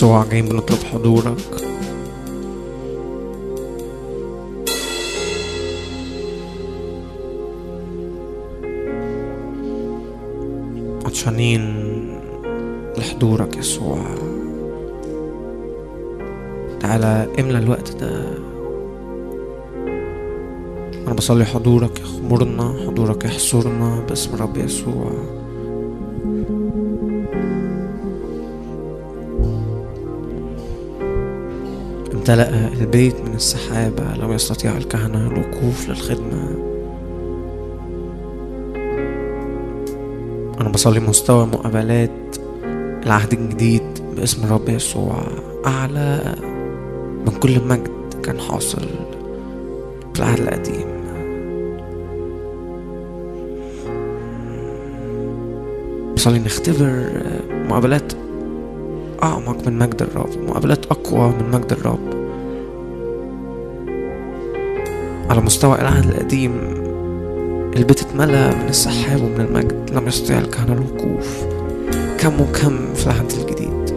يسوع جايين بنطلب حضورك. عطشانين لحضورك يسوع. تعالى املى الوقت ده. انا بصلي حضورك يخمرنا، حضورك يحصرنا باسم رب يسوع. امتلأ البيت من السحابة، لم يستطيع الكهنة الوقوف للخدمة. أنا بصلي مستوى مقابلات العهد الجديد باسم رب يسوع أعلى من كل مجد كان حاصل في العهد القديم. بصلي نختبر مقابلات أعمق من مجد الرب، مقابلات أقوى من مجد الرب. على مستوى العهد القديم البيت اتملى من السحاب ومن المجد، لم يستطيع الكهنة الوقوف. كم وكم في العهد الجديد.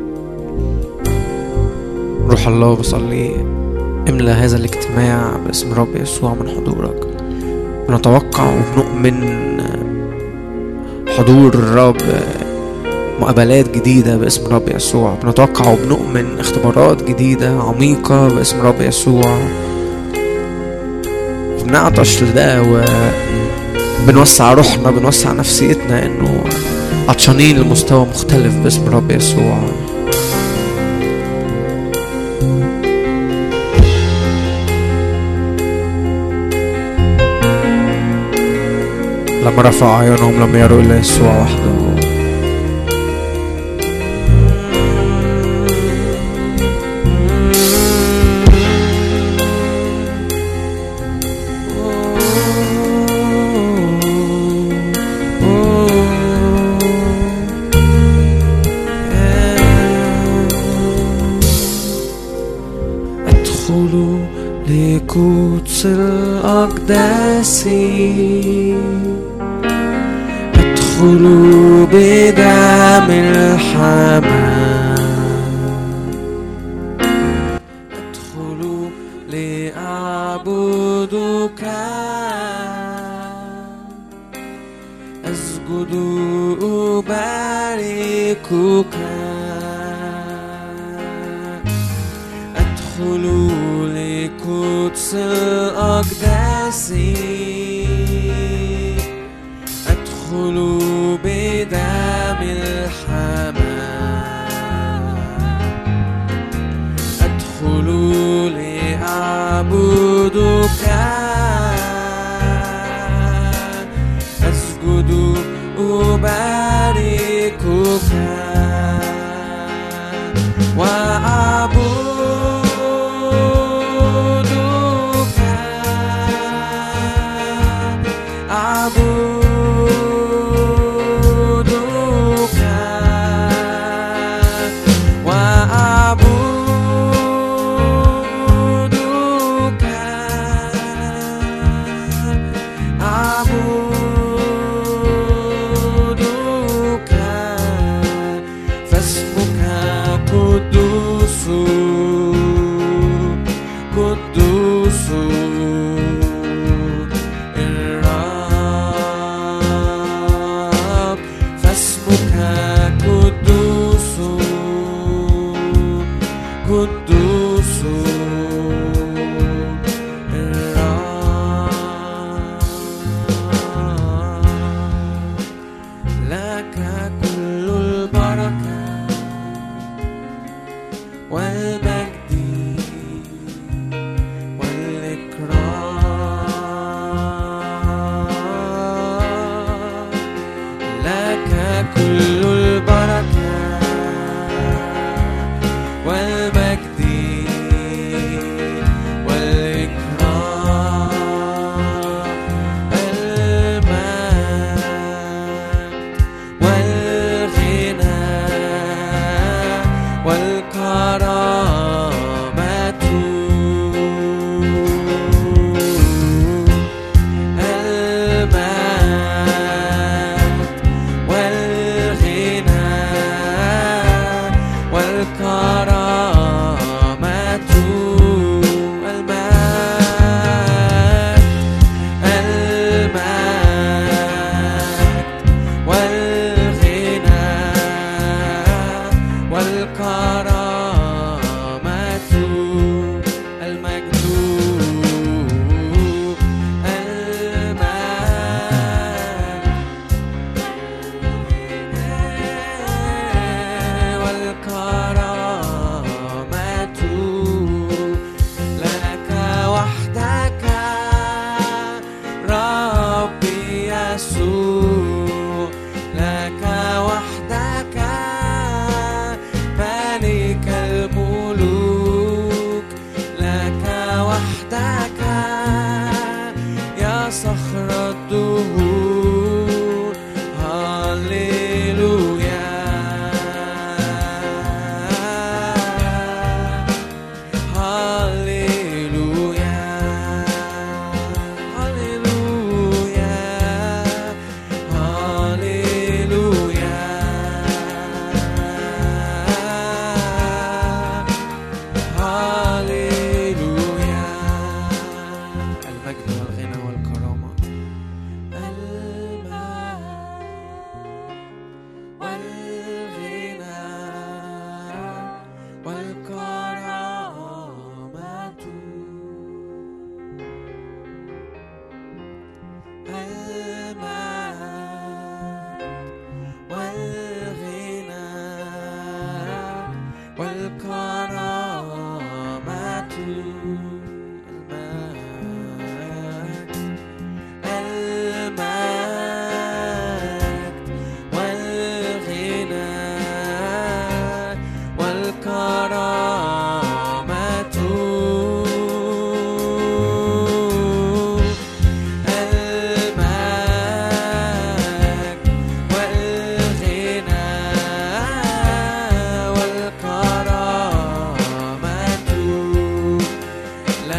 روح الله بصلي املى هذا الاجتماع باسم رب يسوع من حضورك. بنتوقع وبنؤمن حضور الرب، مقابلات جديدة باسم رب يسوع. بنتوقع وبنؤمن اختبارات جديدة عميقة باسم رب يسوع. بنعطش لده وبنوسع روحنا، بنوسع نفسيتنا انه عطشانين لمستوى مختلف باسم رب يسوع. لما رفع عيونهم لم يروا الا يسوع وحده. لقدس الأقداس أدخل بدم الحمام، أدخل لأعبدك، أسجد أباركك، أدخل لقدس الأقداس أدخل بدم الحمام، أدخل لأعبدك، أسجد أباركك وأعبد والمجد والإكرام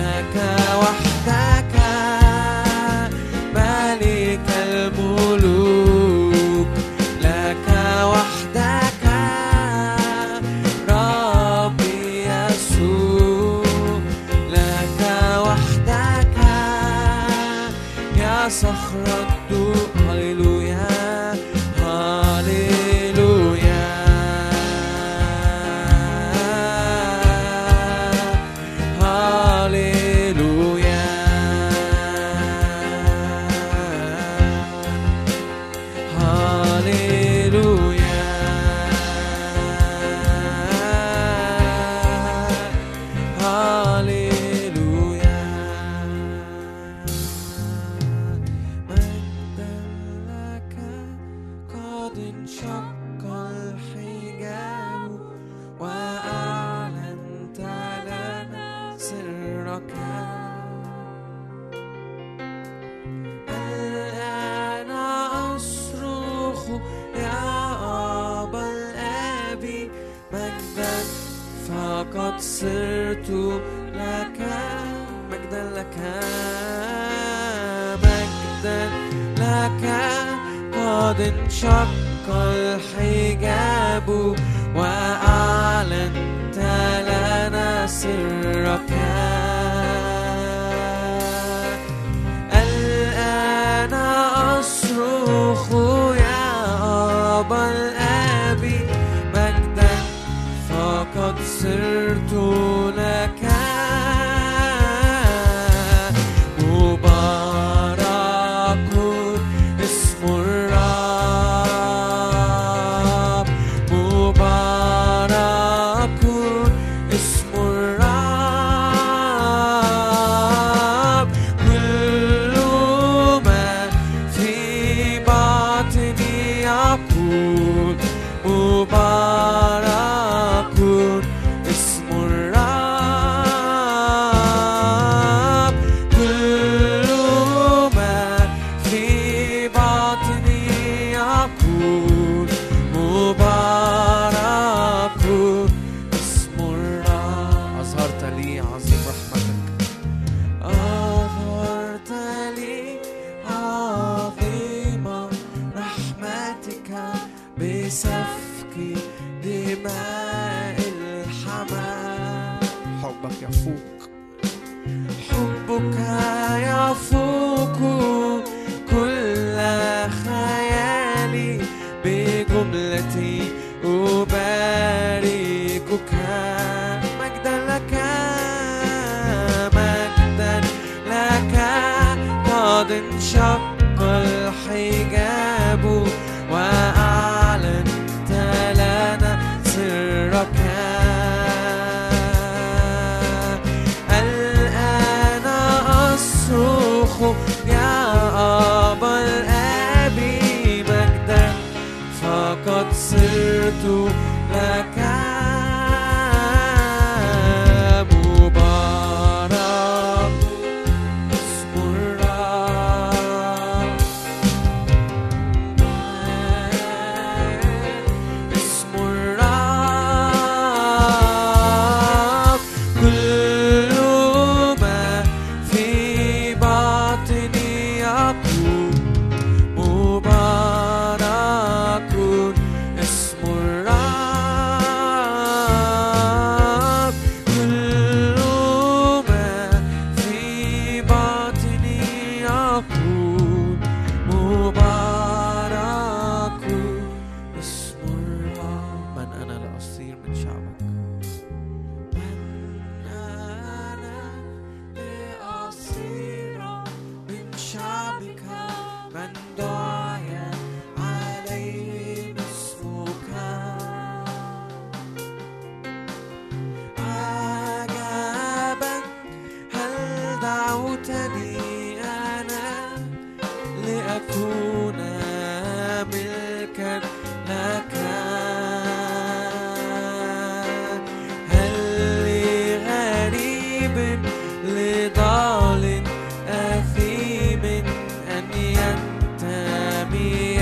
لك وحدك ملك الملوك، لك وحدك ربي يسوع، لك وحدك يا صخرة هللويا هللويا هللويا هللويا هللويا مجدا لك قد انشق الحجاب وأعلنت لنا سرك، الآن أصرخ يا أبا الآب مجدا فقد صرت لك، مجدا لك مجدا لك قد انشق الحجاب وأعلنت لنا سرك، الآن أصرخ يا أبا الآب مجدا فقد صرت لك، مبارك اسم الرب، مبارك اسم الرب، كل ما في باطني يقول مبارك اسم الرب، كل ما في باطني يقول مبارك اسم الرب. أظهرت لي عظيم رحمتك، أظهرت لي عظيم رحمتك بسفك دماء الحمام، حبك يفوق، حبك يفوق كل خيالي، بجملتي أباركك، مجدا لك مجدا لك قد انشق الحجاب وأعلنت لنا سرك، الآن أصرخ يا أبا الآب مجدا فقد صرت لك، مبارك اسم الرب، اسم الرب، كل ما في باطني يقول مبارك اسم الرب، كل ما في باطني يقول مبارك اسم الرب. من أنا لأصير من شعبك، من أنا لأصير من شعبك، من دعي عليه اسمك، عجبا هل دعوتني أنا لأكون ملكا لك، هل لغريب لضال أثيم أن ينتمي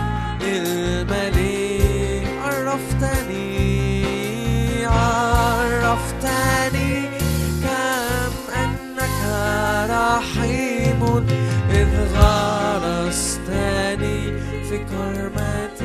للملك، عرفتني كم أن عظيم إذ غرستني في كرمتك.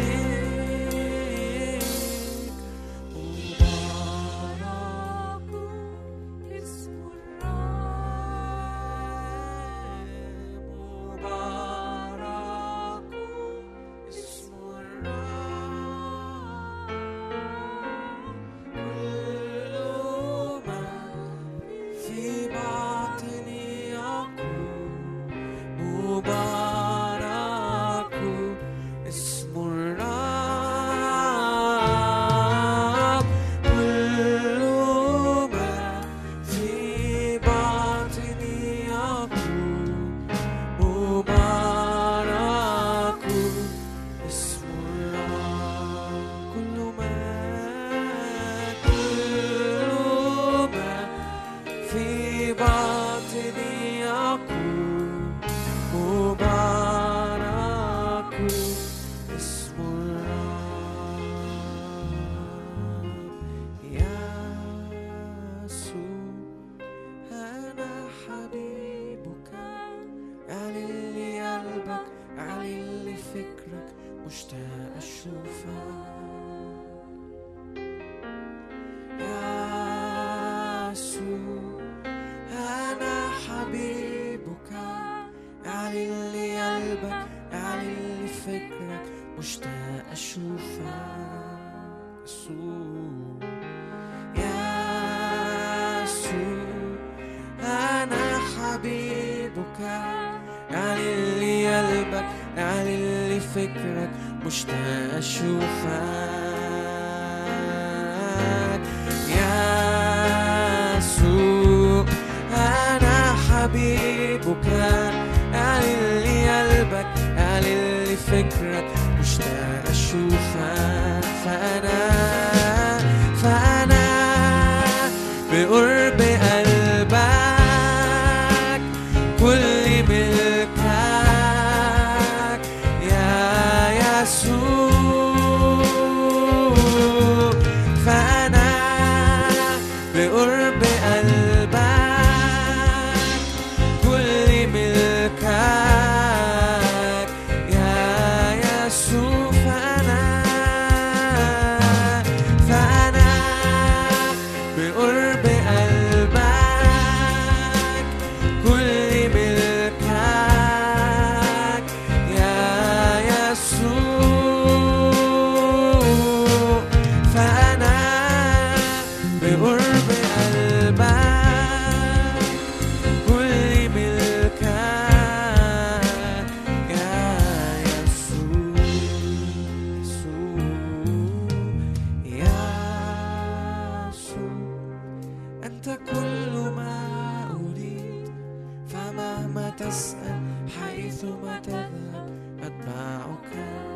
مشتاق أشوفك يا يسوع، أنا حبيبك، أعلن لي قلبك، أعلن لي فكرك، مشتاق أشوفك. فأنا بقرب قلبك كل ملكك يا يسوع، فأنا بقرب قلبك كل ملكك يا يسوع، فأنا بقرب قلبك كل ملكك يا يسوع، فأنا بقرب قلبك كل ملكك يا يسوع. أنت كل ما أريد، فمهما تسأل حيثما تذهب أتبعك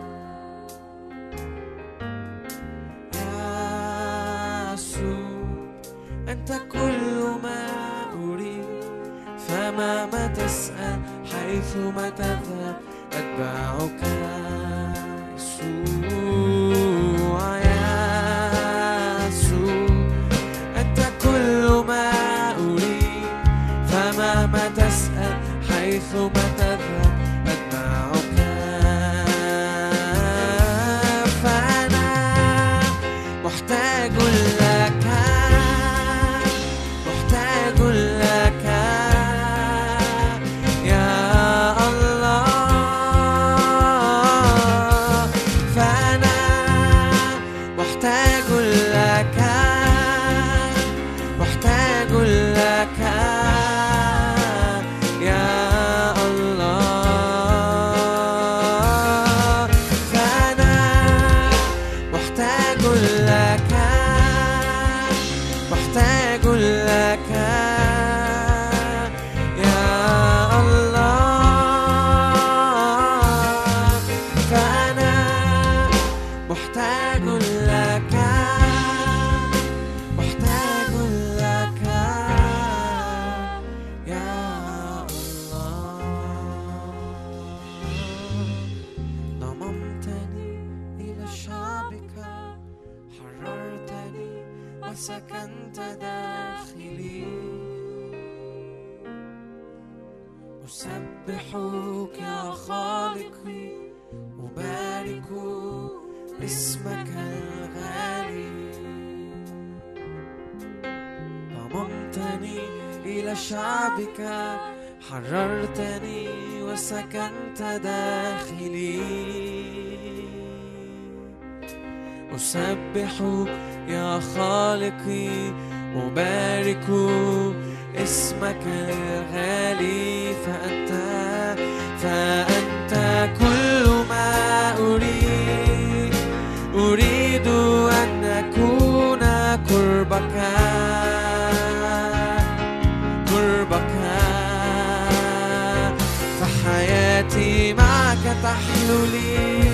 يا يسوع. أنت كل ما أريد، فمهما تسأل حيثما تذهب أتبعك يسوع يا يسوع. أنت كل ما أريد، فمهما تسأل حيثما تذهب أتبعك، فأنا محتاج لك، محتاج لك يا الله، فأنا محتاج لك، محتاج لك يا الله، فأنا محتاج لك، محتاج لك يا الله، فأنا محتاج لك، محتاج لك يا الله. ضممتني إلى شعبك، حررتني وسكنت داخلي، أسبحك يا خالقي، أبارك اسمك الغالي. ضممتني إلى شعبك، حررتني وسكنت داخلي. أسبحك يا خالقي، أبارك اسمك الغالي. فأنت كل ما أريد أن أكون قربك، فحياتي معك تحلو لي،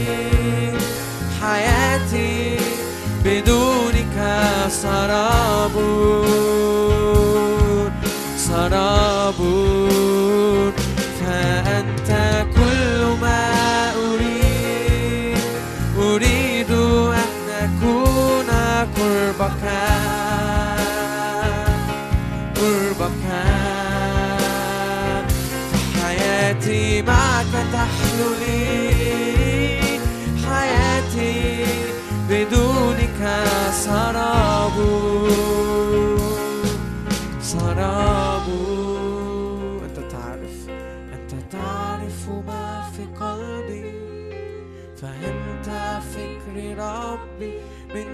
حياتي بدونك سراب، فأنت كل ما أريد أن أكون قربك، فحياتي معك تحلو لي، حياتي بدونك سراب. أنت تعرف ما في قلبي، فهمت فكر ربي من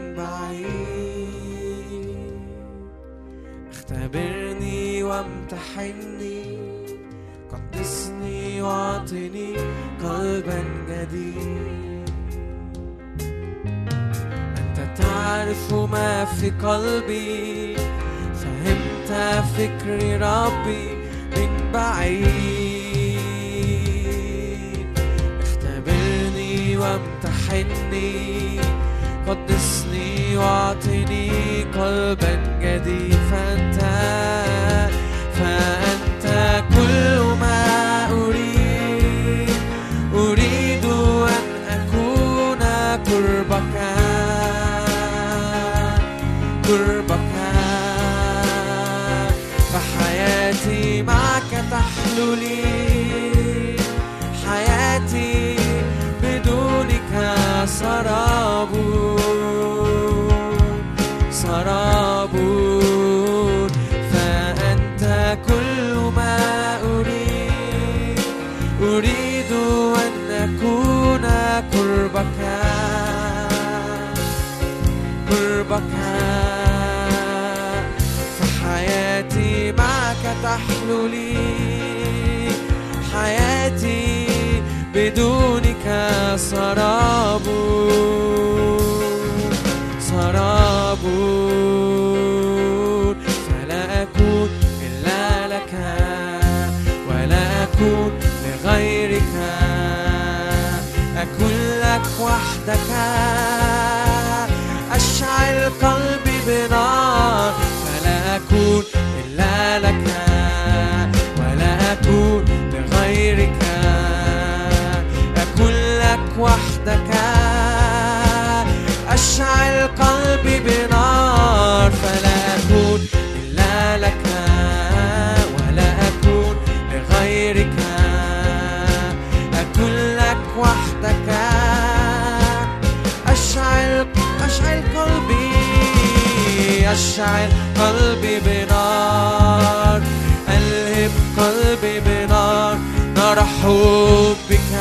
بعيد. اختبرني وامتحني، قدسني واعطني قلبا جديد. أنت تعرف ما في قلبي، فهمت فكر ربي من بعيد. اختبرني وامتحني، قدسني واعطني قلبا جديد. فأنت كل ما أريد أن أكون قربك، فحياتي معك تحلو لي، حياتي بدونك سراب، فأنت كل ما أريد أن أكون قربك، فحياتي معك تحلو لي، حياتي بدونك سراب، فلا أكون إلا لك ولا أكون لغيرك، أكون لك وحدك. أشعل قلبي بنار، فلا أكون إلا لك ولا أكون لغيرك، أكون لك وحدك. أشعل قلبي بنار، فلا أكون إلا لك ولا أكون لغيرك، أكون لك وحدك. أشعل قلبي بنار، ألهب قلبي بنار، نرى حبك،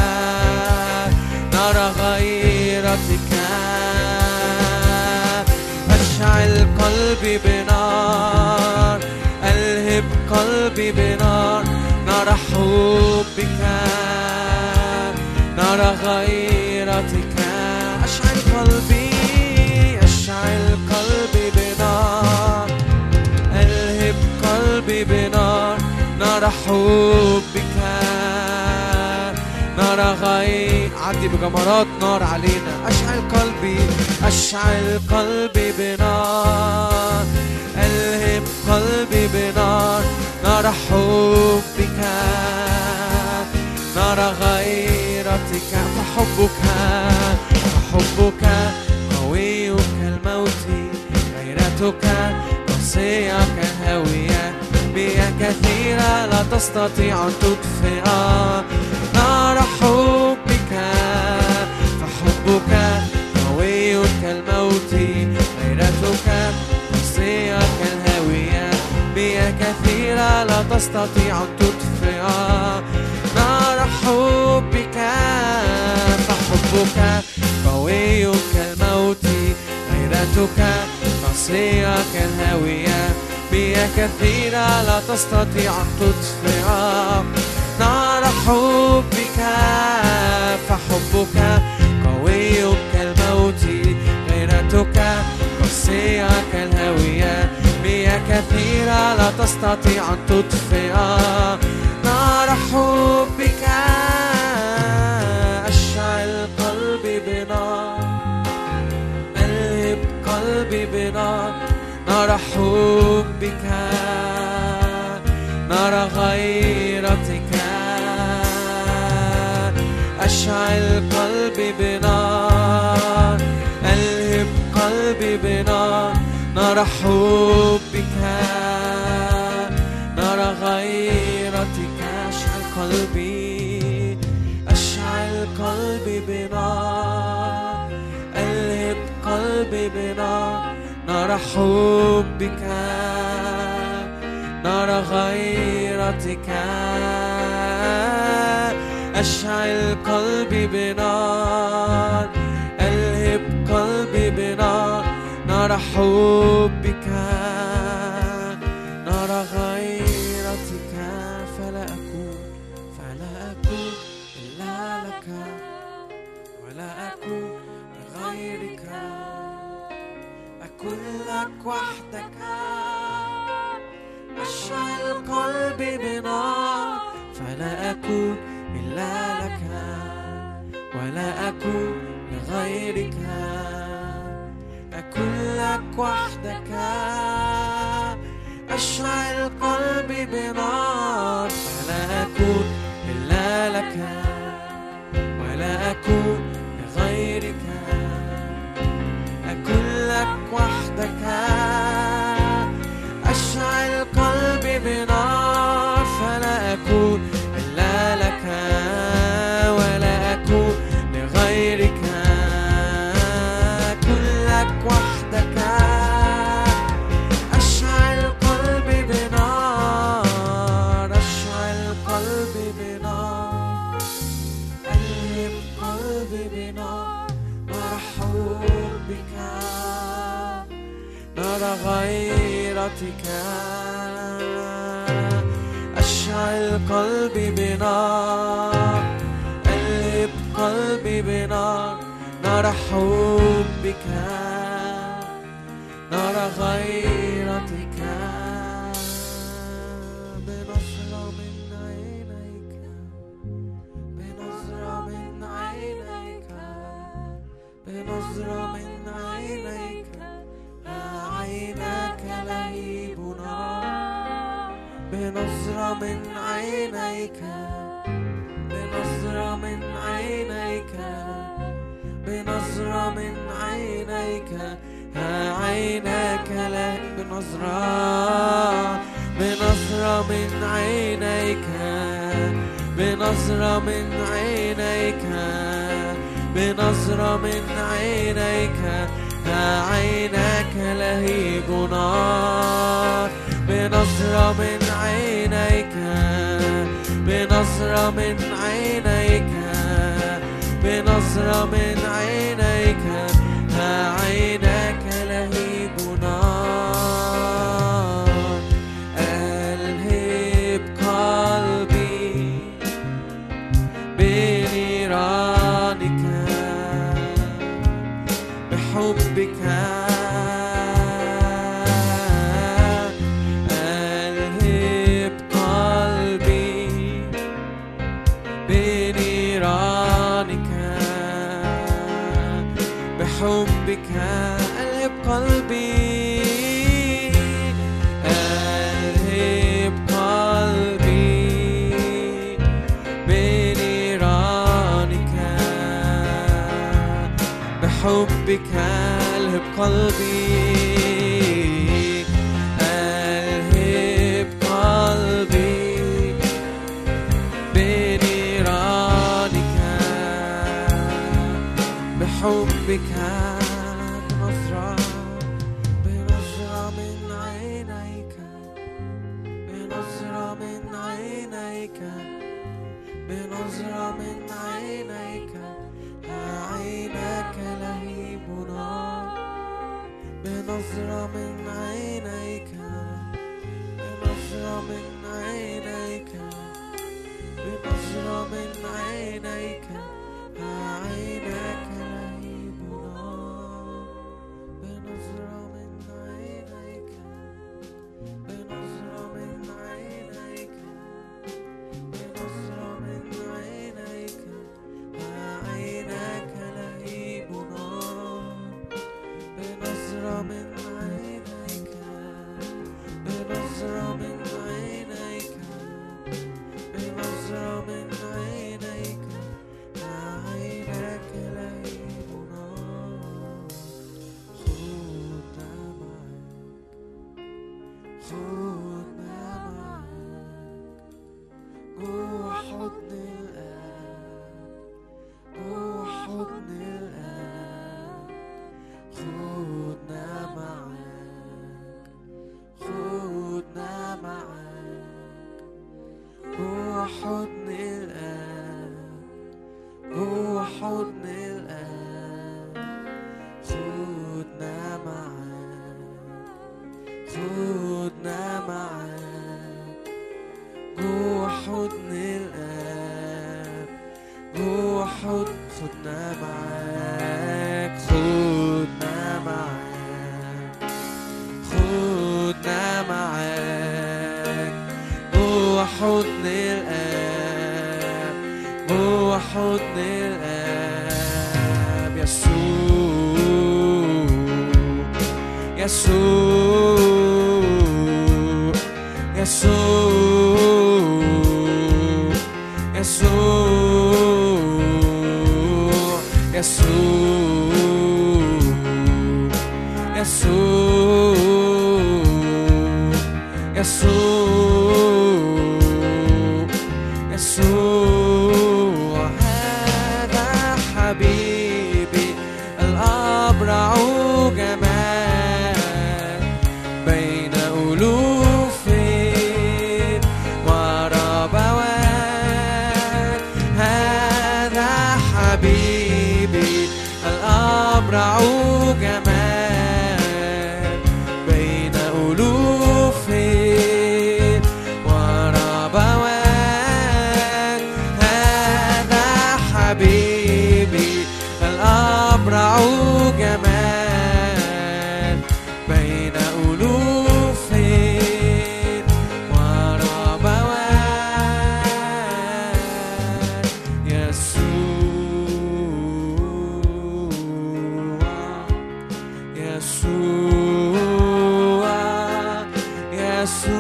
نرى غيرتك. أشعل قلبي بنار، ألهب قلبي بنار، نرى حبك، نرى غيرتك. أشعل قلبي بنار، ألهب قلبي بنار، نرى حبك، نرى عدي بجمرات نار علينا. أشعل قلبي بنار، ألهب قلبي بنار، نرى حبك، نرى غيرتك. فحبك قوي كالموت، غيرتك قاسية كالهاوية، مياه كثيرة لا تستطيع أن تطفئ نار حبك، فحبك قوي كالموت، غيرتك قاسية كالهاوية، مياه كثيرة لا تستطيع أن تطفئ نار حبك، فحبك قوي كالموت، غيرتك قاسية كالهاوية، مياه كثيرة لا تستطيع أن تطفئ نار حبك، فحبك قوي كالموت، غيرتك قاسية كالهاوية، مياه كثيرة لا تستطيع أن تطفئ نار حبك. أشعل قلبي بنار، ألهب قلبي بنار، نار حبك، نار غيرتك. أشعل قلبي بنار، ألهب قلبي بنار، نار حبك، نار غيرتك. أشعل قلبي، أشعل قلبي بنار، ألهب قلبي بنار، نار حبك، نار غيرتك. أشعل قلبي بنار، ألهب قلبي بنار، نار حبك، نار غيرتك. فلا أكون إلا لك، ولا أكون لغيرك، أكون لك وحدك. أشعل قلبي بنار، فلا أكون إلا لك، ولا أكون لغيرك، أكون لك وحدك. أشعل قلبي بنار، فلا أكون إلا لك، ولا أكون لغيرك، أكون لك وحدك. أشعل قلبي بنار، فلا أكون إلا لك، ولا أكون لغيرك، أكون لك وحدك. أشعل قلبي بنار، أشعل قلبي بنار، ألهب قلبي بنار، نار حبك، نار غيرتك. أشعل قلبي بنار، ألهب قلبي بنار، نار حبك، نار غيرتك. بنظرة من عينيك، بنظرة من عينيك، بنظرة من عينيك، عيناك لهيب نار. بنظرة من عينيك، بنظرة من عينيك، بنظرة من عينيك، عيناك لهيب. بنظرة، بنظرة من عينيك، بنظرة من عينيك، بنظرة من عينيك، عيناك لهيب نار. بنظرة من عينيك، بنظرة من عينيك، بنظرة من عينيك، عيناك لهيب نار. ألهب قلبي بنيرانك، بحبك. ألهب قلبي بنيرانك، بحبك. ألهب قلبي، ألهب قلبي بنيرانك، بحبك. ألهب قلبي، ألهب قلبي بك بنظرة من عينيك، بنظرة من عينيك، بنظرة من عينيك، عينك لهيب نار، بنظرة من عينيك، بنظرة من عينيك، بنظرة من عينيك، عينك لهيب نار، بنظرة من عينيك، بنظرة من عينيك، بنظرة من عينيك، عينك لهيب نار، بنظرة من عينيك، بنظرة من عينيك، بنظرة من عينيك، عينك لهيب نار. خدنا معاك، خدنا معاك جوا حضن الآب، جوا حضن الآب. خدنا معاك، خدنا معاك جوا حضن الآب، جوا حضن الآب. خدنا معاك، خدنا معاك جوا حضن الآب، جوا حضن. خدنا معاك، خدنا معاك، خدنا معاك جوا حضن الآب، جوا حضن الآب. يسوع يسوع يسوع يسوع يسوع يسوع يسوع يسوع. هذا حبيبي الأبرع جمال بين ألوف وربوات. هذا حبيبي الأبرع جمال بين ألوف وربوات. هذا حبيبي الأبرع جمال بين ألوف وربوات. يسوع يسوع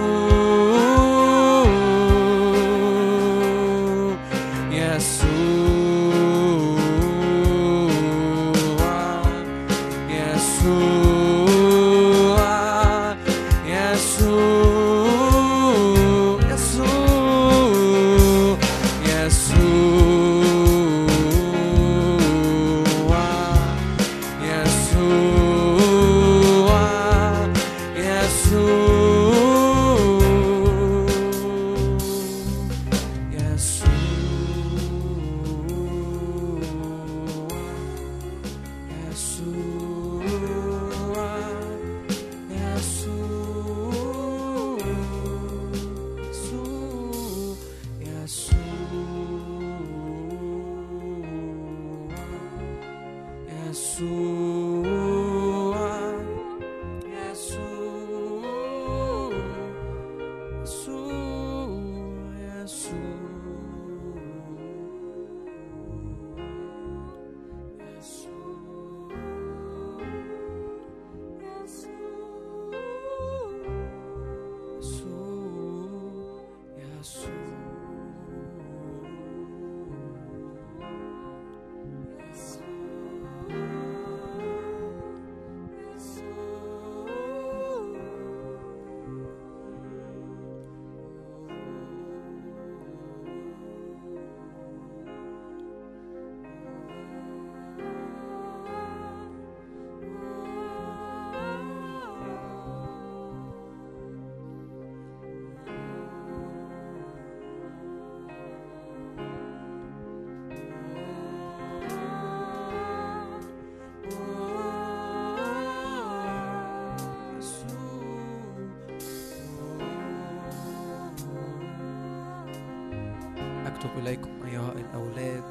أكتب إليكم أيها الأولاد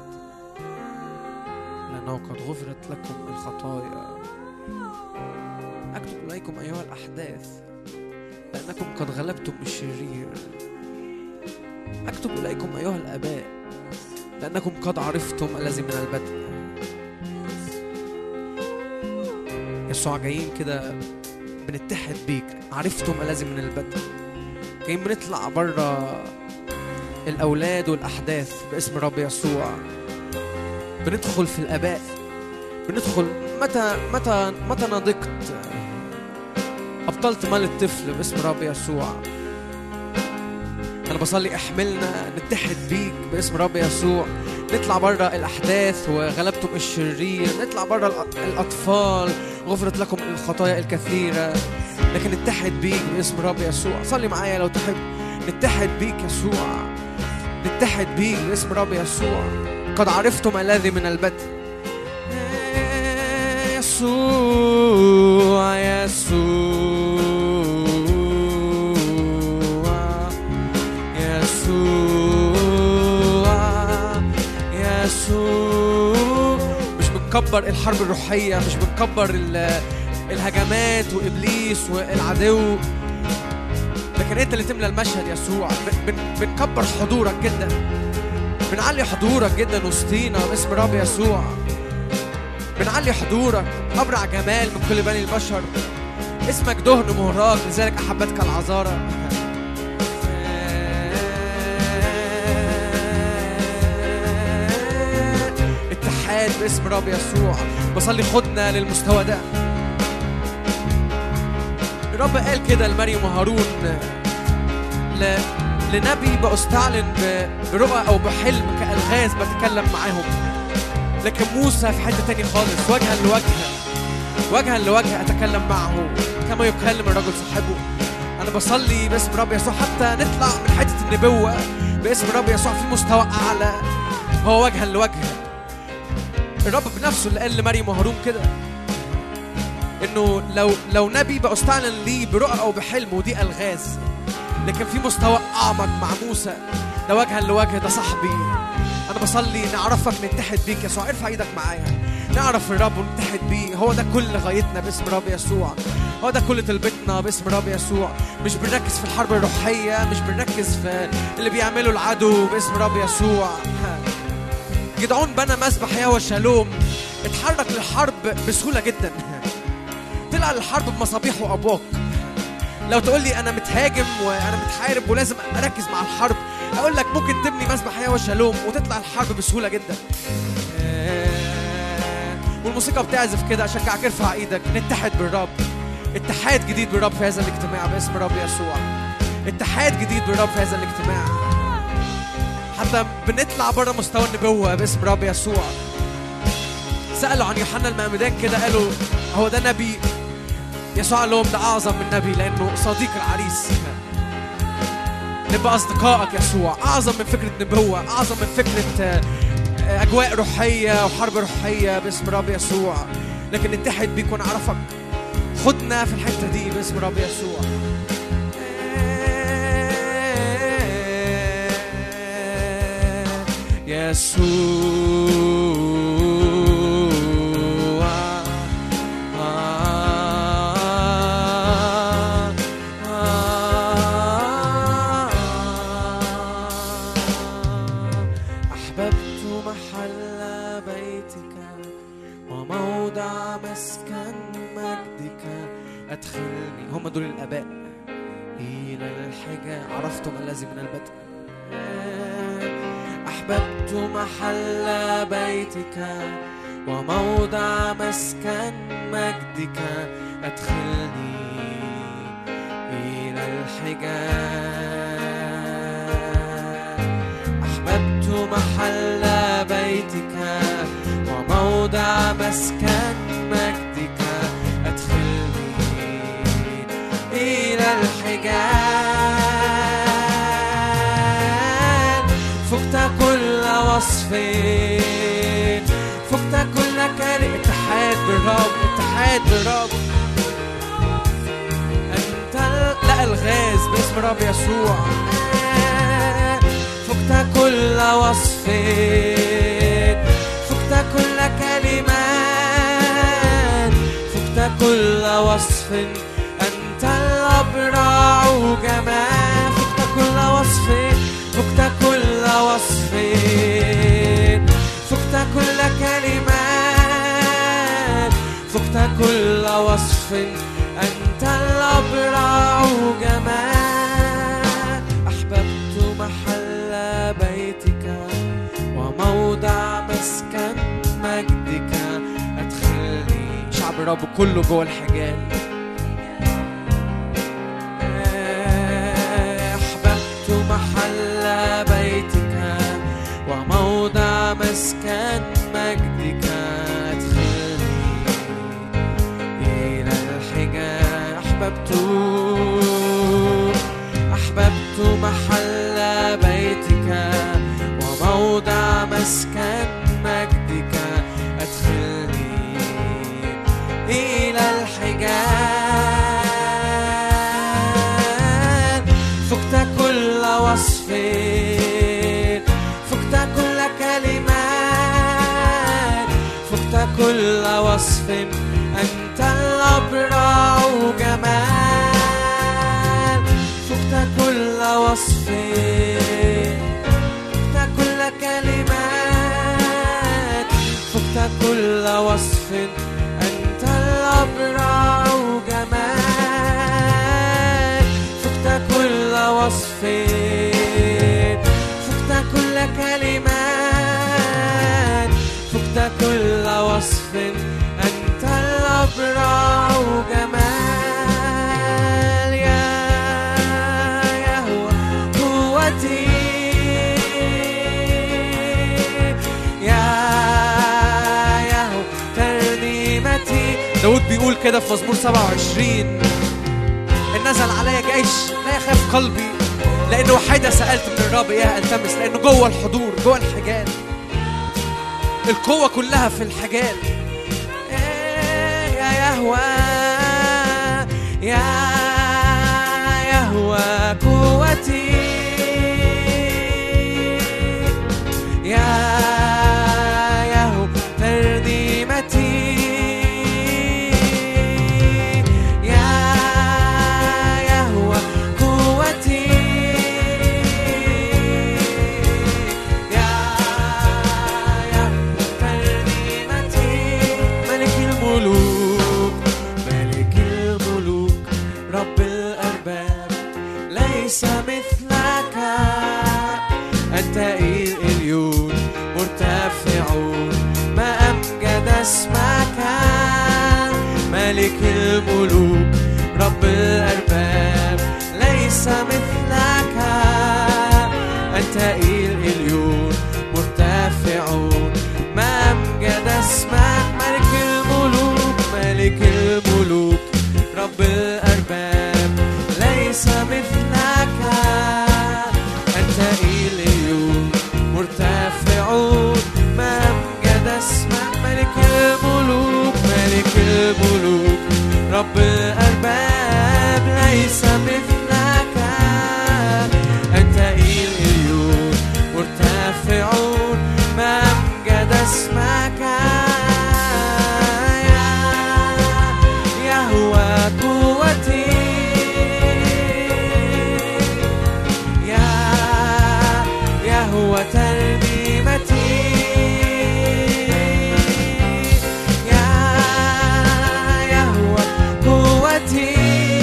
لأنه قد غفرت لكم الخطايا. أكتب إليكم أيها الأحداث لأنكم قد غلبتم الشرير. أكتب إليكم أيها الآباء لأنكم قد عرفتم الذي من البدء. يسوع جايين كده بنتحد بيك، عرفتم الذي من البدء. جايين بنطلع برا الأولاد والأحداث باسم رب يسوع. بندخل في الآباء، بندخل متى نضجت أبطلت مال الطفل باسم رب يسوع. أنا بصلي احملنا نتحد بيك باسم رب يسوع. نطلع برا الأحداث وغلبتم الشرير، نطلع برا الأطفال غفرت لكم الخطايا الكثيرة، لكن نتحد بيك باسم رب يسوع. صلي معايا لو تحب. نتحد بيك يسوع، نتحد بيك باسم رب يسوع. قد عرفتم الذي من البدء. يسوع يسوع يسوع يسوع. مش بنكبر الحرب الروحية، مش بنكبر الهجمات وإبليس والعدو، لكن أنت اللي تملى المشهد يسوع. بنكبر حضورك جدا، بنعلي حضورك جدا وسطينا باسم رب يسوع. بنعلي حضورك، أبرع جمال من كل بني البشر. اسمك دهن مهراق لذلك أحبتك العذارى. اتحاد باسم رب يسوع. بصلي خدنا للمستوى ده. الرب قال كده لمريم وهارون، لنبي بأستعلن برؤى أو بحلم كألغاز بتكلم معاهم، لكن موسى في حتة تاني خالص، وجها لوجه أتكلم معه كما يكلم الرجل صاحبه. أنا بصلي باسم رب يسوع حتى نطلع من حتة النبوة باسم رب يسوع في مستوى أعلى، هو وجها لوجه. الرب بنفسه اللي قال لمريم وهارون كده إنه لو نبي بأستعلن لي برؤى أو بحلم، ودي ألغاز، لكن في مستوى أعمق مع موسى، ده وجها لوجه، ده صاحبي. أنا بصلي نعرفك، نتحد بيك يسوع. ارفع ايدك معايا، نعرف الرب ونتحد بيه. هو ده كل غايتنا باسم رب يسوع، هو ده كل طلبتنا باسم رب يسوع. مش بنركز في الحرب الروحية، مش بنركز في اللي بيعمله العدو باسم رب يسوع. جدعون بنى مسبح يهوه شالوم، اتحرك للحرب بسهولة جدا، طلع للحرب بمصابيح وأبواق. لو تقول لي أنا متهاجم وأنا متحارب ولازم أركز مع الحرب، أقول لك ممكن تبني مسبح يهوه شالوم وتطلع الحرب بسهولة جدا. والموسيقى بتعزف كده، أشجعك ارفع إيدك. نتحد بالرب، اتحاد جديد بالرب في هذا الاجتماع باسم رب يسوع. اتحاد جديد بالرب في هذا الاجتماع، حتى بنطلع بره مستوى النبوة باسم رب يسوع. سألوا عن يوحنا المعمدان كده، قالوا هو ده نبي؟ يسوع قال لهم ده أعظم من نبي، لأنه صديق العريس. نبقى أصدقائك يسوع، أعظم من فكرة نبوة، أعظم من فكرة أجواء روحية وحرب روحية باسم رب يسوع. لكن نتحد بيك ونعرفك. خدنا في الحتة دي باسم رب يسوع. يسوع أحببت محل بيتك وموضع مسكن مجدك أدخلني. هم دول الآباء. إلى الحجة عرفتم الذي من البدء. أحببت محل بيتك وموضع مسكن مجدك أدخلني إلى الحجاب. أحببت محل بيتك وموضع مسكن مجدك أدخلني إلى الحجاب. فقت كل وصف، فقت كل كلمة. اتحاد بالرب، اتحاد بالرب. أنت لا الغاز باسم رب يسوع. فقت كل كل وصف، فقت كل كلمات، فقت كل وصف، أنت الأبرع جمال. فقت كل وصف، فقت كل وصف، فقت كل كلمات، فقت كل وصف، أنت الأبرع جمال. أحببت محل بيتك وموضع مسكن مجدك، أدخلني. شعب الرب كله جوه الحجال. أحببت محل بيتك وموضع مسكن مجدك، أدخلني إلى الحجال. أحببت محل بيتك وموضع مسكن مجدك، أدخلني إلى الحجال. فقت كل وصف، فقت كل كلمات، فقت كل وصف، أنت الأبرع جمال. فقت كل وصف، فقت كل كلمات، فقت كل وصف، أنت الأبرع جمال. فقت كل وصف، فقت كل كلمات، فقت كل وصف، أنت الأبرع جمال. يا يهوه قوتي، يا يهوه ترنيمتي. داود بيقول كده في مزمور 27: إن نزل علي جيش لا يخاف قلبي، لأن واحدة سألت من الرب إياها ألتمس. لأنه جوه الحضور، جوه الحجال، القوة كلها في الحجال. يا يهوه، يا يهوه قوتي، يا يهوه ترنيمتي، يا يهوه قوتي، يا يهوه ترنيمتي. ملك الملوك، ملك الملوك، رب الأرباب، ليس مثلك. أنت العليون مرتفعون، ما أمجد اسمك. ملك الملوك، رب الأرباب، ليس مثلك. أنت العليون مرتفعون، ما أمجد اسمك. ملك الملوك، ملك الملوك، رب الأرباب، ليس مثلك. أنت العليون مرتفعون، ما أمجد اسمك. ملك الملوك، ملك الملوك، رب الأرباب، ليس مثلك. أنت العليون مرتفعون، ما أمجد اسمك. يهوه قوتي، يا يهوه ترنيمتي، يا يهوه قوتي،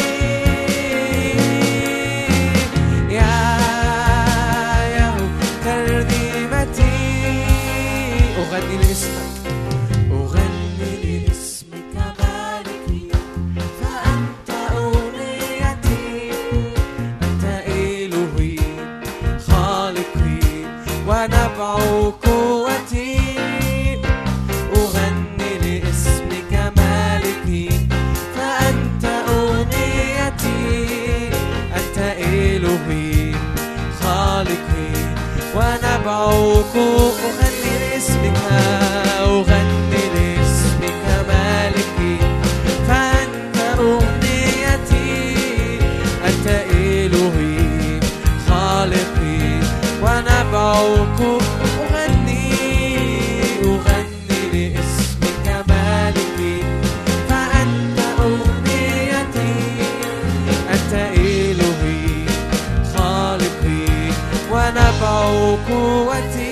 يا يهوه ترنيمتي. أغني لاسمك، أغني لاسمك مالكي، فأنت أغنيتي. أنت إلهي خالقي ونبع قوتي. أغني لاسمك مالكي، فأنت أغنيتي. أنت إلهي خالقي ونبع قوتي. أغني لاسمك، أغني لاسمك مالكي، فأنت أغنيتي. أنت إلهي خالقي ونبع ونبعك أغني لاسمك مالكي، فأنت أغنيتي، أنت إلهي خالقي ونبع قوتي.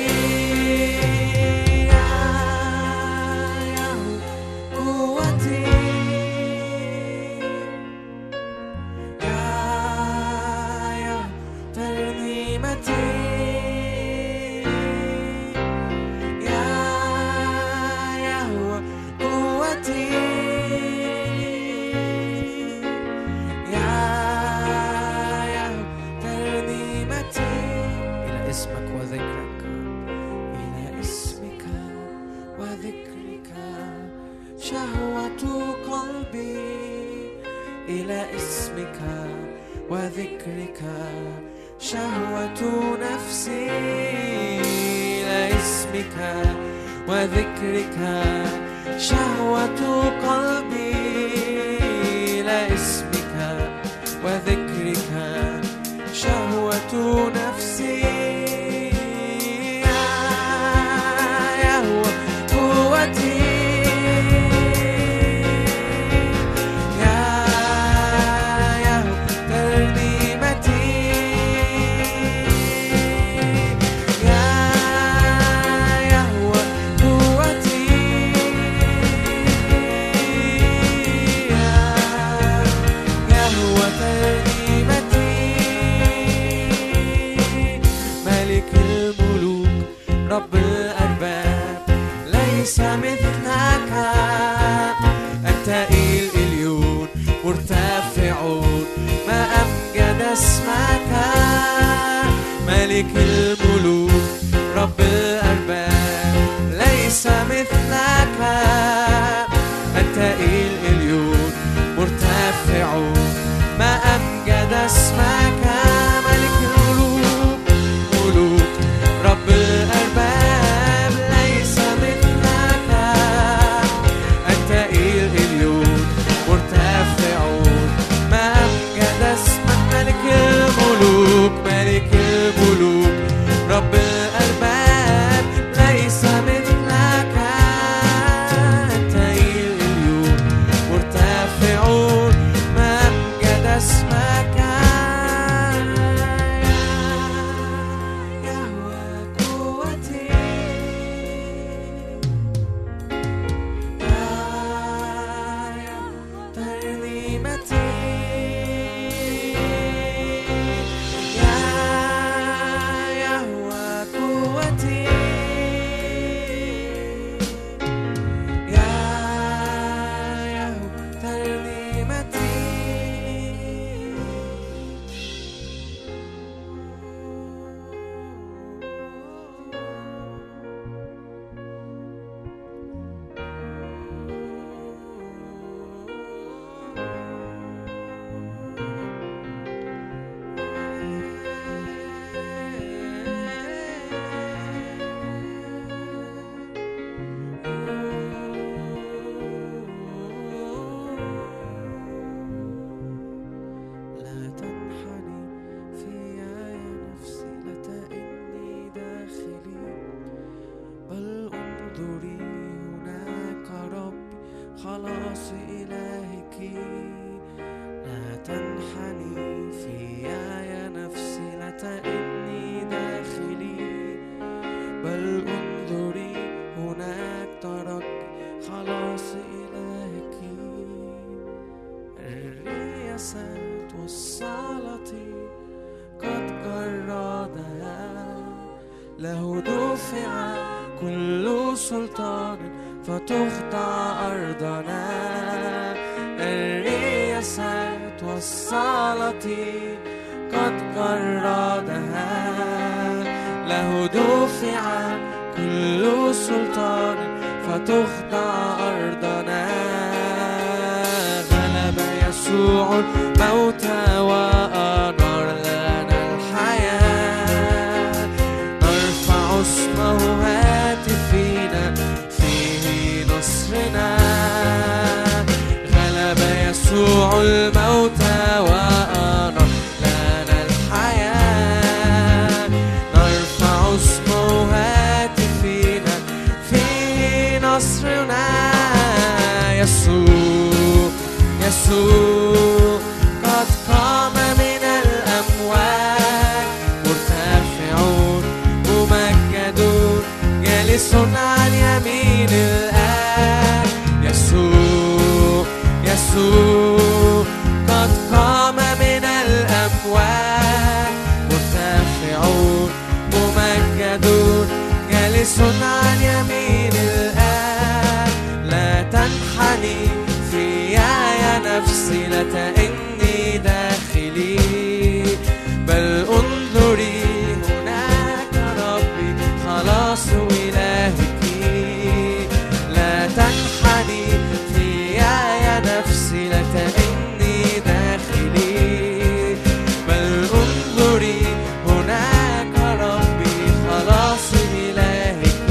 وذكرك شهوة نفسي، إلى اسمك وذكرك شهوة قلبي، إلى اسمك وذكرك شهوة نفسي. يا هو قوتي، رب الأرباب ليس مثلك، أنت العليون مرتفعون، ما أمجد اسمك. ملك الملوك رب الأرباب ليس مثلك، أنت العليون مرتفعون، ما أمجد اسمك. ملك الملوك ملوك رب الأرباب ليس مثلك، أنت العليون مرتفعون، ما أمجد اسمك. ملك الملوك ملك الملوك رب الأرباب ليس مثلك، أنت العليون مرتفعون، ما أمجد اسمك. له دفع كل سلطان فتخضع أرضنا، الرياسات والسلاطين قد جردها، له دفع كل سلطان فتخضع أرضنا. غلب يسوع الموت وأنار لنا الحياة، نرفع اسمه هاتفينا فيه نصرنا. غلب يسوع الموت وأنار لنا الحياة، نرفع جالس عن يمين الآب. يسوع يسوع قد قام من الأموات، مرتفعون ممجدون جالس عن يمين الآب. لا تنحني فيا يا نفسي، لا تئني داخلي، بل انظري هناك ربي خلاص إلهك. لا تنحني فيا يا نفسي، لا تئني داخلي، بل انظري هناك ربي خلاص إلهك.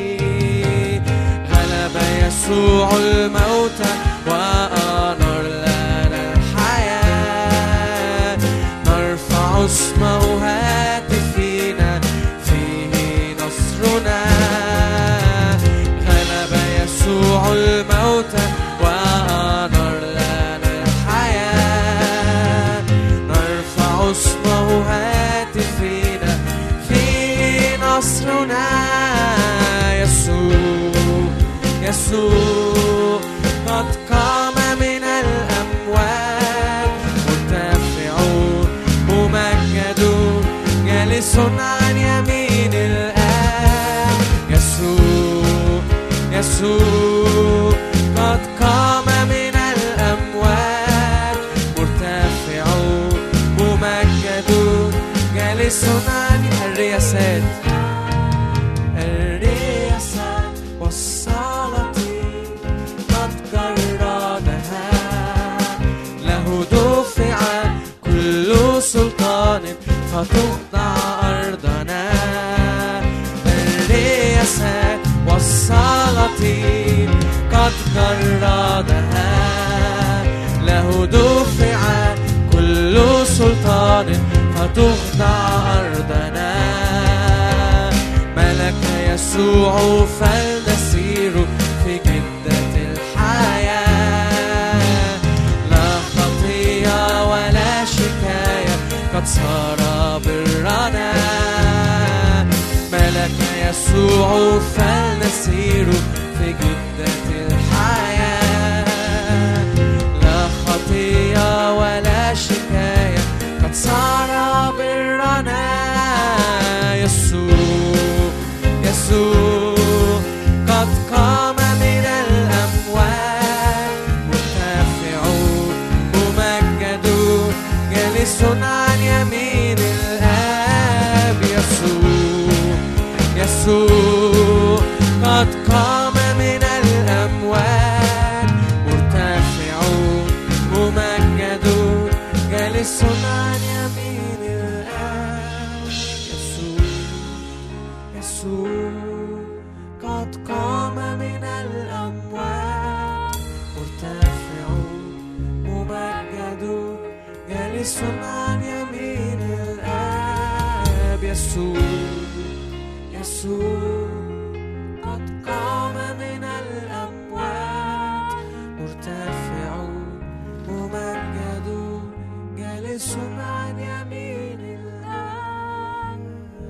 غلب يسوع الموت وأنار لنا الحياة، نرفع اسمه هاتفنا فيه نصرنا. غلب يسوع الموت وأنار لنا الحياة، نرفع اسمه هاتفنا فيه نصرنا. يسوع يسوع قد قام من الأموات، مرتفعون ممجدون جالس عن يمين الآب. يسوع يسوع قد قام من الأموات، مرتفعون ممجدون جالس عن الرياسات. الرياسات والسلاطين قد جردها، له دفع كل سلطان فتخضع أرضنا. الرياسات والسلاطين قد جردها، له دفع كل سلطان فتخضع أرضنا. ملك يسوع فلنسير في جدة الحياة، لا خطية ولا شكاية قد صار برنا. ملك يسوع فلنسير في جدة الحياة، لا خطية ولا شكاية قد صار برنا. يسوع يسوع قد قام من الأموات، مرتفعون ممجدون جالس عن يمين الآب. يسوع يسوع قد قام من الأموات، مرتفعون ممجدون جالس عن يمين الآب. يسوع قد قام من الأموات، مرتفعون ممجدون جالس عن يمين الآب. يسوع قد قام من الأموات، مرتفعون ممجدون جالس عن يمين الآب.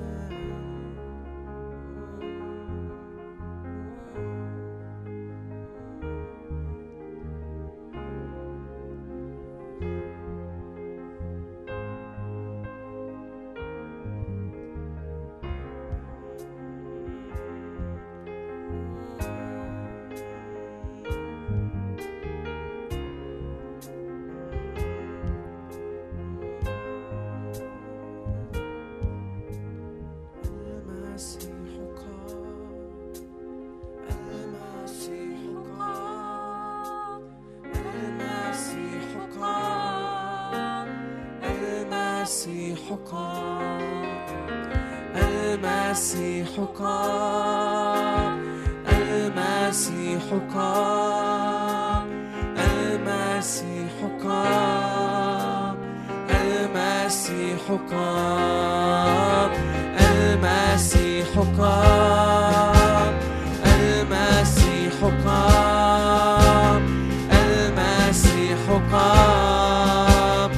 المسيح قام، المسيح قام، المسيح قام، المسيح قام، المسيح قام، المسيح قام، المسيح قام،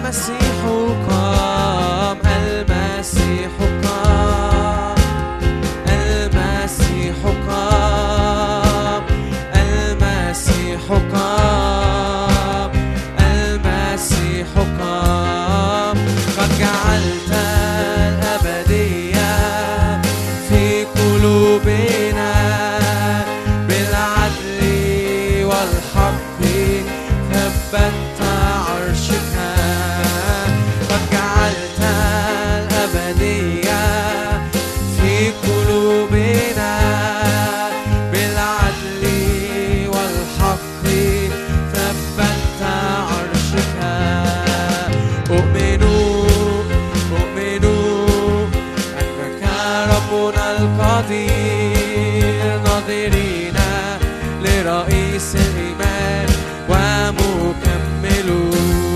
المسيح قام، المسيح قام، القدير ناظرين لرئيس الإيمان ومكمله.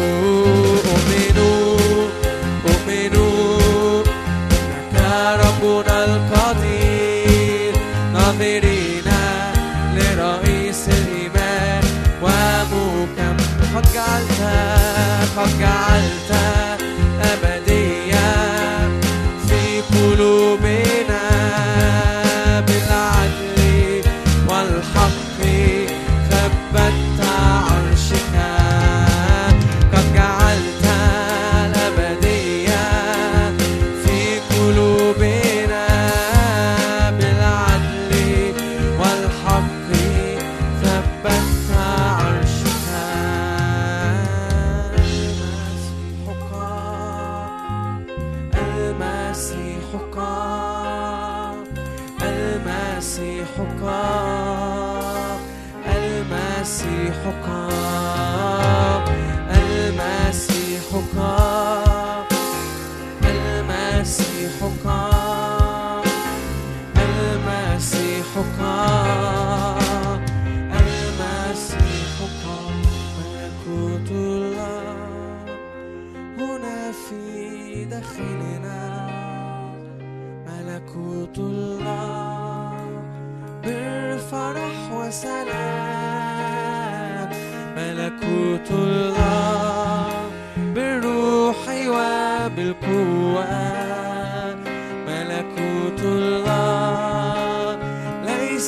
أؤمنوا إنك ربنا القدير ناظرين لرئيس الإيمان ومكمل. قد جعلت أبدية في قلوبنا بالعدل والحق ثبت عرشك. قد جعلت الأبدية في قلوبنا بالعدل والحق ثبت عرشك. المسيحك المسيحك المسيحك المسيحك المسيحك المسيحك المسيحك ملكوت الله هنا في داخلنا. ملكوت الله بالفرح وسلام. ملكوت الله بالروح وبالقوة. ملكوت الله ليس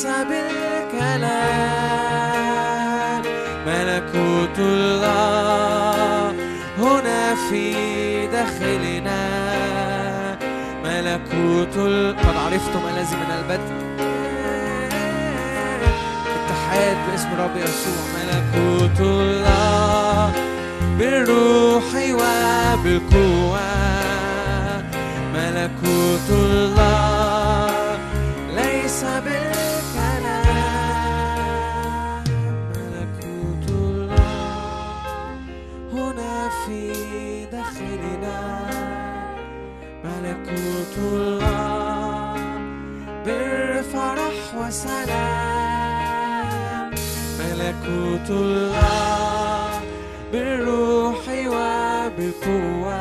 بالكلام. ملكوت الله هنا في داخلنا. قد عرفتم الذي من البدء اتحاد باسم رب يسوع. ملكوت الله بالروح وبالقوة. ملكوت الله ليس بالكلام. ملكوت الله هنا في داخلنا. ملكوت الله بالفرح وسلام. ملكوت الله بالروح وبالقوة.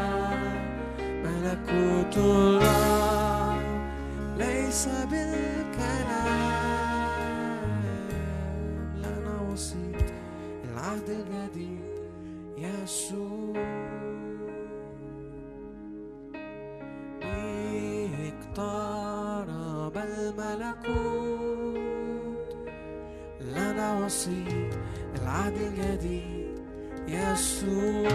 ملكوت الله ليس بالكلام. لنا وسيط العهد الجديد يسوع. اقترب الملكوت لنا وسيط العهد الجديد يسوع.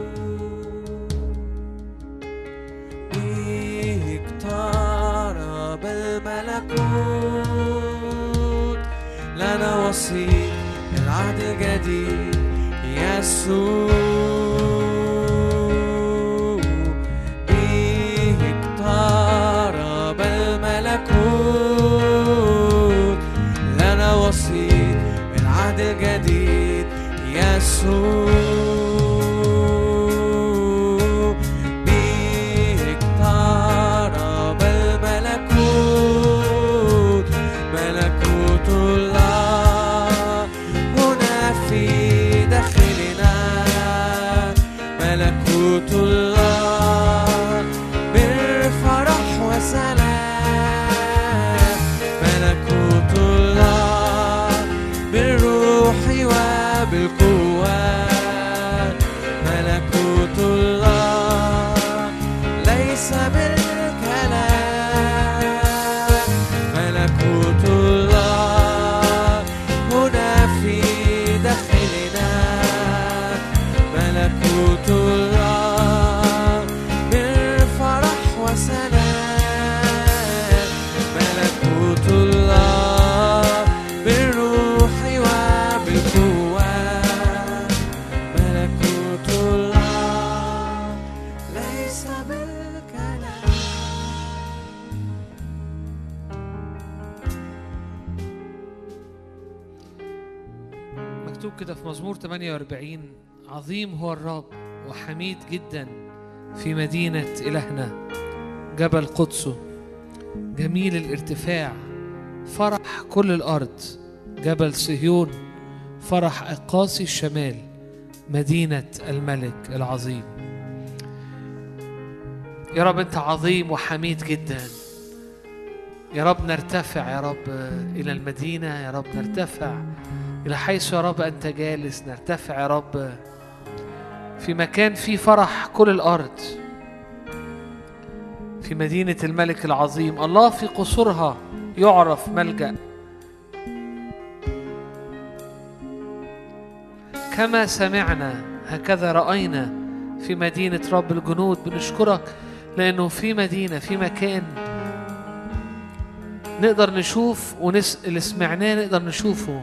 اقترب الملكوت لنا وسيط العهد الجديد يسوع. اقترب الملكوت لنا وسيط العهد الجديد يسوع. اقترب الملكوت. ملكوت الله هنا في داخلنا. ملكوت الله بالفرح وسلام. ملكوت الله بالروح وبالقوة. ملكوت الله ليس بالكلام. ملكوت الله هنا في داخلنا. ملكوت الله بالفرح وسلام. ملكوت الله بالروح وبالقوة. ملكوت الله ليس بالكلام. مكتوب كده في مزمور 48: عظيم هو الرب وحميد جدا في مدينة إلهنا جبل قدسه. جميل الارتفاع، فرح كل الأرض. جبل صهيون فرح أقاصي الشمال، مدينة الملك العظيم. يا رب أنت عظيم وحميد جدا. يا رب نرتفع يا رب إلى المدينة، يا رب نرتفع إلى حيث يا رب أنت جالس. نرتفع يا رب في مكان فيه فرح كل الأرض، في مدينة الملك العظيم. الله في قصورها يعرف ملجأ. كما سمعنا هكذا رأينا في مدينة رب الجنود. بنشكرك لأنه في مدينة، في مكان نقدر نشوف اللي سمعناه نقدر نشوفه.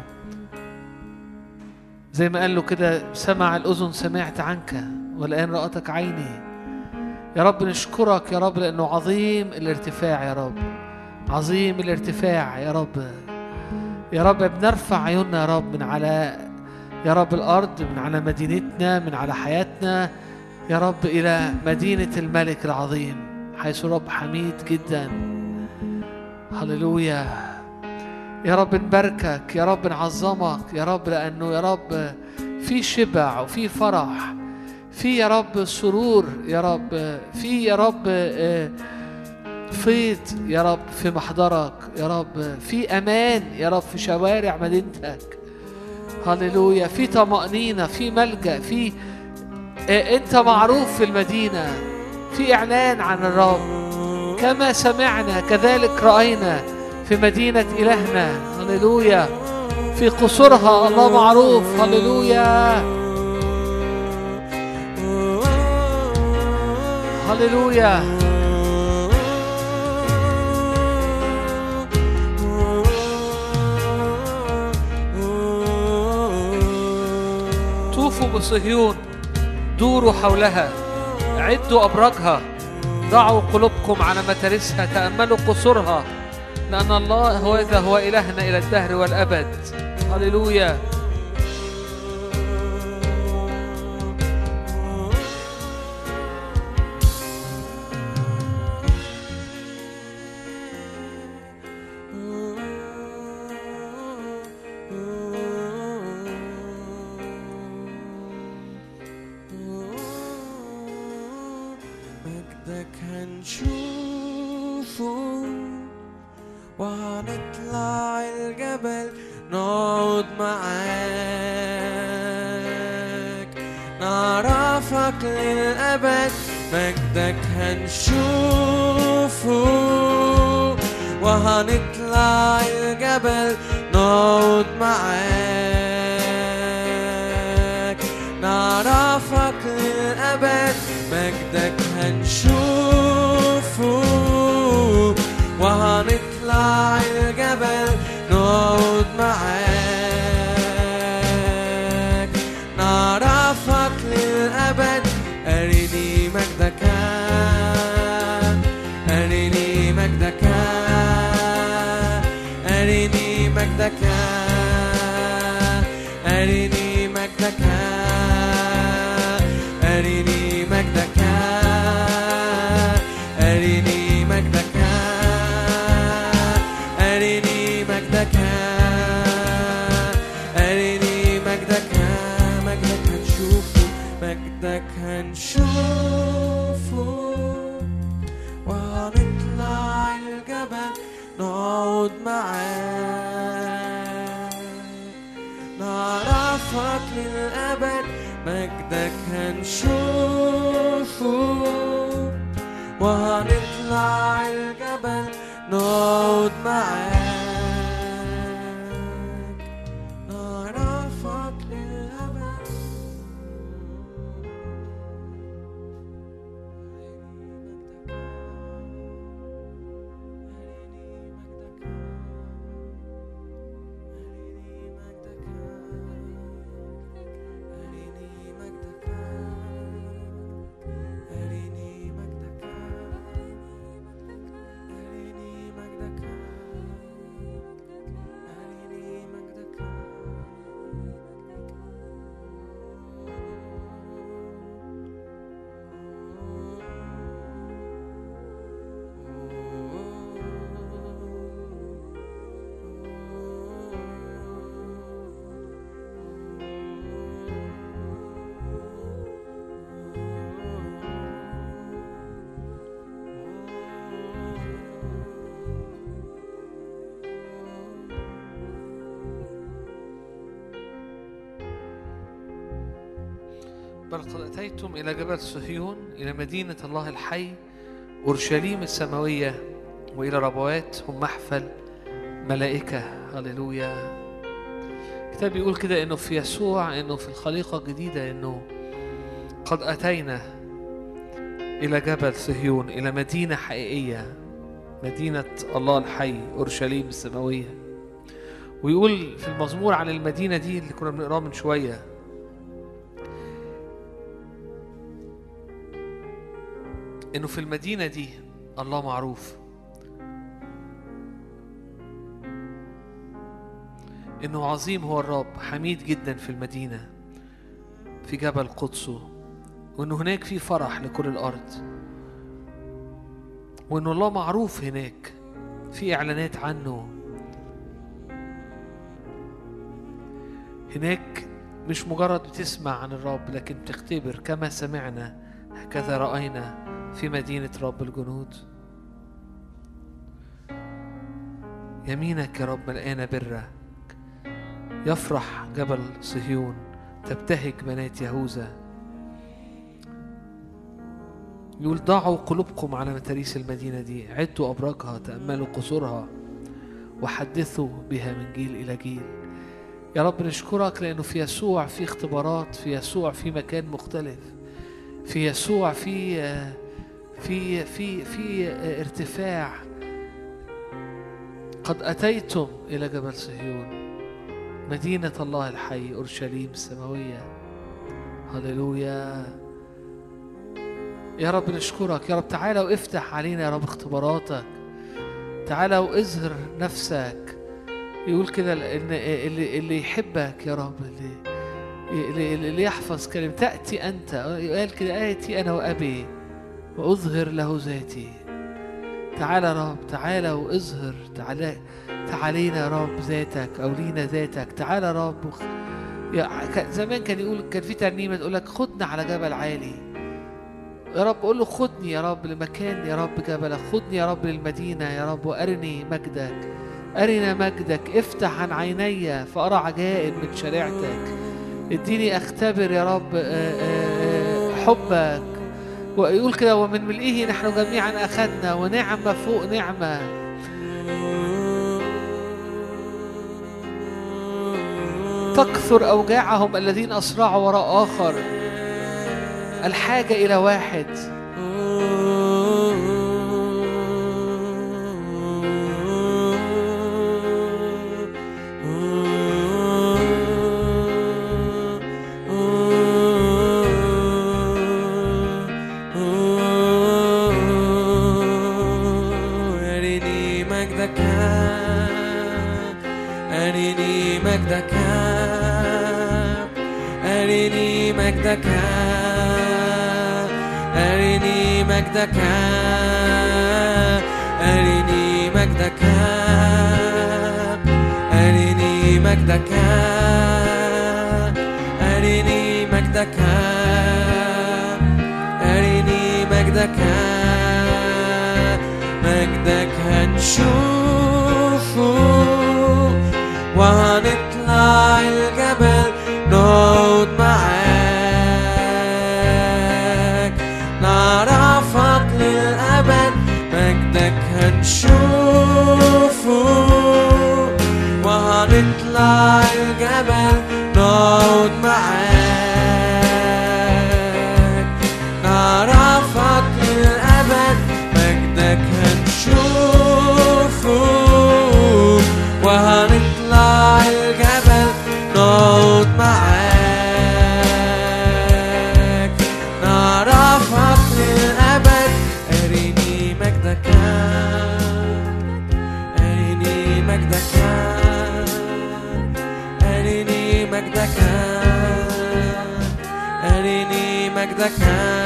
زي ما قال له كده، سمع الأذن سمعت عنك والآن رأتك عيني. يا رب نشكرك يا رب لأنه عظيم الارتفاع يا رب، عظيم الارتفاع يا رب. يا رب بنرفع عيوننا يا رب من على يا رب الأرض، من على مدينتنا، من على حياتنا يا رب إلى مدينة الملك العظيم، حيث رب حميد جدا. هللويا يا رب نباركك، يا رب نعظمك يا رب، لأنه يا رب في شبع وفي فرح، في يا رب سرور يا رب، في يا رب فيض يا رب في محضرك يا رب، في أمان يا رب في شوارع مدينتك. هللويا، في طمأنينة، في ملجأ، في أنت معروف في المدينة، في إعلان عن الرب. كما سمعنا كذلك رأينا في مدينة إلهنا. هللويا، في قصورها الله معروف. هللويا هللويا. طوفوا بصهيون، دوروا حولها، عدوا أبراجها، ضعوا قلوبكم على متارسها، تأملوا قصورها، لأن الله هو إلهنا إلى الدهر والأبد. هللويا. مجدك هنشوفه وهنطلع الجبل نقعد معاك، نعرفك للأبد. مجدك هنشوفه وهنطلع الجبل نقعد معاك، نعرفك للأبد. مجدك هنشوفه وهنطلع الجبل نقعد معاك، نعرفك للأبد. أرني مجدك، أرني مجدك، أرني مجدك، أرني مجدك، أرني مجدك، أرني مجدك، أرني مجدك، أرني مجدك. مجدك هنشوفه، مجدك هنشوفه وهنطلع الجبل نقعد معاك، نعرفك للأبد. مجدك هنشوفه وهنطلع الجبل نقعد معاك، نعرفك للأبد. بل قد أتيتم إلى جبل صهيون، إلى مدينة الله الحي، أورشليم السماوية، وإلى ربوات هم محفل ملائكة. هللويا. الكتاب بيقول كده إنه في يسوع، إنه في الخليقة الجديدة، إنه قد أتينا إلى جبل صهيون، إلى مدينة حقيقية، مدينة الله الحي، أورشليم السماوية. ويقول في المزمور عن المدينة دي اللي كنا بنقراه من شوية، إنه في المدينة دي الله معروف، إنه عظيم هو الرب، حميد جدا في المدينة في جبل قدسه، وإنه هناك في فرح لكل الأرض، وإنه الله معروف هناك، في إعلانات عنه هناك. مش مجرد بتسمع عن الرب، لكن بتختبر كما سمعنا هكذا رأينا في مدينة رب الجنود. يمينك يا رب ملقانة برك، يفرح جبل صهيون، تبتهج بنات يهوذا. يقول ضعوا قلوبكم على متاريس المدينة دي، عدوا أبراجها، تأملوا قصورها، وحدثوا بها من جيل إلى جيل. يا رب نشكرك لأنه في يسوع في اختبارات، في يسوع في مكان مختلف، في يسوع في ارتفاع. قد أتيتم إلى جبل صهيون، مدينة الله الحي، أورشليم السماوية. هللويا. يا رب نشكرك يا رب. تعالى وافتح علينا يا رب اختباراتك، تعالى واظهر نفسك. يقول كده إن اللي يحبك يا رب، اللي يحفظ كلمة، تأتي أنت، قال كده آتي أنا وأبي وأظهر له ذاتي. تعالى يا رب، تعالى واظهر، تعالينا يا رب ذاتك، أو لينا ذاتك. تعالى يا رب. زمان كان يقول، كان في ترنيمة تقول لك خدنا على جبل عالي. يا رب قول له خدني يا رب لمكان يا رب جبلك، خدني يا رب للمدينة يا رب، وأرني مجدك، أرنا مجدك. افتح عن عيني فأرى عجائب من شريعتك. اديني أختبر يا رب حبك. ويقول كده ومن ملئه نحن جميعا أخذنا، ونعمة فوق نعمة. تكثر أوجاعهم الذين أسرعوا وراء آخر، الحاجة إلى واحد. أرني مجدك، أرني مجدك، أرني مجدك، أرني مجدك، أرني مجدك، أرني مجدك، أرني مجدك. مجدك هنشوفه وهنطلع الجبل نقعد معاك، نعرفك للأبد. مجدك هنشوفه وهنطلع الجبل نقعد معاك، نعرفك للأبد. مجدك هنشوفه وهنطلع الجبل نقعد معاك، نعرفك للأبد. أرني مجدك، أرني مجدك، أرني مجدك، أرني مجدك،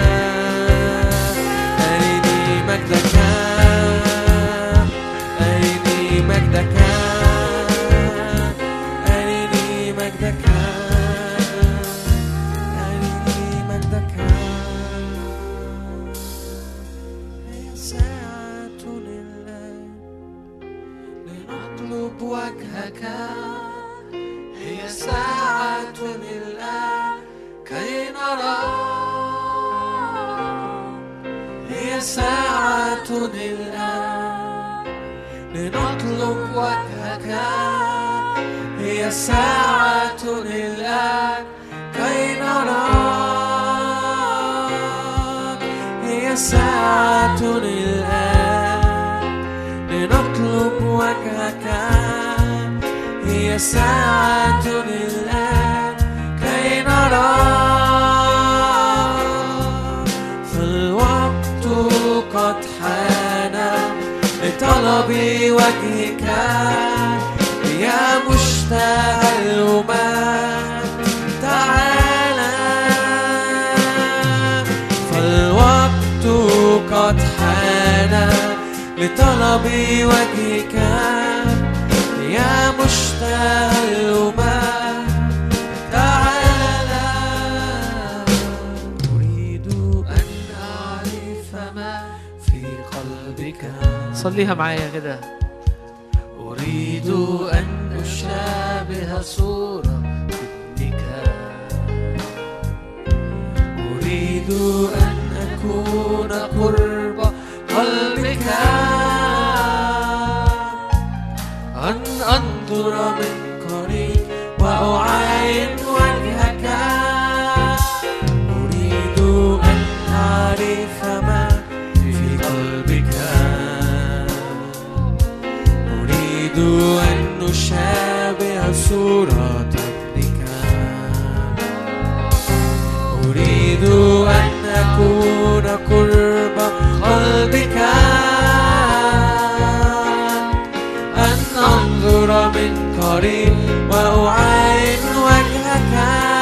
أرني مجدك، أرني مجدك، أرني مجدك، أرني مجدك. هي ساعة لله لنطلب وجهك، هي ساعة لله كي نرى لنطلب وجهك. هي ساعة الآن كي نراك. هي ساعة الآن لنطلب وجهك. هي ساعة الآن كي نراك. فالوقت قد حان لطلب وجهك يا مشتاق الأمم تعالى. فالوقت قد حان لطلب وجهك يا مشتاق الأمم تعالى. أريد أن أعرف ما في قلبك. صليها معايا كده. أريد أن أشابه صورة ابنك. أريد أن أكون قرب قلبك. أن أنظر من قريب وأعاين وجهك. أريد أن أعرف ما في قلبك. أريد أن أشابه صورة ابنك. أريد أن أكون قرب قلبك. أن أنظر من قريب وأعاين وجهك.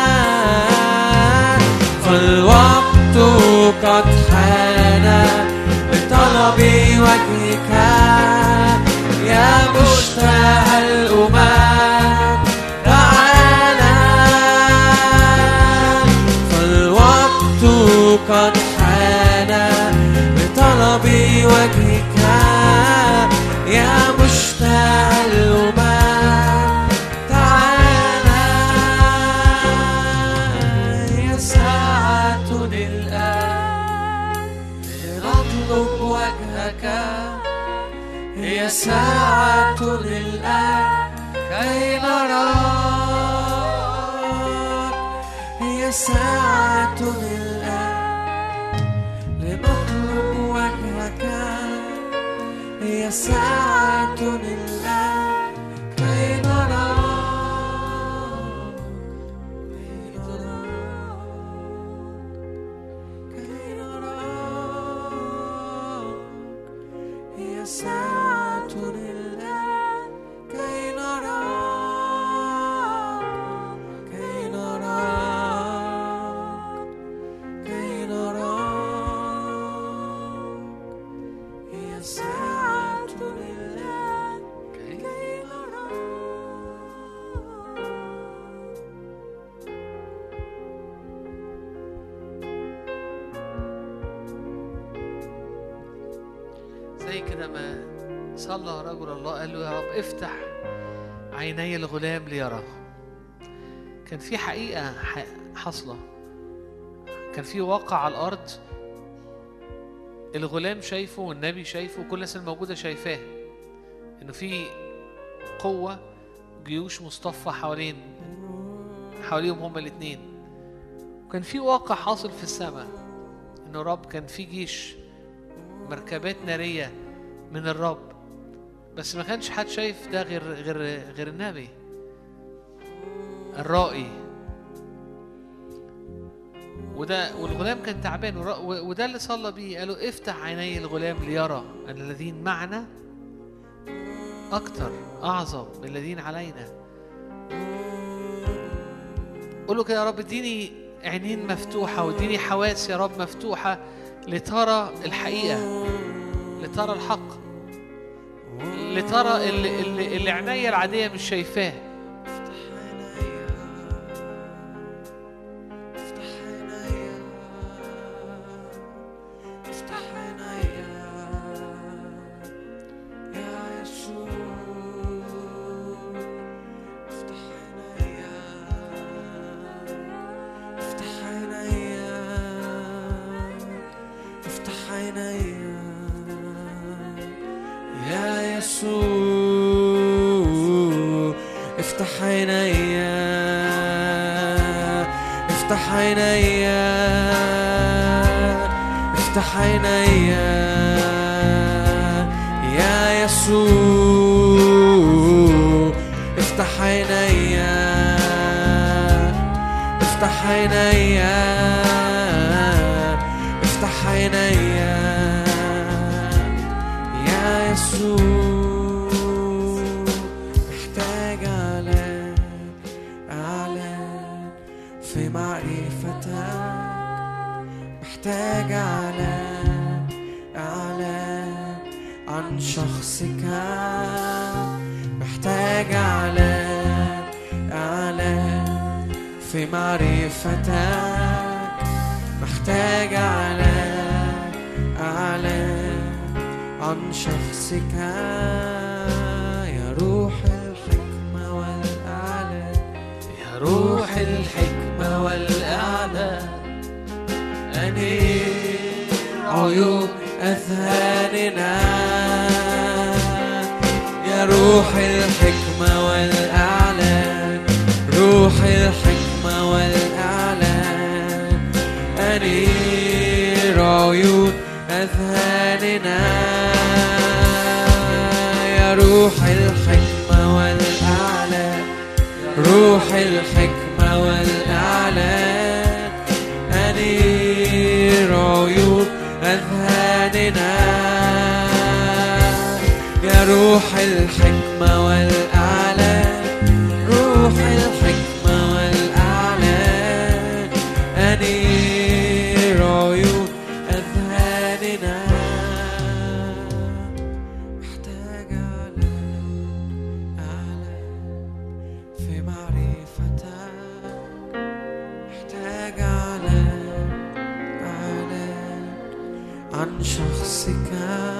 فالوقت قد حان لطلب وجهك يا مشتاق الأمم تعالى. فالوقت قد حان لطلب وجهك يا مشتاق الأمم تعالى. يا ساعة الآن لنطلب وجهك. هي ساعة الآن كي نراك. هي ساعة الآن لنطلب وجهك. هي ساعة الآن كي نراك. كي نراك. هي ساعة الآن كي نراك. كي نراك. كي نراك. هي ساعة الآن كي نراك. زي كده ما صلى رجل الله قال له يا رب افتح عيني الغلام ليرى. كان في حقيقة حصلة، كان في واقع على الأرض الغلام شايفه والنبي شايفه وكل الناس الموجودة شايفاه، إنه في قوة جيوش مصطفى حواليهم هما الاتنين. وكان في واقع حاصل في السماء إنه رب كان في جيش مركبات نارية من الرب، بس ما كانش حد شايف ده غير النبي الرائي. والغلام كان تعبان وده اللي صلى بيه، قالوا افتح عيني الغلام ليرى أن الذين معنا أكتر أعظم من الذين علينا. قولوا كده يا رب اديني عينين مفتوحة واديني حواس يا رب مفتوحة لترى الحقيقة، لترى الحق، لترى اللي عيني العادية مش شايفاه. يا يسوع افتح عينيا افتح عينيا افتح عينيا يا يسوع افتح عينيا افتح عينيا افتح عينيا يا يسوع محتاج أعلن في معرفتك محتاج أعلن عن شخصك محتاج أعلن في معرفتك محتاج أعلن عن شخصك يا روح الحكمة والإعلان يا روح الحكمة والإعلان أنير عيون أذهاننا يا روح الحكمة والإعلان روح الحكمة والإعلان أنير عيون أذهاننا يا روح الحكمة والإعلان روح الحكمة والإعلان أنير عيون أذهاننا يا روح الحكمة والإعلان روح الحكمة والإعلان أنير عيون أذهاننا محتاج أعلن في معرفتك محتاج أعلن عن شخصك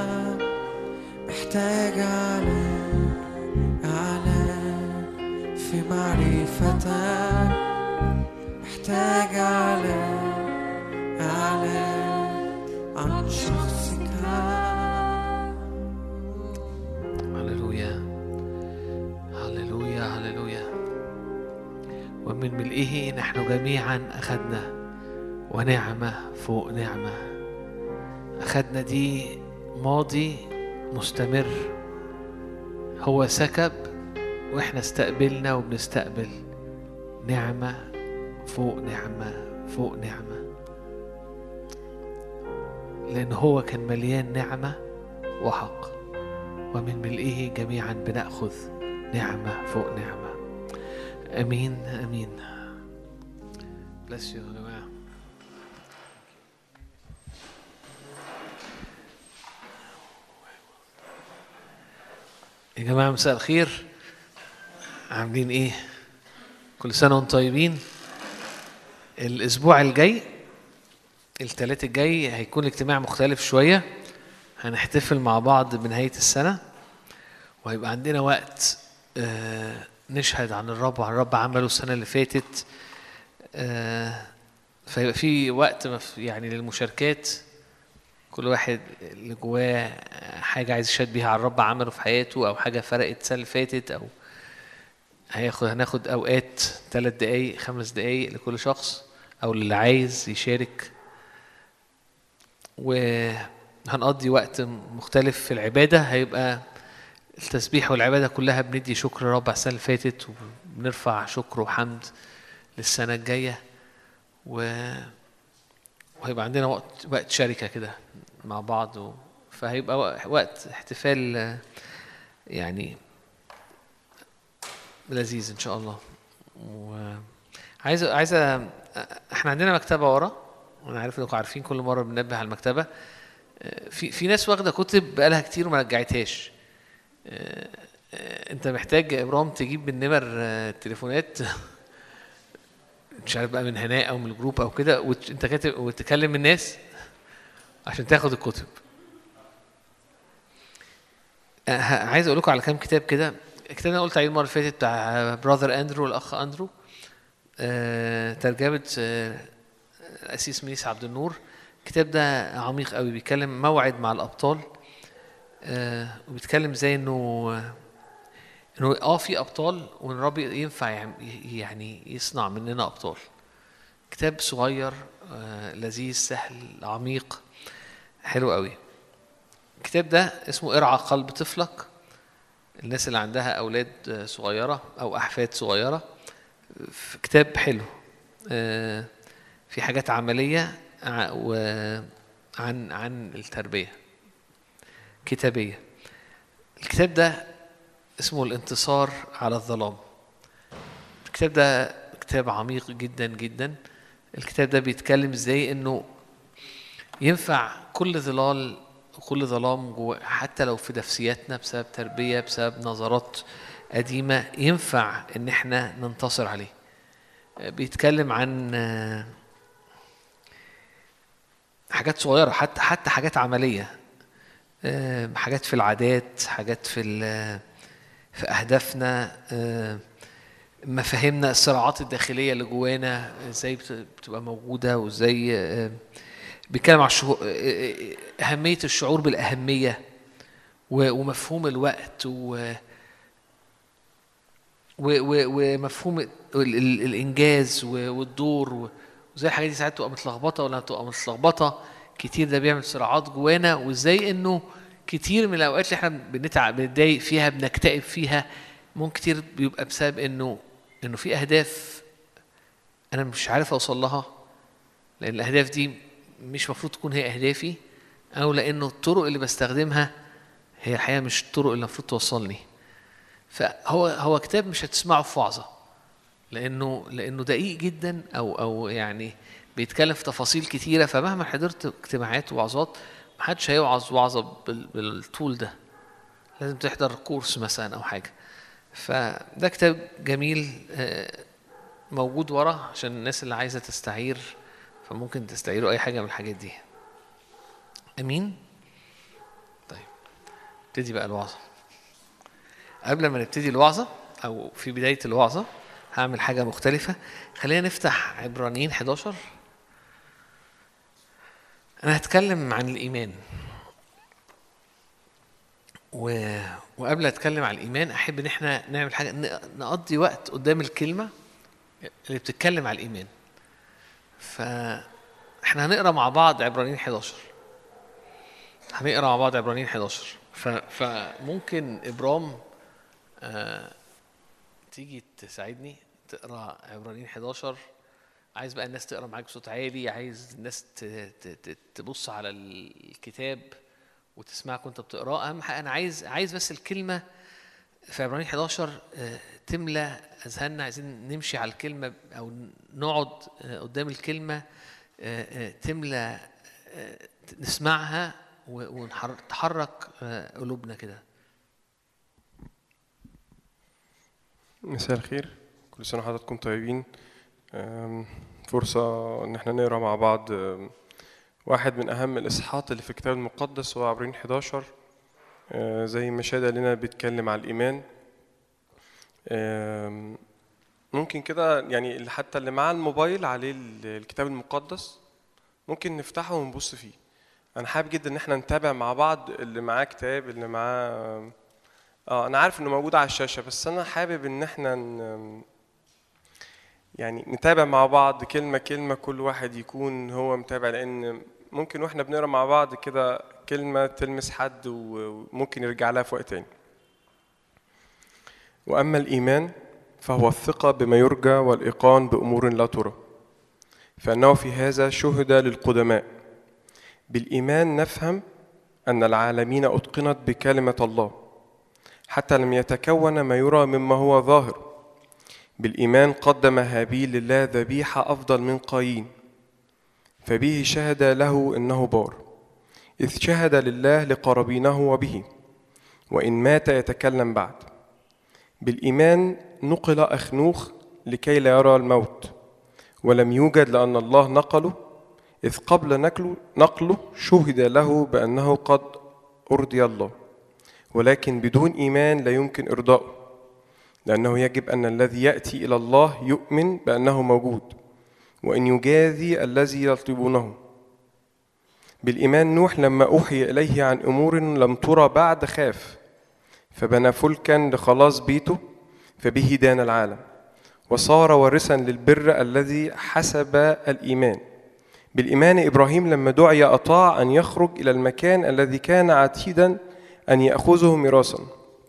محتاج أعلن في معرفتك محتاج أعلن عن شخصك هللويا هللويا هللويا. ومن ملئه نحن جميعا أخذنا ونعمة فوق نعمة. أخذنا دي ماضي مستمر، هو سكب وإحنا استقبلنا وبنستقبل نعمة فوق نعمة فوق نعمة، لأن هو كان مليان نعمة وحق، ومن ملئه جميعا بنأخذ نعمة فوق نعمة. أمين أمين. bless you يا جماعة. يا جماعة مساء الخير، عاملين ايه؟ كل سنة وانتم طيبين. الاسبوع الجاي الثلاث الجاي هيكون اجتماع مختلف شوية، هنحتفل مع بعض بنهاية السنة، وهيبقى عندنا وقت نشهد عن الرب وعن الرب عمله السنة اللي فاتت. فيبقى في وقت يعني للمشاركات، كل واحد اللي جواه حاجة عايز يشهد بيها على الرب عمله في حياته، أو حاجة فرقت السنة اللي فاتت، أو هناخد أوقات 3 دقايق 5 دقايق لكل شخص أو اللي عايز يشارك، وهنقضي وقت مختلف في العبادة. هيبقى التسبيح والعبادة كلها بندي شكر الرب على السنة اللي فاتت، وبنرفع شكر وحمد للسنة الجاية، وهيبقى عندنا وقت شركة كده مع بعض، فهيبقى وقت احتفال يعني لذيذ ان شاء الله. وعايزه احنا عندنا مكتبه ورا، وانا عارف انكم عارفين كل مره بننبه على المكتبه. في ناس واخده كتب بقالها كتير وما رجعتهاش. انت محتاج يا ابراهيم تجيب بالنمر التليفونات، مش عارف بقى من هناء او من الجروب او كده، وانت كاتب وتكلم الناس عشان تاخد الكتب. عايز اقول لكم على كام كتاب كده. الكتاب انا قلت عليه المره اللي فاتت بتاع براذر اندرو، الاخ اندرو، ترجمه القسيس منيس عبد النور. الكتاب ده عميق قوي، بيتكلم موعد مع الابطال. وبيتكلم زي انه في ابطال، وان الرب ينفع يعني يصنع مننا ابطال. كتاب صغير لذيذ سهل عميق حلو قوي. الكتاب ده اسمه ارعى قلب طفلك. الناس اللي عندها اولاد صغيره او احفاد صغيره، كتاب حلو في حاجات عمليه عن التربيه كتابيه. الكتاب ده اسمه الانتصار على الظلام. الكتاب ده كتاب عميق جدا جدا. الكتاب ده بيتكلم ازاي انه ينفع كل ظلال وكل ظلام جوه، حتى لو في نفسياتنا بسبب تربية بسبب نظرات قديمة، ينفع ان احنا ننتصر عليه. بيتكلم عن حاجات صغيرة، حتى حاجات عملية، حاجات في العادات، حاجات في أهدافنا، مفاهيمنا، الصراعات الداخلية اللي جوانا ازاي بتبقى موجودة، وازاي بيتكلم عن أهمية الشعور بالأهمية ومفهوم الوقت ومفهوم الإنجاز والدور، وزي الحاجات دي ساعات تبقى متلخبطة ولا تبقى متلخبطة كتير. ده بيعمل صراعات جوانا، وازاي انه كتير من الأوقات اللي احنا بنتعب بنتضايق فيها بنكتئب فيها ممكن كتير بيبقى بسبب انه في أهداف أنا مش عارف أوصل لها، لأن الأهداف دي مش مفروض تكون هي أهدافي، أو لأنه الطرق اللي بستخدمها هي الحقيقة مش الطرق اللي المفروض توصلني. فهو كتاب مش هتسمعه في وعظة، لأنه دقيق جدا، أو يعني بيتكلم في تفاصيل كتيرة. فمهما حضرت اجتماعات ووعظات محدش هيوعظ وعظة بالطول ده، لازم تحضر كورس مثلا أو حاجة. فده كتاب جميل موجود ورا عشان الناس اللي عايزة تستعير، فممكن تستعيروا أي حاجة من الحاجات دي. أمين؟ طيب نبتدي بقى الوعظة. قبل ما نبتدي الوعظة أو في بداية الوعظة هعمل حاجة مختلفة. خلينا نفتح عبرانيين 11. أنا هتكلم عن الإيمان، وقبل أتكلم عن الإيمان أحب إن إحنا نعمل حاجة، نقضي وقت قدام الكلمة اللي بتتكلم على الإيمان. فإحنا هنقرأ مع بعض عبرانيين 11. هنقرأ مع بعض عبرانيين 11. فممكن إبرام تيجي تساعدني تقرأ عبرانيين 11. عايز بقى الناس تقرأ معاك بصوت عالي، عايز الناس تبص على الكتاب وتسمعك وانت بتقرأ. أهم حاجة أنا عايز بس الكلمة في عبرانيين 11 تملى أذهاننا. عايزين نمشي على الكلمة أو نقعد قدام الكلمة تملى، نسمعها ونتحرك قلوبنا كده. مساء الخير، كل سنة وحضراتكم طيبين. فرصة ان احنا نقرأ مع بعض واحد من اهم الاصحاحات اللي في الكتاب المقدس، هو عبرانيين 11. زي ما شادة لنا بيتكلم على الإيمان. ممكن كده يعني حتى اللي معاه الموبايل عليه الكتاب المقدس ممكن نفتحه ونبص فيه. أنا حابب جدا إن احنا نتابع مع بعض، اللي معاه كتاب، اللي معاه أنا عارف إنه موجود على الشاشة، بس أنا حابب إن احنا يعني نتابع مع بعض كلمة كلمة، كل واحد يكون هو متابع، لأن ممكن واحنا بنقرأ مع بعض كده كلمة تلمس حد وممكن يرجع لها في وقت تاني. وأما الإيمان فهو الثقة بما يرجى والإيقان بأمور لا ترى، فإنه في هذا شهد للقدماء. بالإيمان نفهم أن العالمين أتقنت بكلمة الله حتى لم يتكون ما يرى مما هو ظاهر. بالإيمان قدم هابيل لله ذبيحة أفضل من قايين، فبه شهد له إنه بار، إذ شهد لله لقرابينه وبه، وإن مات يتكلم بعد. بالإيمان نقل أخنوخ لكي لا يرى الموت، ولم يوجد لأن الله نقله، إذ قبل نقله شهد له بأنه قد أرضي الله. ولكن بدون إيمان لا يمكن إرضاؤه، لأنه يجب أن الذي يأتي إلى الله يؤمن بأنه موجود، وإن يجازي الذي يطلبونه. بالإيمان نوح لما أوحي إليه عن أمور لم ترى بعد خاف، فبنى فلكا لخلاص بيته، فبه دان العالم، وصار وارثا للبر الذي حسب الإيمان. بالإيمان إبراهيم لما دعي أطاع أن يخرج إلى المكان الذي كان عتيدا أن يأخذه ميراثا،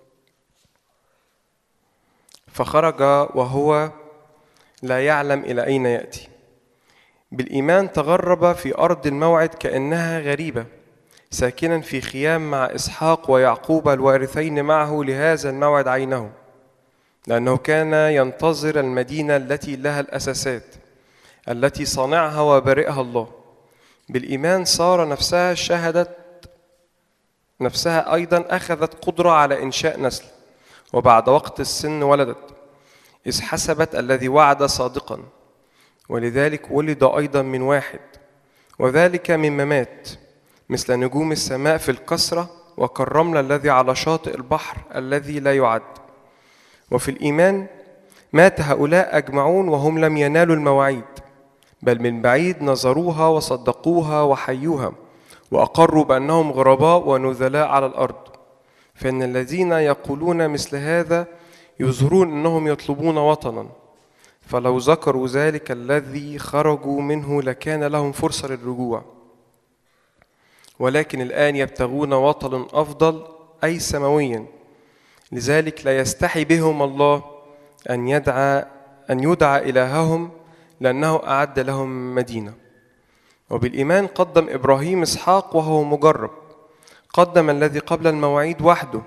فخرج وهو لا يعلم إلى أين يأتي. بالإيمان تغرب في أرض الموعد كأنها غريبة، ساكنا في خيام مع إسحاق ويعقوب الوارثين معه لهذا الموعد عينه، لأنه كان ينتظر المدينة التي لها الأساسات، التي صنعها وبارئها الله. بالإيمان سارة نفسها شهدت نفسها أيضا أخذت قدرة على إنشاء نسل، وبعد وقت السن ولدت، إذ حسبت الذي وعد صادقا، ولذلك ولد أيضا من واحد، وذلك مما مات، مثل نجوم السماء في الكثرة، وكالرمل الذي على شاطئ البحر الذي لا يعد. وفي الإيمان مات هؤلاء أجمعون وهم لم ينالوا المواعيد، بل من بعيد نظروها وصدقوها وحيوها، وأقروا بأنهم غرباء ونذلاء على الأرض. فإن الذين يقولون مثل هذا يظهرون أنهم يطلبون وطنا، فلو ذكروا ذلك الذي خرجوا منه لكان لهم فرصة للرجوع. ولكن الآن يبتغون وطنا أفضل، أي سماويا، لذلك لا يستحي بهم الله أن يدعى إلههم، لأنه أعد لهم مدينة. وبالإيمان قدم إبراهيم إسحاق وهو مجرب، قدم الذي قبل المواعيد وحده،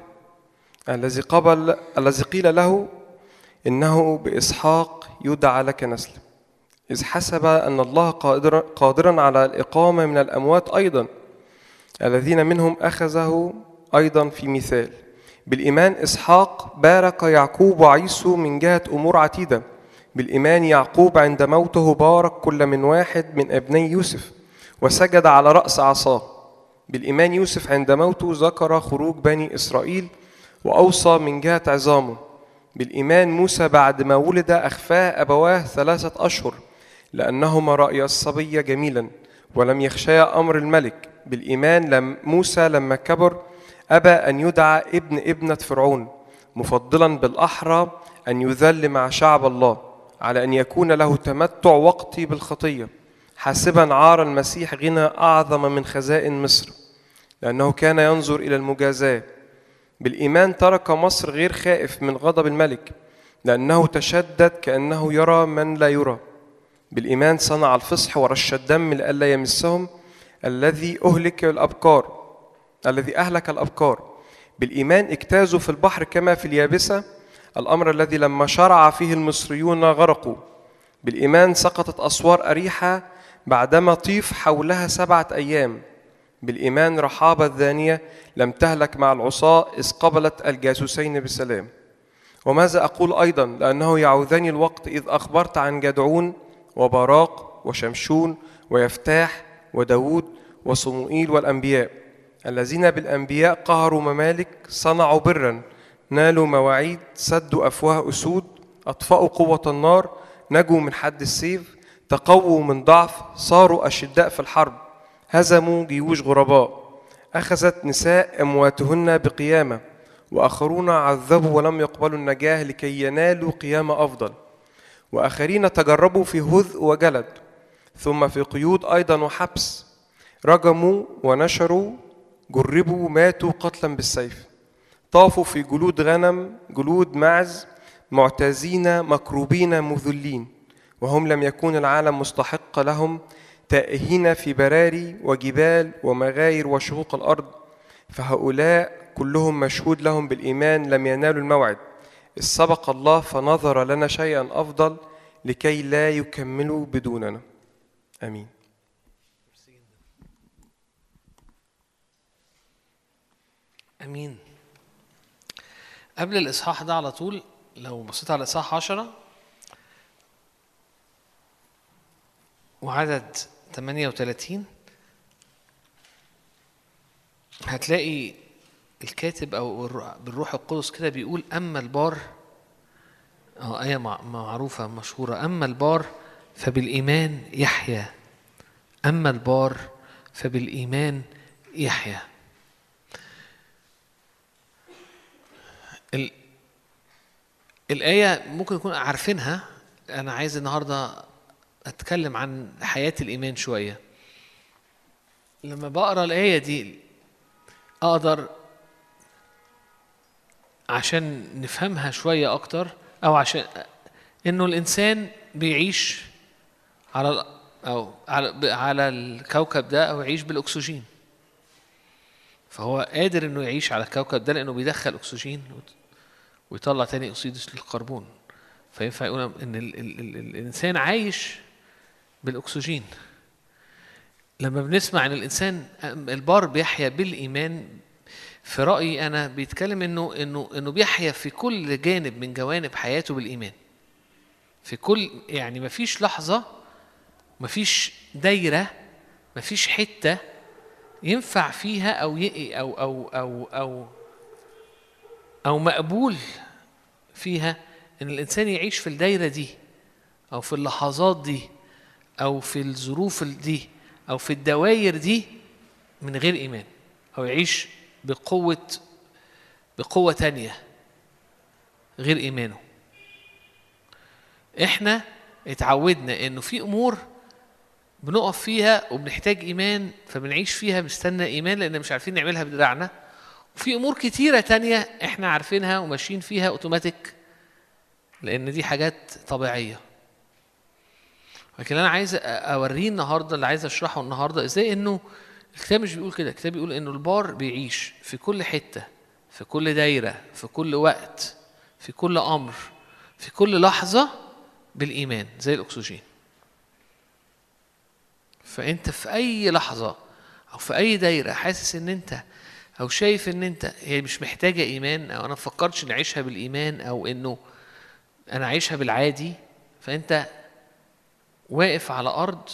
الذي قيل له إنه بإسحاق يدعى لك نسل، إذ حسب أن الله قادرا على الإقامة من الأموات أيضا، الذين منهم أخذه أيضا في مثال. بالإيمان إسحاق بارك يعقوب وعيسو من جهة أمور عتيدة. بالإيمان يعقوب عند موته بارك كل من واحد من ابني يوسف، وسجد على رأس عصاه. بالإيمان يوسف عند موته ذكر خروج بني إسرائيل، وأوصى من جهة عظامه. بالإيمان موسى بعد ما ولد أخفاه أبواه 3 أشهر، لأنهما رأيا الصبي جميلا ولم يخشيا أمر الملك. بالإيمان موسى لما كبر أبى أن يدعى ابن ابنة فرعون، مفضلا بالأحرى أن يذل مع شعب الله، على أن يكون له تمتع وقتي بالخطية، حاسبا عار المسيح غنى أعظم من خزائن مصر، لأنه كان ينظر إلى المجازاة. بالإيمان ترك مصر غير خائف من غضب الملك، لأنه تشدد كأنه يرى من لا يرى. بالإيمان صنع الفصح ورش الدم لئلا يمسهم الذي أهلك الأبكار. بالإيمان اجتازوا في البحر كما في اليابسة، الأمر الذي لما شرع فيه المصريون غرقوا. بالإيمان سقطت أسوار أريحة بعدما طيف حولها 7 أيام. بالإيمان رحابة الزانية لم تهلك مع العصاة، إذ قبلت الجاسوسين بسلام. وماذا أقول أيضا، لأنه يعوذني الوقت، إذ أخبرت عن جدعون وبراق وشمشون ويفتاح وداود وصموئيل والأنبياء، الذين بالأنبياء قهروا ممالك، صنعوا برا، نالوا مواعيد، سدوا أفواه أسود، أطفأوا قوة النار، نجوا من حد السيف، تقووا من ضعف، صاروا أشداء في الحرب، هزموا جيوش غرباء، أخذت نساء أمواتهن بقيامة، وآخرون عذبوا ولم يقبلوا النجاة لكي ينالوا قيامة أفضل، وآخرين تجربوا في هزء وجلد، ثم في قيود أيضا وحبس، رجموا ونشروا، جربوا، ماتوا قتلا بالسيف، طافوا في جلود غنم، جلود معز، معتزين، مكروبين، مذلين، وهم لم يكن العالم مستحق لهم، تائهين في براري وجبال ومغاير وشقوق الأرض. فهؤلاء كلهم مشهود لهم بالإيمان لم ينالوا الموعد، إذ سبق الله فنظر لنا شيئا أفضل لكي لا يكملوا بدوننا. آمين. أمين. قبل الإصحاح ده على طول، لو بصيت على الإصحاح 10 وعدد 38 هتلاقي الكاتب أو بالروح القدس كده بيقول: أما البار، آية معروفة مشهورة، أما البار فبالإيمان يحيا، أما البار فبالإيمان يحيا. الآية ممكن نكون عارفينها. أنا عايز النهاردة أتكلم عن حياة الإيمان شوية. لما بقرأ الآية دي أقدر عشان نفهمها شوية أكتر، أو عشان إنه الإنسان بيعيش على الكوكب ده، أو يعيش بالأكسجين. فهو قادر إنه يعيش على الكوكب ده لأنه بيدخل أكسجين ويطلع تاني أكسيد الكربون. فينفع يقول إن الإنسان عايش بالأكسجين. لما بنسمع إن الإنسان البار بيحيا بالإيمان، في رأيي أنا بيتكلم إنه بيحيا في كل جانب من جوانب حياته بالإيمان. في كل، يعني مفيش لحظة، مفيش دايرة، مفيش حتة ينفع فيها أو مقبول فيها إن الإنسان يعيش في الدايرة دي، أو في اللحظات دي، أو في الظروف دي، أو في الدوائر دي من غير إيمان، أو يعيش بقوة تانية غير إيمانه. إحنا اتعودنا إنه في أمور بنقف فيها وبنحتاج إيمان، فبنعيش فيها مستنى إيمان لأن مش عارفين نعملها بدراعنا. وفي أمور كتيرة تانية إحنا عارفينها وماشيين فيها أوتوماتيك لأن دي حاجات طبيعية. لكن أنا عايز أوريه النهاردة، اللي عايز أشرحه النهاردة، إزاي إنه الكتاب مش بيقول كده. الكتاب بيقول إنه البار بيعيش في كل حتة، في كل دايرة، في كل وقت، في كل أمر، في كل لحظة بالإيمان زي الأكسجين. فأنت في أي لحظة أو في أي دايرة حاسس إن أنت، أو شايف إن أنت هي مش محتاجة إيمان، أو أنا مفكرتش إن أعيشها بالإيمان، أو إنه أنا أعيشها بالعادي، فأنت واقف على أرض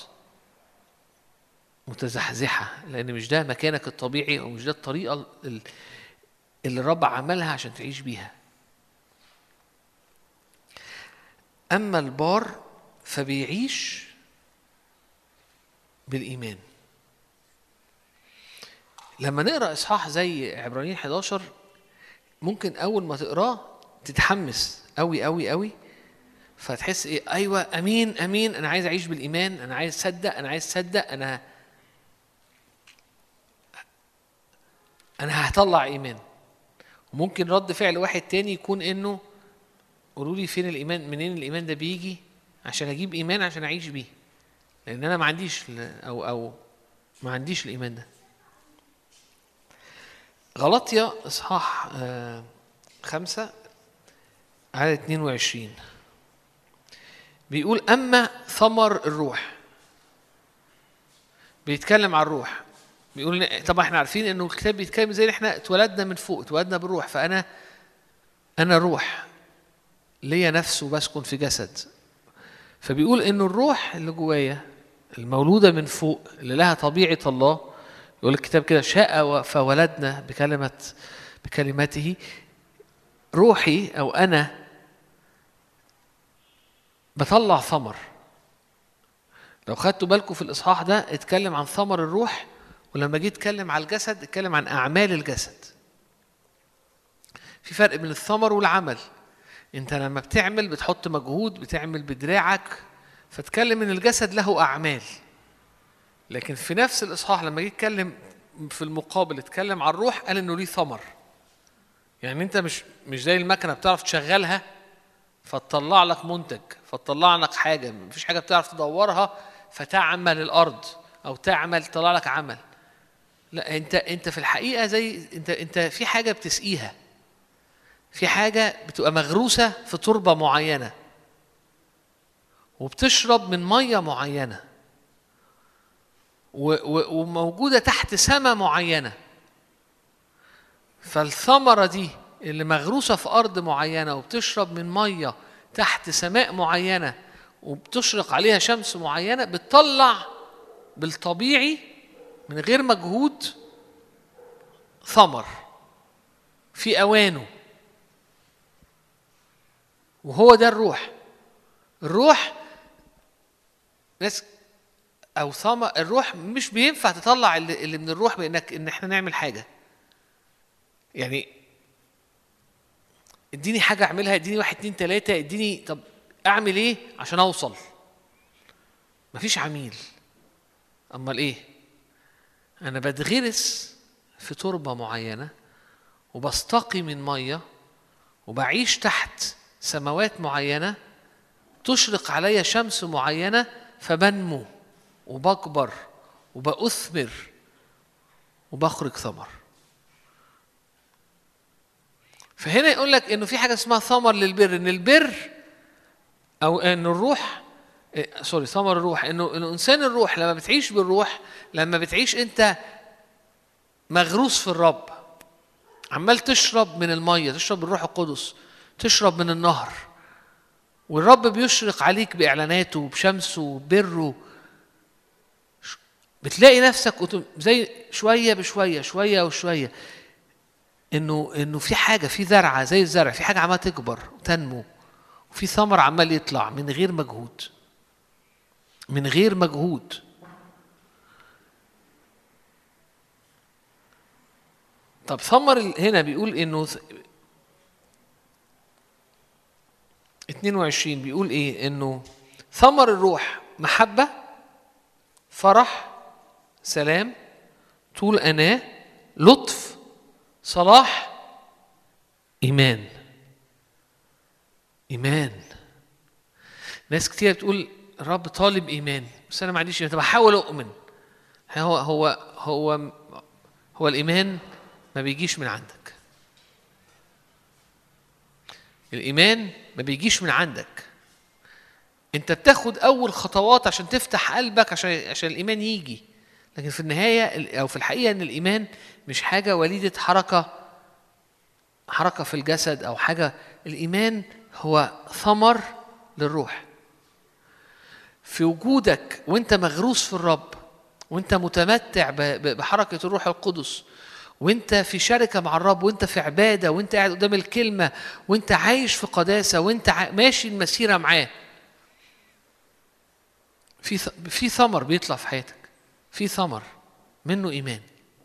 متزحزحة، لأن مش ده مكانك الطبيعي، أو مش ده الطريقة اللي الرب عملها عشان تعيش بيها. أما البار فبيعيش بالإيمان. لما نقرأ إصحاح زي عبرانيين 11 ممكن أول ما تقراه تتحمس أوي أوي أوي، فتحس إيه، أيوة أمين أمين، أنا عايز أعيش بالإيمان، أنا عايز أصدق، أنا عايز أصدق، أنا هطلع إيمان. وممكن رد فعل واحد تاني يكون إنه قولوا لي فين الإيمان، منين الإيمان ده بيجي عشان أجيب إيمان عشان أعيش بيه، لأن أنا ما عنديش أو ما عنديش الإيمان ده. غلطية إصحاح 5 عدد 22 بيقول أما ثمر الروح. بيتكلم عن الروح. بيقول طبعا احنا عارفين انه الكتاب بيتكلم زي احنا اتولدنا من فوق، اتولدنا بالروح. فأنا روح ليا نفس وبسكن في جسد. فبيقول انه الروح اللي جوايا المولودة من فوق اللي لها طبيعة الله، يقول الكتاب كده شاء فولدنا بكلمته. روحي أو أنا بطلع ثمر. لو خدتوا بالكم في الإصحاح ده اتكلم عن ثمر الروح، ولما جيت اتكلم عن الجسد اتكلم عن أعمال الجسد. في فرق بين الثمر والعمل. انت لما بتعمل بتحط مجهود، بتعمل بدراعك، فتكلم ان الجسد له أعمال. لكن في نفس الإصحاح لما جيت اتكلم في المقابل اتكلم عن الروح، قال انه ليه ثمر. يعني انت مش زي المكنه بتعرف تشغلها فتطلع لك منتج، فتطلع لك حاجه، مفيش حاجه بتعرف تدورها فتعمل الارض او تطلع لك عمل. لا، انت في الحقيقه زي انت في حاجه بتسقيها، في حاجه بتبقى مغروسه في تربه معينه وبتشرب من ميه معينه وموجوده تحت سماء معينه. فالثمرة دي اللي مغروسة في أرض معينة وبتشرب من مية تحت سماء معينة وبتشرق عليها شمس معينة، بتطلع بالطبيعي من غير مجهود ثمر في أوانه. وهو ده الروح. الروح ناس او ثمر الروح مش بينفع تطلع اللي من الروح بانك ان احنا نعمل حاجه. يعني اديني حاجه اعملها، اديني 1 2 3، اديني. طب اعمل ايه عشان اوصل؟ مفيش عميل. امال ايه؟ انا بتغرس في تربه معينه وبستقي من ميه وبعيش تحت سماوات معينه تشرق عليا شمس معينه، فبنمو وبكبر وبأثمر وبخرج ثمر. فهنا يقول لك انه في حاجه اسمها ثمر للبر، ان البر او ان الروح ثمر الروح، انه انسان الروح لما بتعيش بالروح، لما بتعيش انت مغروس في الرب، عمال تشرب من الميه، تشرب الروح القدس، تشرب من النهر، والرب بيشرق عليك باعلاناته وبشمسه وبره، بتلاقي نفسك زي شويه بشويه، شويه وشويه، انه في حاجه، في زرعه زي الزرع، في حاجه عماله تكبر وتنمو، وفي ثمر عمال يطلع من غير مجهود، من غير مجهود. طب ثمر هنا بيقول انه 22 بيقول ايه؟ انه ثمر الروح محبه، فرح، سلام، طول أناة، لطف، صلاح، إيمان. إيمان. ناس كتير بتقول الرب طالب إيمان، بس أنا ما عنديش إيمان. طب أحاول أؤمن. هو الإيمان ما بيجيش من عندك. الإيمان ما بيجيش من عندك. أنت بتاخد أول خطوات عشان تفتح قلبك عشان الإيمان يجي. لكن في النهاية أو في الحقيقة أن الإيمان مش حاجة وليدة حركة في الجسد أو حاجة. الإيمان هو ثمر للروح. في وجودك وانت مغروس في الرب، وانت متمتع بحركة الروح القدس، وانت في شركة مع الرب، وانت في عبادة، وانت قاعد قدام الكلمة، وانت عايش في قداسة، وانت ماشي المسيرة معاه، في ثمر بيطلع في حياتك، في ثمر منه إيمان.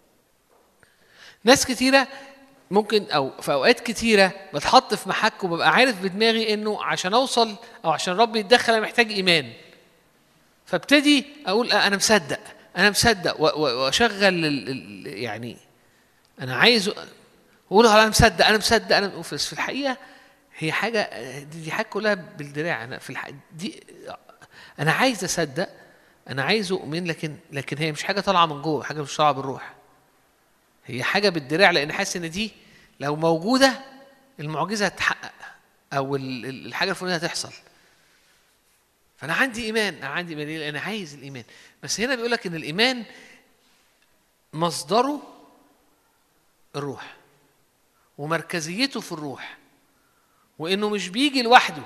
ناس كتيرة ممكن أو في أوقات كتيرة بتحط في محك وببقى عارف بدماغي إنه عشان أوصل أو عشان ربي يتدخل أنا محتاج إيمان، فابتدي أقول أنا مصدق وأشغل يعني أنا عايز أقول أنا مصدق. في الحقيقة هي حاجة، دي حاجة كلها بالدراع. أنا في الحقيقة دي أنا عايز أصدق، أنا عايز أؤمن، لكن هي مش حاجة طالعة من جوه، حاجة مش طالعة بالروح، هي حاجة بالدراع، لأن حاسس إن دي لو موجودة المعجزة هتتحقق أو الحاجة الفلانية هتحصل. فأنا عندي إيمان، لأن أنا عايز الإيمان. بس هنا بيقول لك إن الإيمان مصدره الروح ومركزيته في الروح، وإنه مش بيجي لوحده.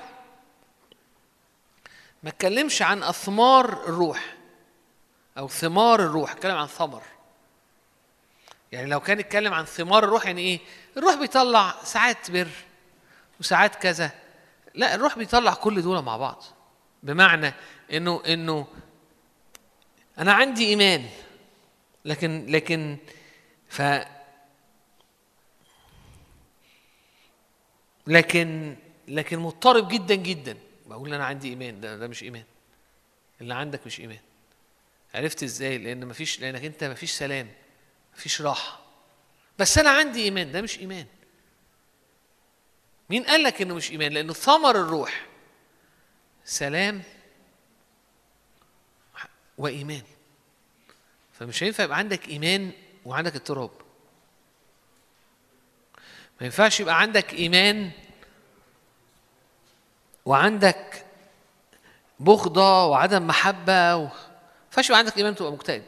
ما اتكلمش عن أثمار الروح أو ثمار الروح، اتكلم عن ثمر. يعني لو كان اتكلم عن ثمار الروح، يعني إيه؟ الروح بيطلع ساعات بر وساعات كذا. لا، الروح بيطلع كل دول مع بعض، بمعنى إنه أنا عندي إيمان، لكن لكن مضطرب جدا جدا. بقول أنا عندي إيمان، ده مش إيمان. اللي عندك مش إيمان. عرفت إزاي؟ لأنك أنت مفيش سلام، مفيش راحة. بس أنا عندي إيمان، ده مش إيمان. مين قال لك إنه مش إيمان؟ لأنه ثمر الروح سلام وإيمان. فمش هينفع يبقى عندك إيمان وعندك اضطراب. ما ينفعش يبقى عندك إيمان وعندك بغضة وعدم محبة ما ينفعش يبقى عندك إيمان تبقى مكتئب.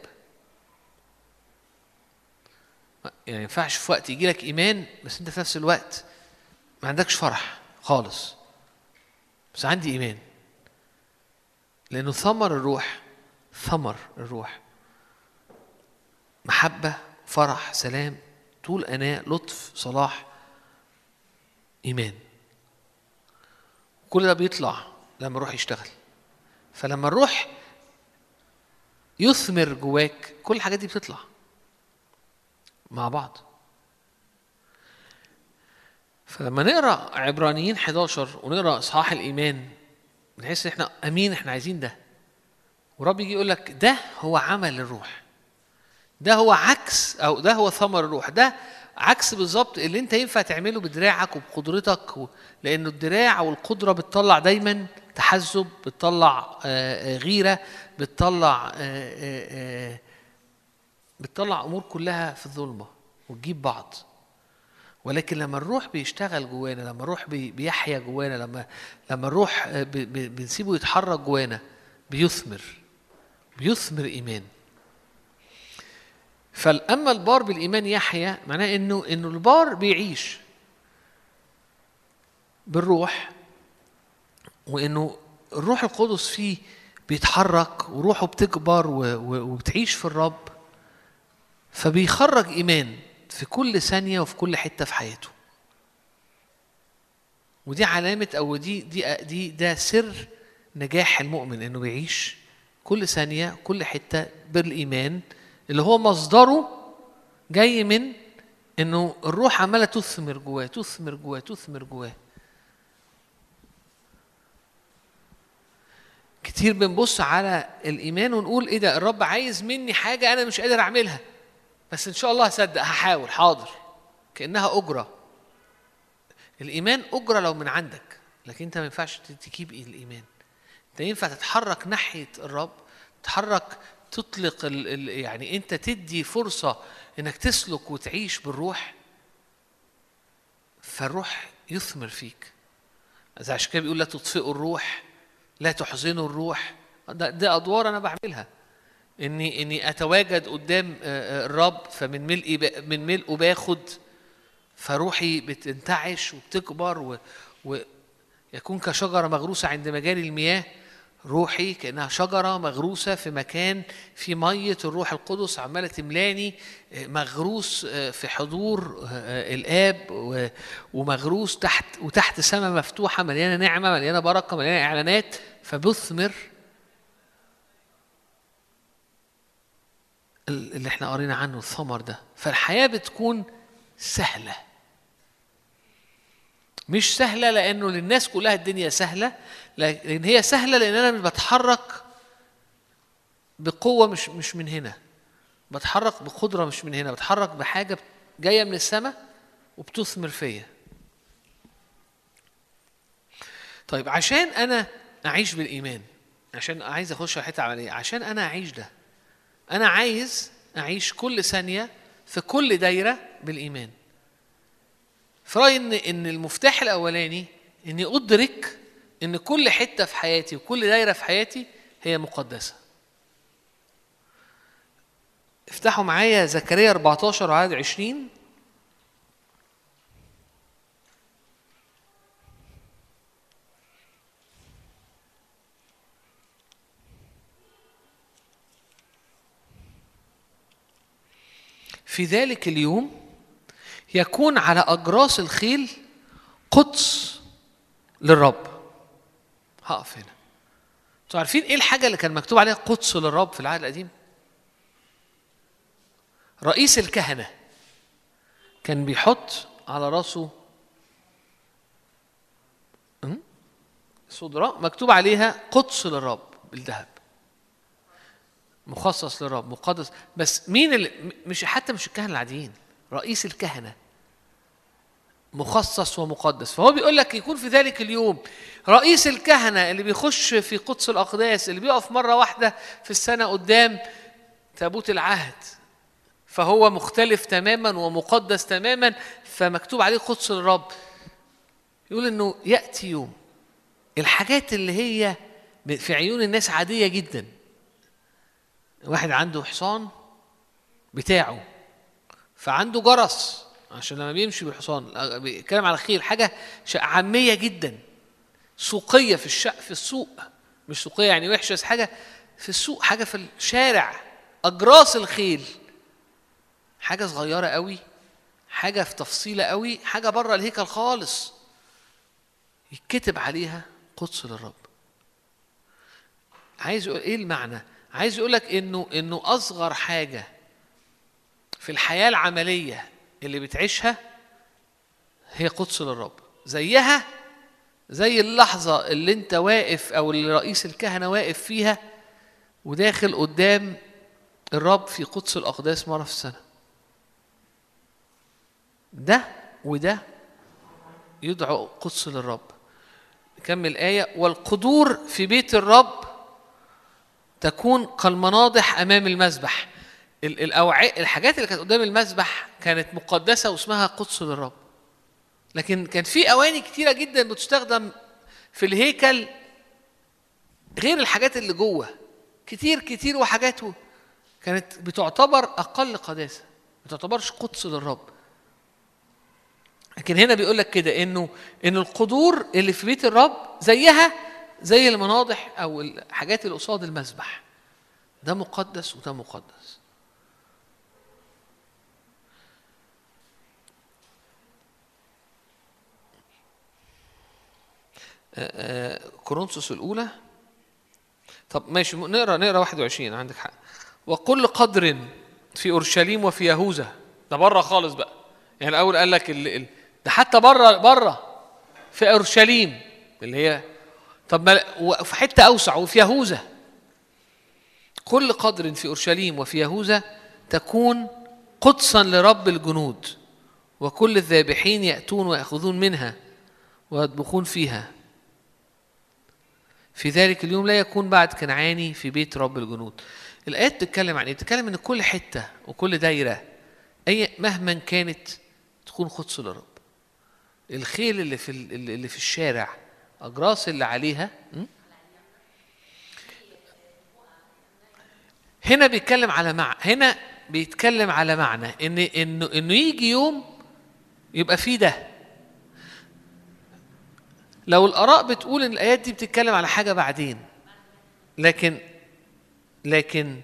يعني ما ينفعش في وقت يجي لك إيمان بس أنت في نفس الوقت ما عندكش فرح خالص، بس عندي إيمان. لأنه ثمر الروح محبة، فرح، سلام، طول أناة، لطف، صلاح، إيمان. كل ده بيطلع لما الروح يشتغل. فلما الروح يثمر جواك، كل الحاجات دي بتطلع مع بعض. فلما نقرا عبرانيين 11 ونقرا اصحاح الايمان بنحس ان احنا امين، احنا عايزين ده. ورب يجي يقول لك ده هو عمل الروح، ده هو عكس، او ده هو ثمر الروح، ده عكس بالظبط اللي انت ينفع تعمله بدراعك وبقدرتك، لانه الدراع والقدره بتطلع دايما تحزب، بتطلع غيره، بتطلع امور كلها في الظلمه وتجيب بعض. ولكن لما الروح بيشتغل جوانا، لما الروح بيحيا جوانا، لما الروح بنسيبه يتحرك جوانا، بيثمر ايمان. فاما البار بالايمان يحيا، معناه انه البار بيعيش بالروح، وانه الروح القدس فيه بيتحرك وروحه بتكبر وبتعيش في الرب، فبيخرج ايمان في كل ثانيه وفي كل حته في حياته. ودي علامه، او ده سر نجاح المؤمن، انه بيعيش كل ثانيه كل حته بالايمان اللي هو مصدره جاي من انه الروح عماله تثمر جواه تثمر جواه تثمر جواه. كتير بنبص على الايمان ونقول ايه ده، الرب عايز مني حاجه انا مش قادر اعملها، بس ان شاء الله هصدق، هحاول، حاضر، كانها اجره. الايمان اجره لو من عندك، لكن انت ما ينفعش تجيب الايمان. انت ينفع تتحرك ناحيه الرب، تتحرك، تطلق يعني انت تدي فرصه انك تسلك وتعيش بالروح، فالروح يثمر فيك. عشان كده بيقول لا تطفئوا الروح، لا تحزنوا الروح. ده ادوار انا بعملها، اني اتواجد قدام الرب، فمن ملئه باخد، فروحي بتنتعش وبتكبر ويكون كشجره مغروسه عند مجاري المياه. روحي كأنها شجرة مغروسة في مكان في مية الروح القدس عمالة تملاني، مغروس في حضور الآب، ومغروس تحت سماء مفتوحة مليانة نعمة، مليانة بركة، مليانة إعلانات، فبثمر اللي احنا قرينا عنه، الثمر ده. فالحياة بتكون سهلة، مش سهلة لأنه للناس كلها الدنيا سهلة، لأن هي سهلة لأن أنا مش بتحرك بقوة، مش من هنا، بتحرك بقدرة مش من هنا، بتحرك بحاجة جاية من السماء وبتثمر فيا. طيب عشان أنا أعيش بالإيمان، عشان عايز أخش على حتة عملية، عشان أنا أعيش ده، أنا عايز أعيش كل ثانية في كل دايرة بالإيمان. في رأيي إن المفتاح الأولاني إني أدرك إن كل حتة في حياتي وكل دايرة في حياتي هي مقدسة. افتحوا معايا زكريا 14 وعدد 20. في ذلك اليوم يكون على أجراس الخيل قدس للرب. هقف هنا. انتوا عارفين ايه الحاجة اللي كان مكتوب عليها قدس للرب في العهد القديم؟ رئيس الكهنة كان بيحط على راسه صدراء مكتوب عليها قدس للرب بالذهب، مخصص للرب، مقدس. بس مين اللي مش الكهنة العاديين، رئيس الكهنة مخصص ومقدس. فهو بيقول لك يكون في ذلك اليوم رئيس الكهنة اللي بيخش في قدس الأقداس، اللي بيقف مرة واحدة في السنة قدام تابوت العهد، فهو مختلف تماما ومقدس تماما، فمكتوب عليه قدس للرب. يقول انه يأتي يوم الحاجات اللي هي في عيون الناس عادية جدا، واحد عنده حصان بتاعه فعنده جرس عشان لما بيمشي بالحصان، بيتكلم على خيل، حاجة عامية جدا، سوقية في السوق، مش سوقية يعني وحشة، بس حاجة في السوق، حاجة في الشارع، أجراس الخيل، حاجة صغيرة قوي، حاجة في تفصيلة قوي، حاجة بره الهيكل خالص، يتكتب عليها قدس للرب. عايز يقول ايه المعنى؟ عايز يقولك انه اصغر حاجة في الحياة العملية اللي بتعيشها هي قدس للرب. زيها زي اللحظة اللي انت واقف او اللي رئيس الكهنة واقف فيها وداخل قدام الرب في قدس الأقداس مرة في السنة. ده وده يدعو قدس للرب. نكمل آية: والقدور في بيت الرب تكون كالمناضح أمام المذبح. الحاجات اللي كانت قدام المذبح كانت مقدسة واسمها قدس للرب. لكن كان في أواني كتيرة جدا بتستخدم في الهيكل غير الحاجات اللي جوه، كتير وحاجاته كانت بتعتبر أقل قداسة، ما تعتبرش قدس للرب. لكن هنا بيقول لك كده إن القدور اللي في بيت الرب زيها زي المناضح أو الحاجات اللي قصاد المذبح. ده مقدس وده مقدس. كورنثوس الأولى. طب ماشي، نقرا 21. عندك حق. وكل قدر في أورشليم وفي يهوذا. ده بره خالص بقى. يعني الأول قال لك ده حتى بره في أورشليم اللي هي، طب في حتة أوسع وفي يهوذا. كل قدر في أورشليم وفي يهوذا تكون قدسا لرب الجنود، وكل الذابحين يأتون ويأخذون منها ويطبخون فيها. في ذلك اليوم لا يكون بعد كنعاني في بيت رب الجنود. الآيات بتتكلم عن ايه؟ بتتكلم ان كل حتة وكل دايرة مهما كانت تكون قدس للرب. الخيل اللي في الشارع، أجراس اللي عليها، هنا بيتكلم على معنى انه يجي يوم يبقى فيه ده. لو الآراء بتقول ان الآيات دي بتتكلم على حاجة بعدين، لكن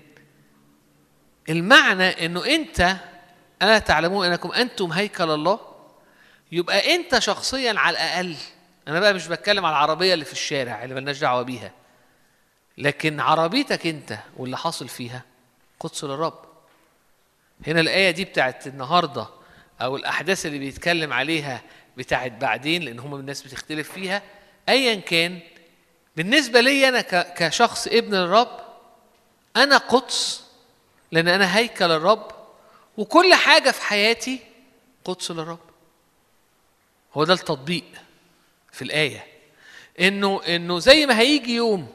المعنى انه انت ألا تعلمون انكم انتم هيكل الله، يبقى انت شخصيا على الاقل. انا بقى مش بتكلم على العربيه اللي في الشارع اللي مالناش دعوه بيها، لكن عربيتك انت واللي حاصل فيها قدس للرب. هنا الايه دي بتاعت النهارده او الاحداث اللي بيتكلم عليها بتاعت بعدين، لان هم الناس بتختلف فيها. ايا كان بالنسبه لي انا كشخص ابن الرب، انا قدس، لان انا هيكل الرب، وكل حاجه في حياتي قدس للرب. هو ده التطبيق في الآية، إنه زي ما هيجي يوم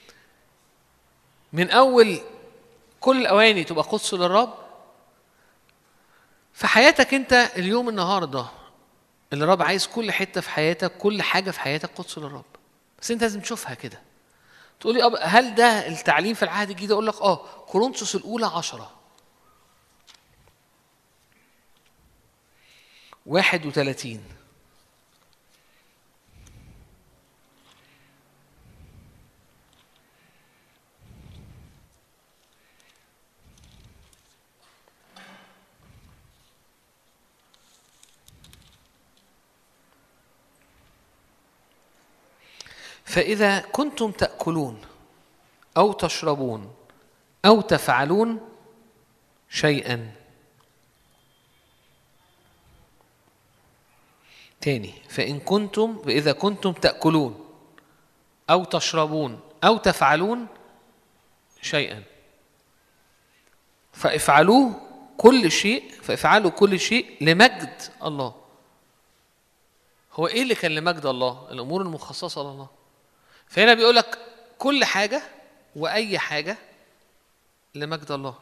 من أول كل الأواني تبقى قدس للرب، في حياتك أنت اليوم النهاردة اللي الرب عايز كل حتة في حياتك، كل حاجة في حياتك قدس للرب. بس أنت لازم تشوفها كده. تقولي هل ده التعليم في العهد الجديد؟ أقول لك كورنثوس الأولى 10:31. فإذا كنتم تأكلون أو تشربون أو تفعلون شيئا تاني، فإذا كنتم تأكلون أو تشربون أو تفعلون شيئا فافعلوا كل شيء لمجد الله. هو إيه اللي كان لمجد الله؟ الأمور المخصصة لله. فهنا بيقول لك كل حاجة وأي حاجة لمجد الله.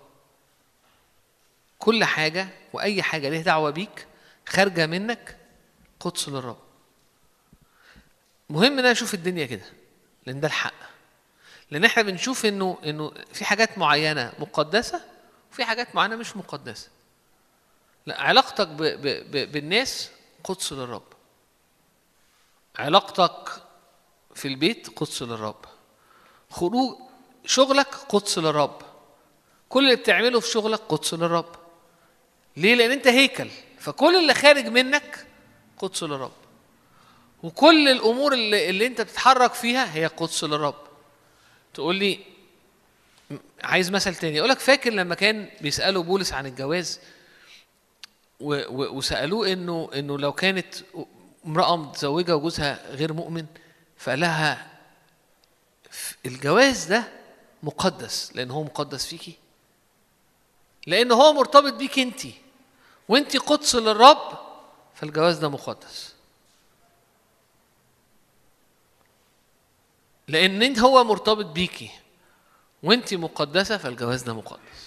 كل حاجة وأي حاجة ليه دعوة بيك خارجة منك قدس للرب. مهم ان انا اشوف الدنيا كده، لان ده الحق. لان احنا بنشوف انه في حاجات معينه مقدسه وفي حاجات معينه مش مقدسه. لا، علاقتك بالناس قدس للرب. علاقتك في البيت قدس للرب. خروج شغلك قدس للرب. كل اللي بتعمله في شغلك قدس للرب. ليه؟ لان انت هيكل، فكل اللي خارج منك قدس للرب. وكل الامور اللي انت بتتحرك فيها هي قدس للرب. تقول لي عايز مثل تاني اقول لك. فاكر لما كان بيسالوا بولس عن الجواز وسالوه انه لو كانت امراه متزوجه وجوزها غير مؤمن، فقال لها الجواز ده مقدس لان هو مقدس فيكي، لان هو مرتبط بيك انت وانت قدس للرب، فالجواز ده مقدس. لان انت هو مرتبط بيكي وانت مقدسه، فالجواز ده مقدس.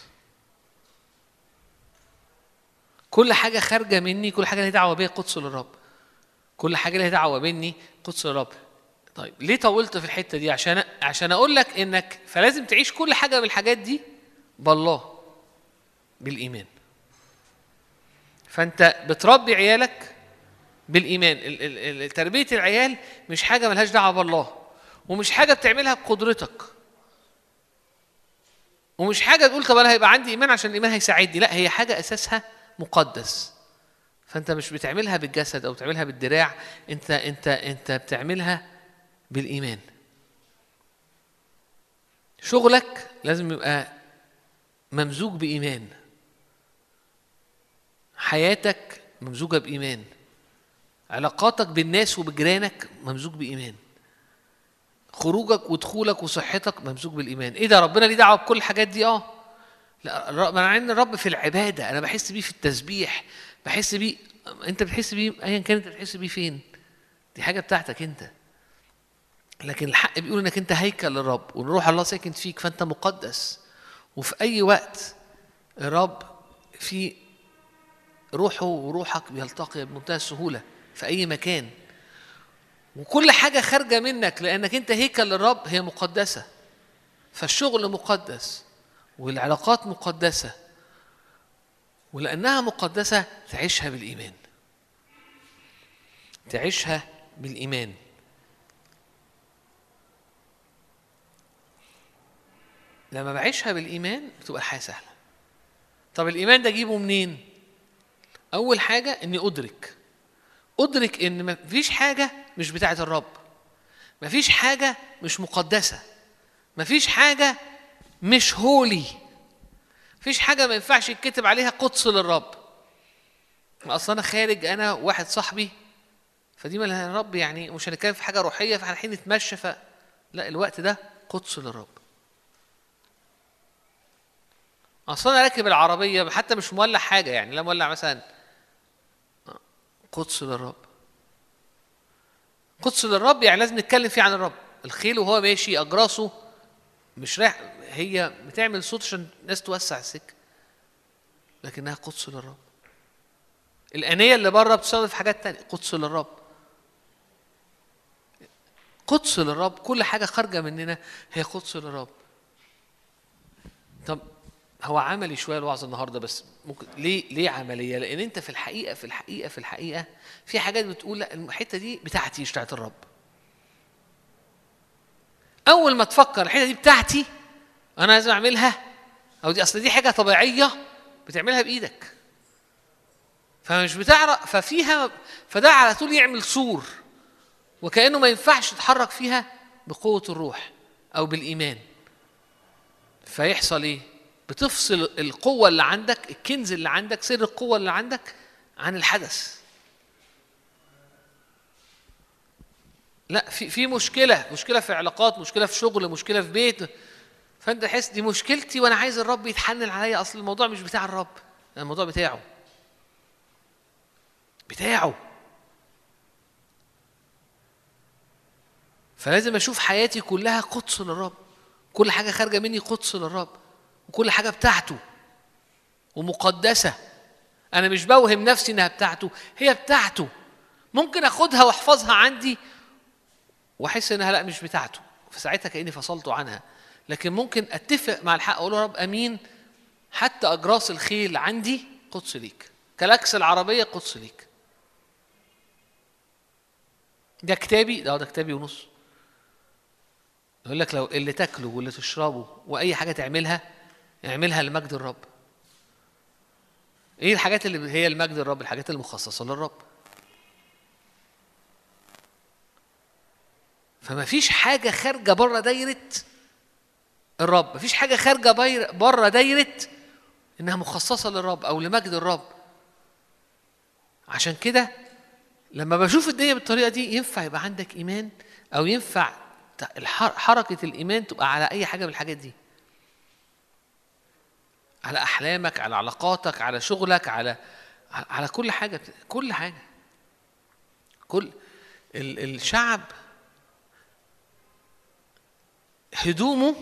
كل حاجه خارجه مني، كل حاجه لها دعوه بيا قدس للرب، كل حاجه لها دعوه مني قدس للرب. طيب ليه طولت في الحته دي؟ عشان اقول لك انك فلازم تعيش كل حاجه من الحاجات دي بالله، بالايمان. فانت بتربي عيالك بالايمان. تربيه العيال مش حاجه ملهاش دعوه بالله، ومش حاجه بتعملها بقدرتك، ومش حاجه تقول طب انا هيبقى عندي ايمان عشان الايمان هيساعدني. لا، هي حاجه اساسها مقدس. فانت مش بتعملها بالجسد او بتعملها بالدراع، انت بتعملها بالايمان. شغلك لازم يبقى ممزوج بايمان، حياتك ممزوجه بايمان، علاقاتك بالناس وبجيرانك ممزوج بايمان، خروجك ودخولك وصحتك ممزوج بالايمان. ايه ده؟ ربنا ليه دعوه بكل الحاجات دي؟ لا، مع ان الرب في العباده انا بحس بيه، في التسبيح بحس بيه. انت بتحس بيه ايا كان انت بتحس بيه فين، دي حاجه بتاعتك انت. لكن الحق بيقول انك انت هيكل للرب وروح الله ساكن فيك، فانت مقدس. وفي اي وقت الرب في روحه وروحك بيلتقي بمنتهى السهوله في اي مكان. وكل حاجه خارجه منك لانك انت هيكل للرب هي مقدسه. فالشغل مقدس والعلاقات مقدسه، ولانها مقدسه تعيشها بالايمان، تعيشها بالايمان. لما بعيشها بالايمان بتبقى الحياه سهله. طب الايمان ده اجيبه منين؟ اول حاجه اني ادرك ان مفيش حاجه مش بتاعه الرب، مفيش حاجه مش مقدسه، مفيش حاجه مش هولي، مفيش حاجه ما ينفعش يتكتب عليها قدس للرب. اصلا انا خارج انا واحد صاحبي، فدي مالها الرب، يعني مش هنتكلم في حاجه روحيه فاحنا الحين نتمشى، لا، الوقت ده قدس للرب. اصلا انا راكب العربيه حتى مش مولع حاجه، يعني لا مولع مثلا، قدس للرب. قدس للرب يعني لازم نتكلم فيه عن الرب. الخيل وهو ماشي اجراسه مش رايح، هي بتعمل صوت عشان الناس توسع السكه، لكنها قدس للرب. الانيه اللي بره بتستخدم في حاجات تانية، قدس للرب. قدس للرب، كل حاجه خارجه مننا هي قدس للرب. طب هو عملي شويه الوعظ النهارده، بس ممكن ليه عمليه؟ لان انت في الحقيقه في حاجات بتقول لا، الحته دي بتاعتي مش بتاعت الرب. اول ما تفكر الحته دي بتاعتي انا لازم اعملها، او دي اصل دي حاجه طبيعيه بتعملها بايدك، فمش بتعرف، فده على طول يعمل سور، وكانه ما ينفعش تتحرك فيها بقوه الروح او بالايمان. فيحصل ايه؟ بتفصل القوة اللي عندك، الكنز اللي عندك، سر القوة اللي عندك عن الحدث. لا، في مشكلة في علاقات، مشكلة في شغل، مشكلة في بيت، فأنت تحس دي مشكلتي وأنا عايز الرب يتحنن عليا. أصل الموضوع مش بتاع الرب، الموضوع بتاعه. فلازم أشوف حياتي كلها قدس للرب، كل حاجة خارجة مني قدس للرب، وكل حاجة بتاعته ومقدسة. أنا مش بوهم نفسي إنها بتاعته، هي بتاعته. ممكن أخدها وأحفظها عندي وأحس إنها لا مش بتاعته، فساعتها كأني فصلته عنها. لكن ممكن أتفق مع الحق أقول له رب أمين، حتى أجراس الخيل عندي قدس ليك، كلاكس العربية قدس ليك. ده كتابي، ده كتابي ونص. يقول لك لو اللي تاكله واللي تشربه وأي حاجة تعملها اعملها لمجد الرب. ايه الحاجات اللي هي المجد الرب؟ الحاجات المخصصة للرب. فما فيش حاجة خارجة بره دايرة الرب. مفيش حاجة خارجة بره دايرة إنها مخصصة للرب أو لمجد الرب. عشان كده لما بشوف الدنيا بالطريقة دي ينفع يبقى عندك إيمان، أو ينفع حركة الإيمان تبقى على أي حاجة من الحاجات دي، على أحلامك، على علاقاتك، على شغلك، على كل حاجة. كل حاجة. كل الشعب هدومه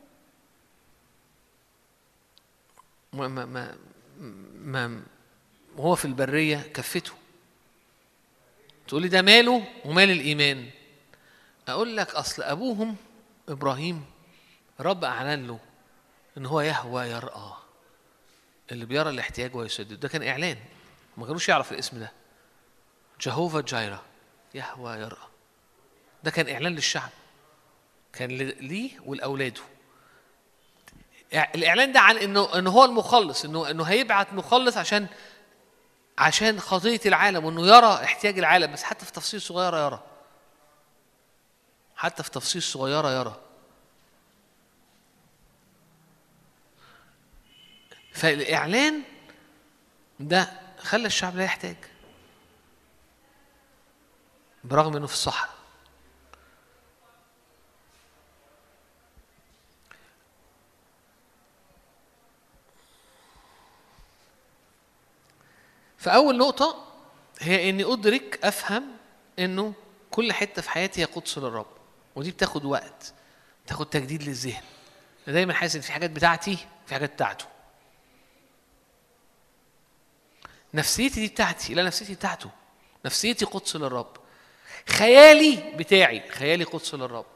ما وهو في البرية كفته. تقولي ده ماله ومال الإيمان؟ أقول لك أصل أبوهم إبراهيم رب أعلن له إن هو يهوى يرأى، اللي بيرى الاحتياج ويسدد. ده كان إعلان، ما كانوش يعرف الاسم ده، جهوفا جايرة، يهوى يرأى. ده كان إعلان للشعب، كان ليه والأولاده. الإعلان ده عن إنه هو المخلص، إنه هيبعت مخلص عشان خطية العالم، وإنه يرى احتياج العالم. بس حتى في تفصيل صغيرة يرى، حتى في تفصيل صغيرة يرى. فالإعلان ده خلى الشعب لا يحتاج برغم إنه في الصحراء. فأول نقطة هي إني أدرك أفهم إنه كل حتة في حياتي هي قدس للرب، ودي بتاخد وقت، بتاخد تجديد للذهن. أنا دايما حاسس إن في حاجات بتاعتي، في حاجات بتاعته. نفسيتي دي بتاعتي، لا نفسيتي بتاعته. نفسيتي قدس للرب. خيالي بتاعي، خيالي قدس للرب.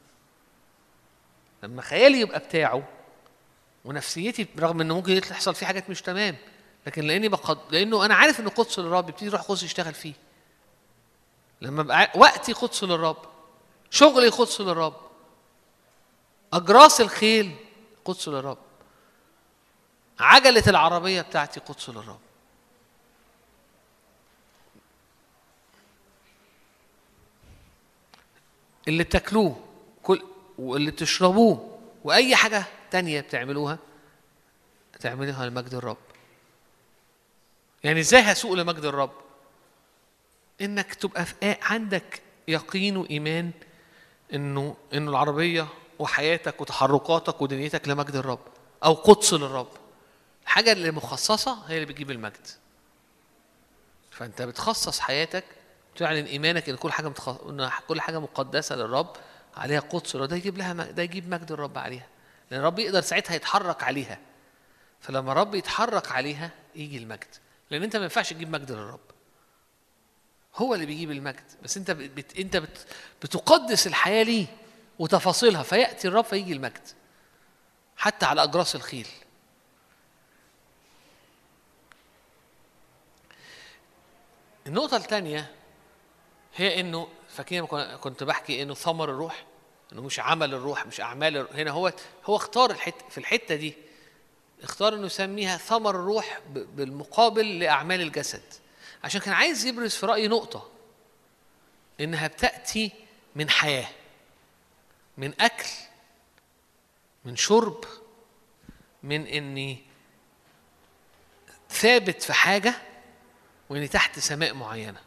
لما خيالي يبقى بتاعه ونفسيتي، رغم إنه ممكن يحصل فيه حاجات مش تمام، لكن لأنه أنا عارف إنه قدس للرب، يبتدي روح قدس يشتغل فيه. لما بقى وقتي قدس للرب، شغلي قدس للرب، أجراس الخيل قدس للرب، عجلة العربية بتاعتي قدس للرب. اللي بتاكلوه واللي بتشربوه وأي حاجة تانية بتعملوها لمجد الرب. يعني ازاي هسوق لمجد الرب؟ انك تبقى عندك يقين وإيمان انه العربية وحياتك وتحركاتك ودنيتك لمجد الرب او قدس للرب. الحاجة اللي مخصصة هي اللي بتجيب المجد. فانت بتخصص حياتك، تعلن ايمانك ان كل حاجة مقدسة للرب، عليها قدس للرب. ده يجيب مجد الرب عليها، لان الرب يقدر ساعتها يتحرك عليها. فلما الرب يتحرك عليها يجي المجد، لان انت ما ينفعش تجيب مجد للرب، هو اللي بيجيب المجد. بس انت بتقدس الحياة ليه وتفاصيلها، فيأتي الرب فيجي المجد حتى على أجراس الخيل. النقطة الثانية هي انه فاكرين كنت بحكي انه ثمر الروح، انه مش عمل الروح، مش اعمال الروح. هنا هو اختار في الحتة دي، اختار انه يسميها ثمر الروح بالمقابل لأعمال الجسد، عشان كان عايز يبرز في رأيي نقطة انها بتأتي من حياة، من أكل، من شرب، من اني ثابت في حاجة واني تحت سماء معينة،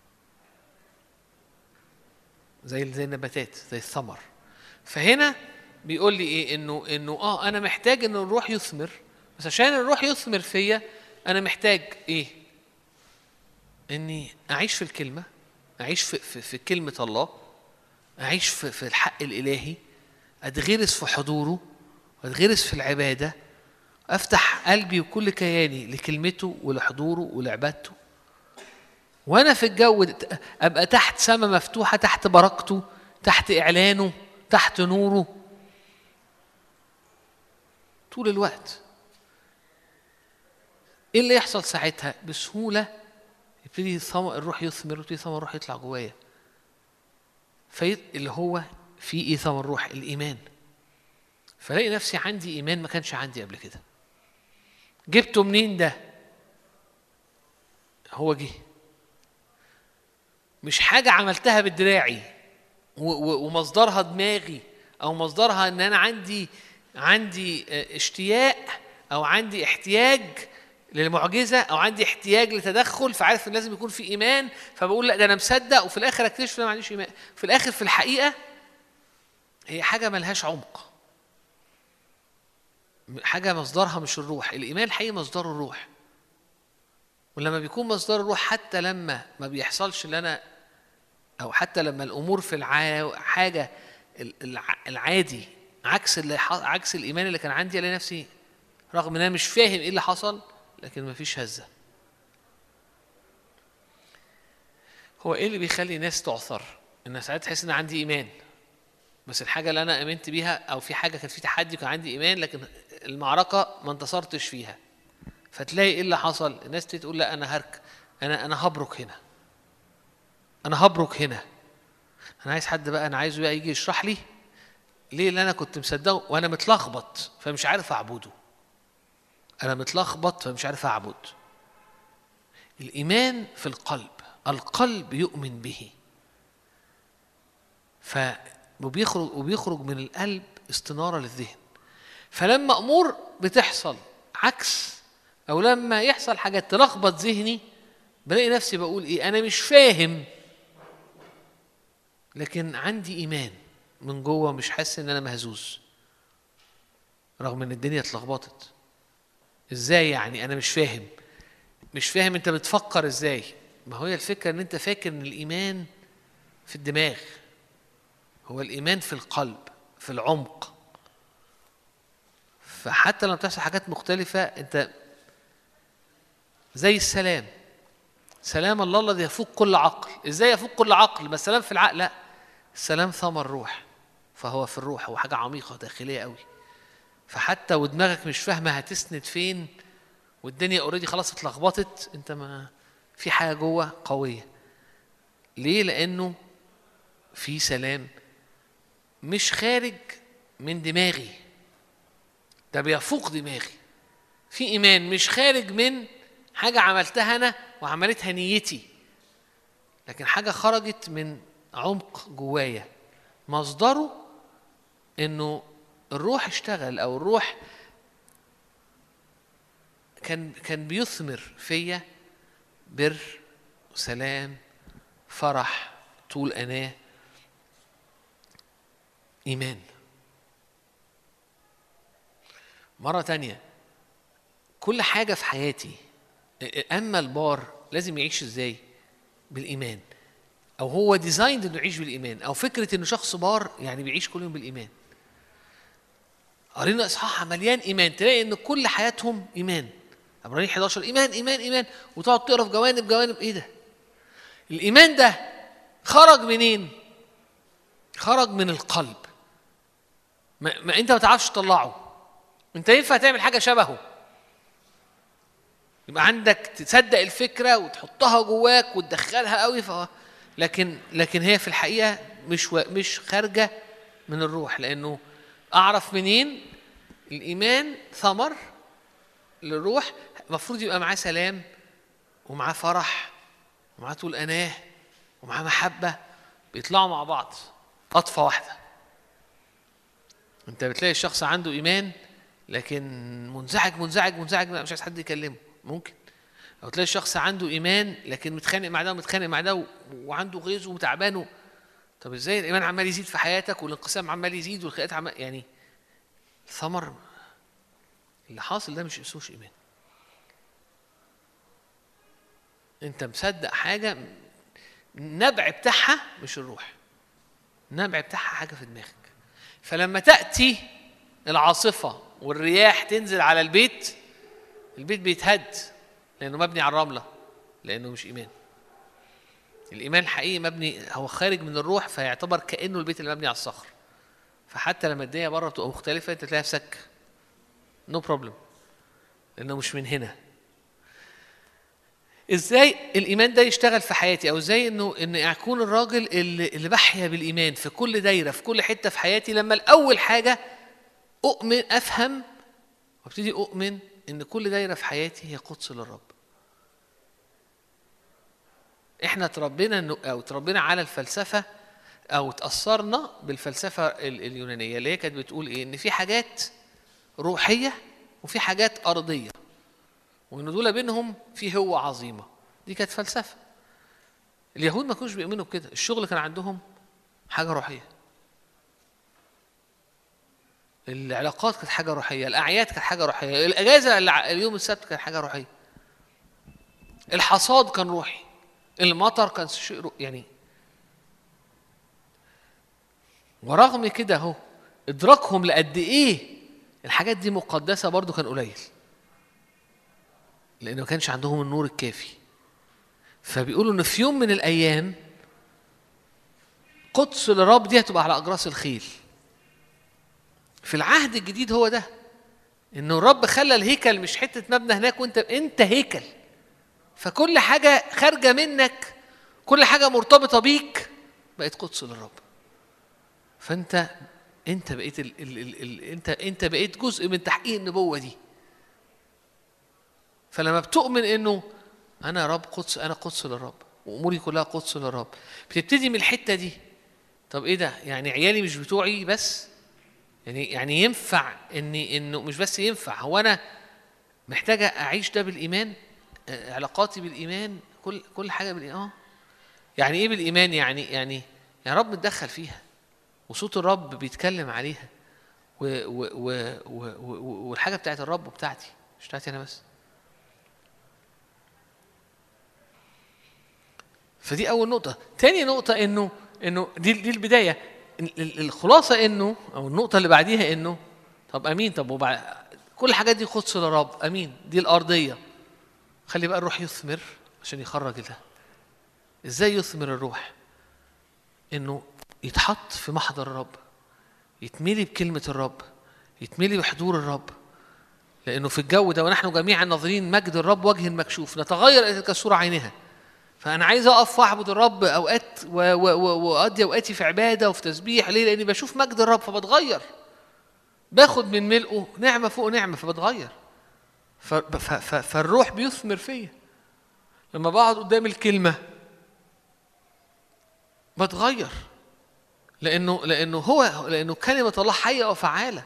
زي النباتات، زي الثمر. فهنا بيقول لي ايه؟ انه انا محتاج ان الروح يثمر، بس عشان الروح يثمر فيا انا محتاج ايه؟ اني اعيش في الكلمة، اعيش في كلمة الله، اعيش في الحق الالهي، اتغرس في حضوره، اتغرس في العبادة، افتح قلبي وكل كياني لكلمته ولحضوره ولعبادته. وانا في الجو ابقى تحت سماء مفتوحة، تحت بركته، تحت اعلانه، تحت نوره طول الوقت. ايه اللي يحصل ساعتها؟ بسهولة يبتدي الروح يثمر، ويبتدي ثمر الروح يطلع جوايا. اللي هو في ايه ثمر الروح؟ الايمان. فلاقي نفسي عندي ايمان ما كانش عندي قبل كده. جبته منين ده؟ هو جه، مش حاجة عملتها بدراعي ومصدرها دماغي، او مصدرها ان انا عندي عندي اشتياق او عندي احتياج للمعجزه او عندي احتياج لتدخل، فعارف ان لازم يكون في ايمان، فبقول لا ده انا مصدق، وفي الاخر اكتشف ان انا ما عنديش ايمان. في الاخر في الحقيقه هي حاجه ملهاش عمق، حاجه مصدرها مش الروح. الايمان الحقيقي مصدره الروح، ولما بيكون مصدر الروح حتى لما ما بيحصلش اللي انا، او حتى لما الامور في حاجه العادي عكس الايمان اللي كان عندي، الاقي نفسي رغم ان انا مش فاهم ايه اللي حصل لكن مفيش هزه. هو ايه اللي بيخلي الناس تعثر؟ ان ساعات تحس ان عندي ايمان، بس الحاجه اللي انا امنت بيها، او في حاجه كان في تحدي وكان عندي ايمان لكن المعركه ما انتصرتش فيها، فتلاقي ايه اللي حصل؟ الناس تقول لا انا انا هبرك هنا، انا هبرك هنا. انا عايز حد بقى، انا عايزه بقى يجي يشرح لي ليه اللي انا كنت مصدقه وانا متلخبط فمش عارف اعبده. انا متلخبط فمش عارف اعبد. الايمان في القلب، القلب يؤمن به، وبيخرج من القلب استنارة للذهن. فلما امور بتحصل عكس، او لما يحصل حاجات تلخبط ذهني، بلاقي نفسي بقول ايه؟ انا مش فاهم لكن عندي ايمان من جوه، مش حاسس ان انا مهزوز رغم ان الدنيا اتلخبطت. ازاي يعني انا مش فاهم انت بتفكر ازاي؟ ما هو الفكره ان انت فاكر ان الايمان في الدماغ، هو الايمان في القلب، في العمق. فحتى لما بتحصل حاجات مختلفه، انت زي السلام، سلام الله الذي يفوق كل عقل. ازاي يفوق كل عقل؟ ما السلام في العقل؟ لا، السلام ثمر روح، فهو في الروح، هو حاجه عميقه داخليه قوي. فحتى ودماغك مش فاهمه هتسند فين، والدنيا اوريدي خلاص اتلخبطت، انت ما في حاجه جوه قويه. ليه؟ لانه في سلام مش خارج من دماغي، ده بيفوق دماغي. في ايمان مش خارج من حاجه عملتها انا وعملتها نيتي، لكن حاجه خرجت من عمق جوايا، مصدره انه الروح اشتغل، او الروح كان بيثمر فيا بر وسلام، فرح، طول أناة، إيمان. مرة تانية، كل حاجة في حياتي، أما البار لازم يعيش إزاي؟ بالإيمان، أو هو ديزايند إنه يعيش بالإيمان، أو فكرة إنه شخص بار يعني بيعيش كل يوم بالإيمان. قرينا إصحاح مليان إيمان، تلاقي إن كل حياتهم إيمان. عبرانيين 11 إيمان إيمان إيمان، وتقعد تقرا في جوانب إيه ده؟ الإيمان ده خرج منين؟ خرج من القلب. ما أنت ما تعرفش تطلعه، أنت ينفع تعمل حاجة شبهه، يبقى عندك تصدق الفكرة وتحطها جواك وتدخلها قوي، لكن هي في الحقيقة مش خارجة من الروح. لأنه أعرف منين؟ الإيمان ثمر للروح، المفروض يبقى معاه سلام ومعاه فرح ومعاه طول أناه ومعاه محبة، بيطلعوا مع بعض قطفة واحدة. انت بتلاقي الشخص عنده إيمان لكن منزعج مش عايز حد يكلمه، ممكن. أو تلاقي الشخص عنده إيمان لكن متخانق مع ده وعنده غيظ ومتعبان. طب ازاي الإيمان عمال يزيد في حياتك والانقسام عمال يزيد والخيانات عمال، يعني ثمر اللي حاصل ده مش اسموش إيمان. انت مصدق حاجة، النبع بتاعها مش الروح، النبع بتاعها حاجة في دماغك. فلما تأتي العاصفة والرياح تنزل على البيت بيتهد لأنه مبني على الرملة، لأنه مش إيمان. الإيمان الحقيقي مبني، هو خارج من الروح، فيعتبر كأنه البيت اللي مبني على الصخر. فحتى لما الدنيا بره تبقى مختلفة، أنت تلاقي نفسك نو بروبلم، لأنه مش من هنا. ازاي الايمان ده يشتغل في حياتي؟ او ازاي ان اكون الراجل اللي بحيا بالايمان في كل دايره، في كل حته في حياتي؟ لما الاول حاجه اؤمن، افهم وابتدي اؤمن ان كل دايره في حياتي هي قدس للرب. احنا تربينا على الفلسفه، او تاثرنا بالفلسفه اليونانيه اللي هي كانت بتقول ايه؟ ان في حاجات روحية وفي حاجات أرضية، وإن دول بينهم في هوة عظيمة. دي كانت فلسفة. اليهود ما كانوش بيؤمنوا بكده. الشغل كان عندهم حاجة روحية، العلاقات كانت حاجة روحية، الأعياد كانت حاجة روحية، الأجازة اليوم السبت كانت حاجة روحية، الحصاد كان روحي، المطر كان شيء يعني. ورغم كده اهو إدراكهم لقد إيه الحاجات دي مقدسة برضو كان قليل، لأنه ما كانش عندهم النور الكافي. فبيقولوا إن في يوم من الأيام قدس للرب دي هتبقى على أجراس الخيل. في العهد الجديد هو ده، إنه الرب خلى الهيكل مش حتة مبنى هناك وأنت هيكل، فكل حاجة خارجة منك، كل حاجة مرتبطة بيك بقت قدس للرب. فأنت بقيت أنت بقيت جزء من تحقيق النبوة دي. فلما بتؤمن إنه أنا رب قدس، أنا قدس للرب وأموري كلها قدس للرب، بتبتدي من الحتة دي. طب إيه ده؟ يعني عيالي مش بتوعي بس؟ يعني ينفع إنه مش بس ينفع، هو أنا محتاجة أعيش ده بالإيمان، علاقاتي بالإيمان، كل حاجة بالإيمان. يعني إيه بالإيمان؟ يعني رب متدخل فيها، وصوت الرب بيتكلم عليها، والحاجة بتاعت الرب وبتاعتي، مش بتاعتي أنا بس. فدي أول نقطة. تاني نقطة إنه دي البداية. الخلاصة إنه، أو النقطة اللي بعديها إنه طب أمين، طب وبعد كل الحاجات دي قدس للرب، أمين، دي الأرضية. خلي بقى الروح يثمر عشان يخرج ده. إزاي يثمر الروح؟ إنه يتحط في محضر الرب، يتملي بكلمة الرب، يتملي بحضور الرب. لأنه في الجو ده ونحن جميعا ناظرين مجد الرب وجه مكشوف نتغير إلى تلك الصورة عينها. فأنا عايز أقف وأعبد الرب أوقات وأقضي أوقاتي في عبادة وفي تسبيح. ليه؟ لأني بشوف مجد الرب فبتغير، باخد من ملئه نعمة فوق نعمة فبتغير. فالروح بيثمر فيا. لما بقعد قدام الكلمة بتغير، لأنه كلمة الله حية وفعالة،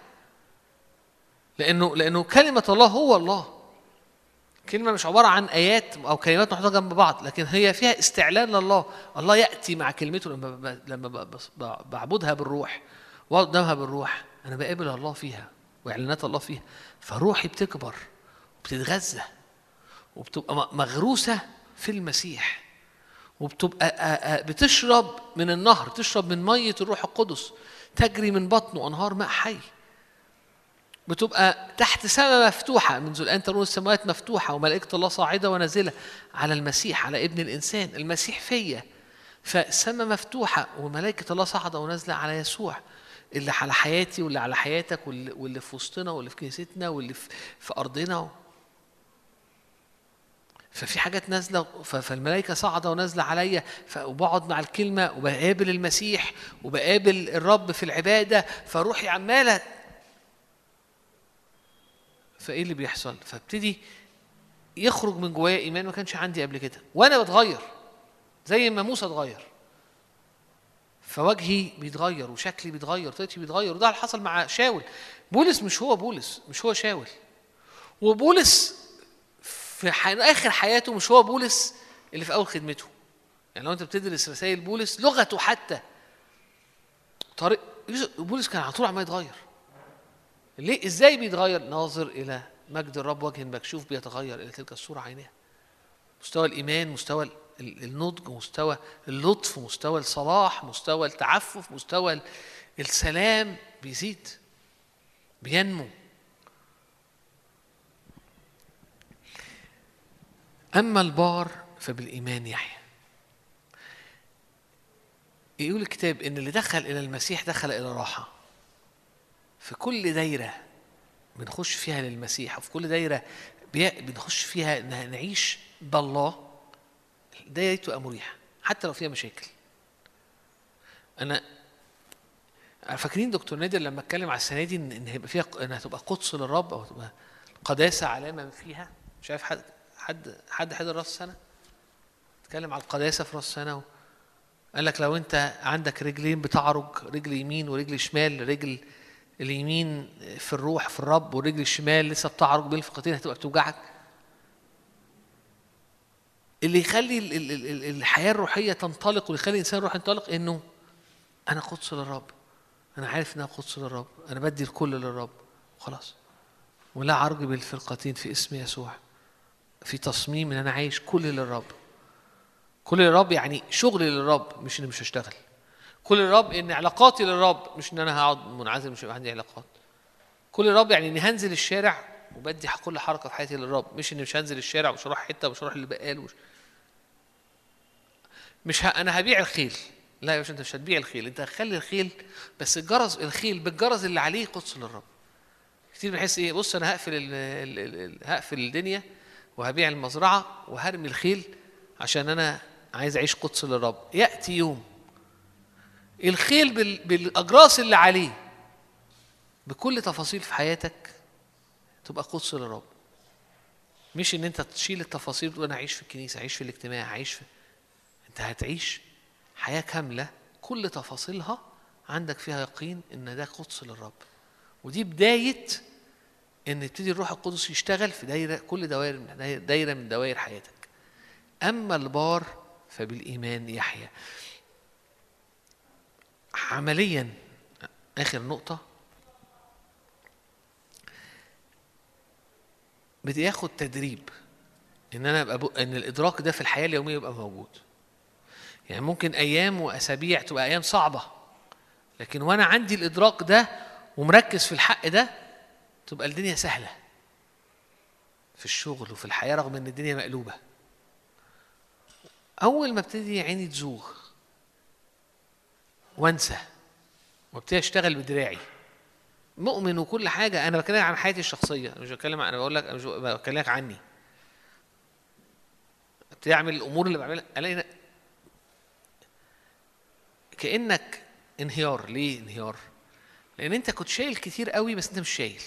لأنه كلمة الله هو الله. كلمة مش عبارة عن آيات أو كلمات محطوطة جنب بعض، لكن هي فيها استعلان لله. الله يأتي مع كلمته. لما بعبدها بالروح وقدامها بالروح، أنا بقابل الله فيها وإعلانات الله فيها. فروحي بتكبر وبتتغذى وبتبقى مغروسة في المسيح، وبتبقى بتشرب من النهر، تشرب من مية الروح القدس تجري من بطنه أنهار ماء حي. بتبقى تحت سماء مفتوحة، منذ الآن ترون السماوات مفتوحة وملائكة الله صاعدة ونازلة على المسيح، على ابن الإنسان. المسيح فيا، فالسماء مفتوحة وملائكة الله صاعدة ونازلة على يسوع، اللي على حياتي واللي على حياتك واللي في وسطنا واللي في كنيستنا واللي في أرضنا. ففي حاجات نازلة، فالملائكة صاعدة ونازلة عليا، وبقعد مع الكلمة وبقابل المسيح وبقابل الرب في العبادة، فروحي عمالة. فايه اللي بيحصل؟ فابتدي يخرج من جوايا ايمان ما كانش عندي قبل كده، وانا بتغير زي ما موسى اتغير. فوجهي بيتغير وشكلي بيتغير، طريقتي بيتغير. وده اللي حصل مع شاول. بولس مش هو شاول. وبولس في اخر حياته مش هو بولس اللي في اول خدمته. يعني لو انت بتدرس رسائل بولس، لغته حتى طريق بولس كان على طول عمال يتغير. ليه؟ ازاي بيتغير؟ ناظر الى مجد الرب وجه مكشوف، بيتغير الى تلك الصوره عينها. مستوى الايمان، مستوى النضج، مستوى اللطف، مستوى الصلاح، مستوى التعفف، مستوى السلام بيزيد، بينمو. اما البار فبالايمان يحيى. يقول الكتاب ان اللي دخل الى المسيح دخل الى راحه. في كل دايرة بنخش فيها للمسيح، وفي كل دايرة بنخش فيها نعيش بالله، الدايرة دي تبقى مريحة حتى لو فيها مشاكل. أنا فاكرين دكتور نادر لما اتكلم على السنة دي إن هيبقى فيها، إنها تبقى قدس للرب أو تبقى قداسة علامة فيها. مش عارف حد حضر راس السنة اتكلم على القداسة في راس السنة، قال لك لو أنت عندك رجلين بتعرج، رجل يمين ورجل شمال، رجل اليمين في الروح في الرب والرجل الشمال لسه بتعرج بين الفقرتين هتبقى بتوجعك. اللي يخلي الحياة الروحية تنطلق واللي يخلي الإنسان الروحي ينطلق إنه أنا قدس للرب، أنا عارف إن أنا قدس للرب، أنا بدي الكل للرب خلاص، ولا عرج بالفرقتين في اسم يسوع. في تصميم إن أنا عايش كل للرب. كل للرب يعني شغلي للرب، مش إني مش هشتغل. كل للرب إن علاقاتي للرب، مش إن أنا هقعد منعزل مش عندي علاقات. كل للرب يعني إني هنزل الشارع وبدي كل حركة في حياتي للرب، مش إني مش هنزل الشارع ومش هروح حتة ومش هروح للبقال أنا هبيع الخيل. لا يا باشا، أنت مش هتبيع الخيل، أنت هتخلي الخيل بس الخيل بالجرز اللي عليه قدس للرب. كتير بنحس إيه، بص أنا هقفل الدنيا وهبيع المزرعة وهرمي الخيل عشان أنا عايز أعيش قدس للرب. يأتي يوم الخيل بالأجراس اللي عليه بكل تفاصيل في حياتك تبقى قدس للرب. مش إن أنت تشيل التفاصيل وتقول أنا أعيش في الكنيسة، أعيش في الاجتماع، أنت هتعيش حياة كاملة كل تفاصيلها عندك فيها يقين إن ده قدس للرب. ودي بداية إن يبتدي الروح القدس يشتغل في كل دايرة من دوائر حياتك. أما البار فبالإيمان يحيى. عمليا آخر نقطة، بتاخد تدريب إن أنا إن الإدراك ده في الحياة اليومية يبقى موجود. يعني ممكن أيام وأسابيع تبقى أيام صعبة، لكن وأنا عندي الإدراك ده ومركز في الحق ده تبقى الدنيا سهلة في الشغل وفي الحياة رغم إن الدنيا مقلوبة. أول ما ابتدي عيني تزوغ وانسى وابتدي أشتغل بدراعي، مؤمن وكل حاجة. أنا بكلمك عن حياتي الشخصية، مش بتكلم، أنا بقول لك، مش بكلمك عني. ابتدي أعمل الأمور اللي بعملها ألاقي كأنك انهيار. ليه انهيار؟ لأن أنت كنت شايل كتير قوي بس أنت مش شايل.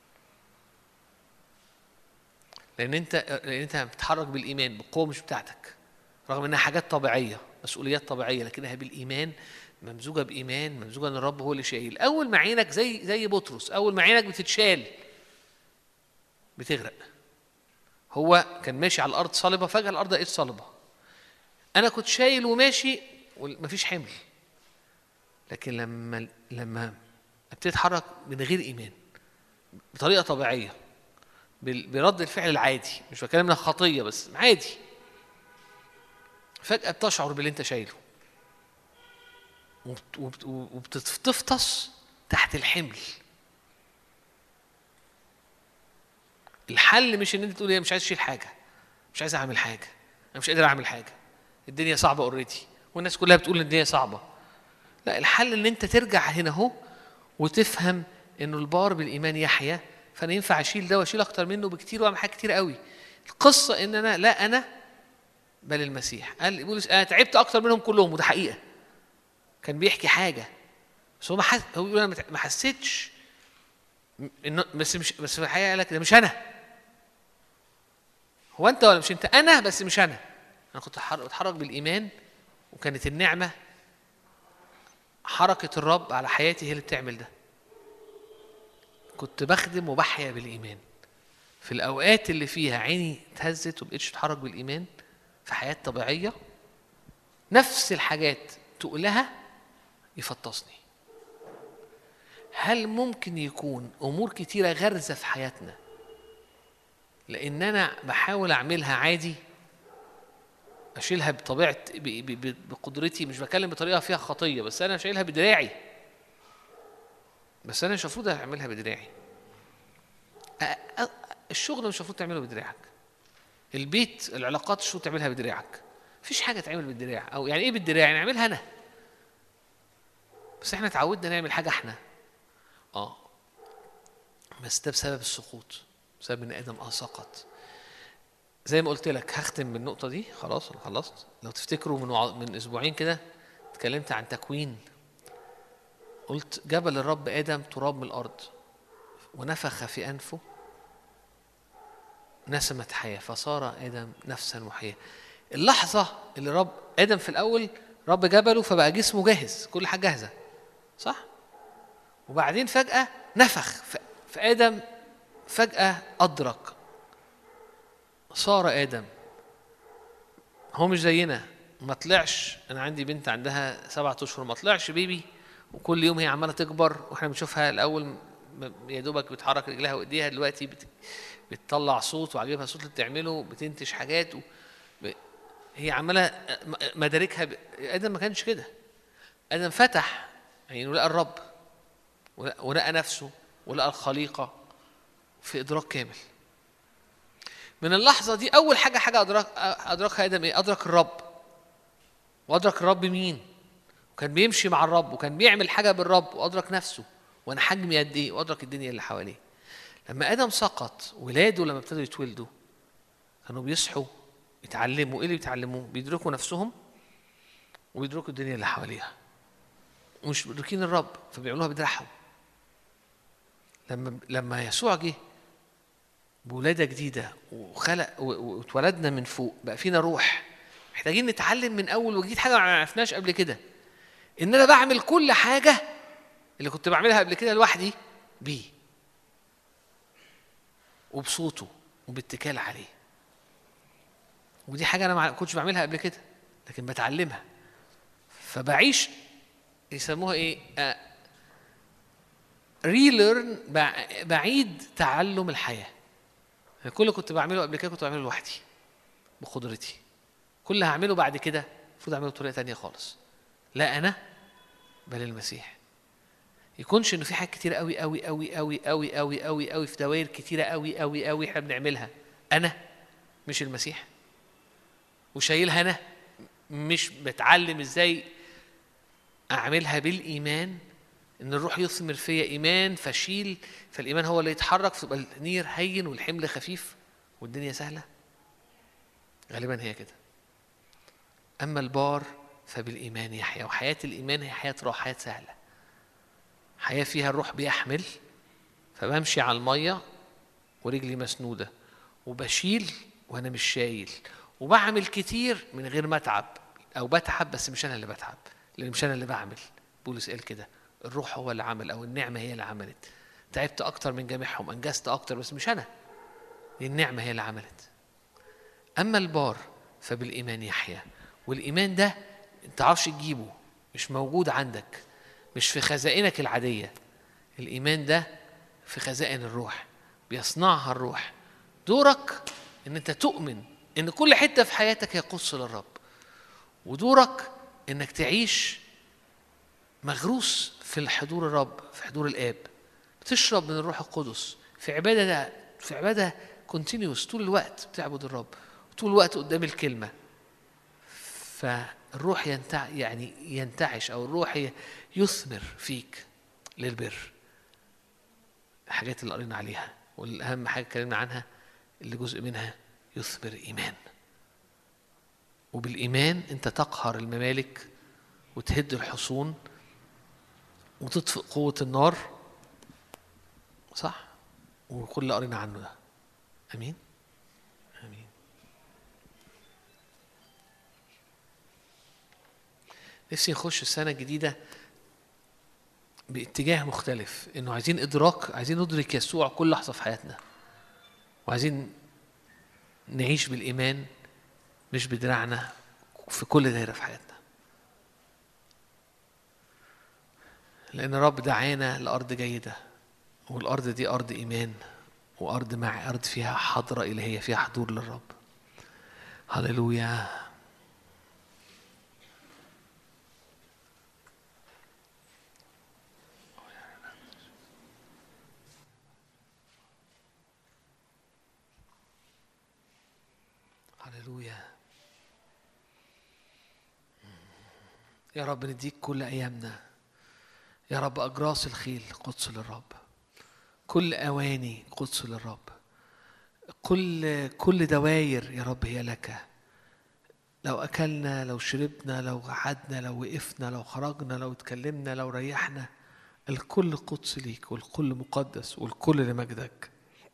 لأن أنت بتتحرك بالإيمان بالقوة مش بتاعتك، رغم إنها حاجات طبيعية، مسؤوليات طبيعية، لكنها بالإيمان، ممزوجة بإيمان، ممزوجة إن الرب هو اللي شايل. أول ما عينك زي بطرس، أول ما عينك بتتشال بتغرق. هو كان ماشي على الأرض صلبة، فجأة الأرض لقيت صلبة. أنا كنت شايل وماشي ومفيش حمل، لكن لما ابتدي اتحرك من غير إيمان بطريقة طبيعية برد الفعل العادي، مش بكلم انها خطية بس عادي، فجأة بتشعر باللي انت شايله وبتفطس تحت الحمل. الحل مش ان انت تقول ايه مش عايز اشيل حاجة، مش عايز اعمل حاجة، انا مش قادر اعمل حاجة، الدنيا صعبة اوريدي والناس كلها بتقول ان الدنيا صعبة. لا، الحل ان انت ترجع هنا اهو وتفهم انه البار بالايمان يحيى، فانا ينفع اشيل ده واشيل اكتر منه بكتير واعمل حاجات كتير قوي. القصه ان انا لا انا بل المسيح. قال بولس انا تعبت اكتر منهم كلهم، وده حقيقه. كان بيحكي حاجه بس هو بيقول انا ما حسيتش انه بس في الحقيقه قال لك ده مش انا. هو انت ولا مش انت؟ انا بس مش انا كنت بتحرك بالايمان، وكانت النعمه حركه الرب على حياتي هي اللي بتعمل ده. كنت بخدم وبحيا بالإيمان في الأوقات اللي فيها عيني اتهزت وبقيتش بتحرك بالإيمان في حياة طبيعية. نفس الحاجات تقولها يفطسني. هل ممكن يكون أمور كتيرة غرزة في حياتنا لأن أنا بحاول أعملها عادي، أشيلها بطبيعة بقدرتي، مش بكلم بطريقة فيها خطية، بس أنا شايلها بدراعي، بس أنا مش المفروض أعملها بدراعي. الشغل مش المفروض تعمله بدراعك. البيت، العلاقات مش المفروض تعملها بدراعك. مفيش حاجة تعمل بالدراع. أو يعني إيه بالدراع؟ يعني أعملها أنا. بس إحنا اتعودنا نعمل حاجة إحنا. بس ده بسبب السقوط، بسبب إن آدم سقط. زي ما قلت لك، هختم بالنقطة دي، خلاص أنا خلصت. لو تفتكروا من أسبوعين كده اتكلمت عن تكوين. قلت جبل الرب آدم تراب من الأرض ونفخ في أنفه نسمة حياة فصار آدم نفسا وحياة. اللحظة اللي آدم في الأول رب جبله فبقى جسمه جاهز، كل حاجة جاهزة، صح؟ وبعدين فجأة نفخ في آدم. فجأة أدرك، صار آدم. هو مش زينا، ما طلعش. أنا عندي بنت عندها 7 أشهر، ما طلعش بيبي وكل يوم هي عمالة تكبر، وإحنا بنشوفها الأول يا دوبك بتحرك رجلها وإيديها، دلوقتي بتطلع صوت وعجبها صوت اللي بتعمله، بتنتج حاجات هي عمالة مداركها. آدم ما كانش كده. آدم فتح يعني ولقى الرب، ولقى نفسه، ولقى الخليقة في إدراك كامل. من اللحظة دي أول حاجة أدركها آدم إيه؟ أدرك الرب. وأدرك الرب مين؟ وكان بيمشي مع الرب، وكان بيعمل حاجة بالرب، وأدرك نفسه وأنا حجمي قد إيه، وأدرك الدنيا اللي حواليه. لما آدم سقط، ولاده لما ابتدوا يتولدوا كانوا بيصحوا يتعلموا. إيه اللي بيتعلموه؟ بيدركوا نفسهم وبيدركوا الدنيا اللي حواليها، ومش مدركين الرب، فبيعملوها بدراعهم. لما يسوع جه بولادة جديدة وخلق واتولدنا من فوق، بقى فينا روح، محتاجين نتعلم من أول وجديد حاجة ما عرفناش قبل كده. إن أنا بعمل كل حاجة اللي كنت بعملها قبل كده لوحدي بيه، وبصوته، وباتكال عليه. ودي حاجة أنا ما كنتش بعملها قبل كده، لكن بتعلمها. فبعيش، يسموها إيه؟ ريليرن، بعيد تعلم الحياة. كل اللي كنت بعمله قبل كده كنت بعمله لوحدي بقدرتي. كل اللي هعمله بعد كده المفروض اعمله بطريقه تانية خالص، لا انا بل المسيح. يكونش انه في حاجات كتير قوي قوي قوي قوي قوي قوي قوي قوي في دوائر كتيره قوي قوي قوي احنا بنعملها انا مش المسيح، وشايلها انا، مش بتعلم ازاي اعملها بالايمان. ان الروح يثمر فيا ايمان فشيل، فالايمان هو اللي يتحرك، فتبقى النير هين والحمل خفيف والدنيا سهله. غالبا هي كده. اما البار فبالايمان يحيا. وحياه الايمان هي حياه روح، حياه سهله، حياه فيها الروح بيحمل. فبمشي على الميه ورجلي مسنوده، وبشيل وانا مش شايل، وبعمل كتير من غير ما اتعب، او بتعب بس مش انا اللي بتعب، لان مش انا اللي بعمل. بولس قال كده، الروح هو اللي عمل، او النعمه هي اللي عملت. تعبت اكتر من جميعهم، انجزت اكتر، بس مش انا، دي النعمه هي اللي عملت. اما البار فبالايمان يحيا. والايمان ده انت عارفش تجيبه، مش موجود عندك، مش في خزائنك العاديه. الايمان ده في خزائن الروح، بيصنعها الروح. دورك ان انت تؤمن ان كل حته في حياتك هي قدس للرب، ودورك انك تعيش مغروس في حضور الرب، في حضور الآب، بتشرب من الروح القدس في عبادة كونتينيوس، طول الوقت بتعبد الرب، طول الوقت قدام الكلمة. فالروح ينتعش، أو الروح يثمر فيك للبر. الحاجات اللي قرينا عليها، والأهم حاجة اتكلمنا عنها اللي جزء منها يثمر إيمان. وبالإيمان أنت تقهر الممالك وتهد الحصون وتطفئ قوة النار، صح؟ وكل اللي قرينا عنه ده. أمين؟ أمين. نفسي نخش السنة الجديدة باتجاه مختلف، إنه عايزين إدراك، عايزين ندرك يسوع كل لحظة في حياتنا، وعايزين نعيش بالإيمان مش بدراعنا في كل دايرة في حياتنا. لأن الرب دعانا لأرض جيدة، والأرض دي أرض إيمان، وأرض مع أرض فيها حضرة إلهية، فيها حضور للرب. هللويا. هللويا. يا رب نديك كل أيامنا يا رب. أجراس الخيل قدس للرب، كل أواني قدس للرب، كل دواير يا رب هي لك. لو أكلنا، لو شربنا، لو قعدنا، لو وقفنا، لو خرجنا، لو اتكلمنا، لو ريحنا، الكل قدس ليك، والكل مقدس، والكل لمجدك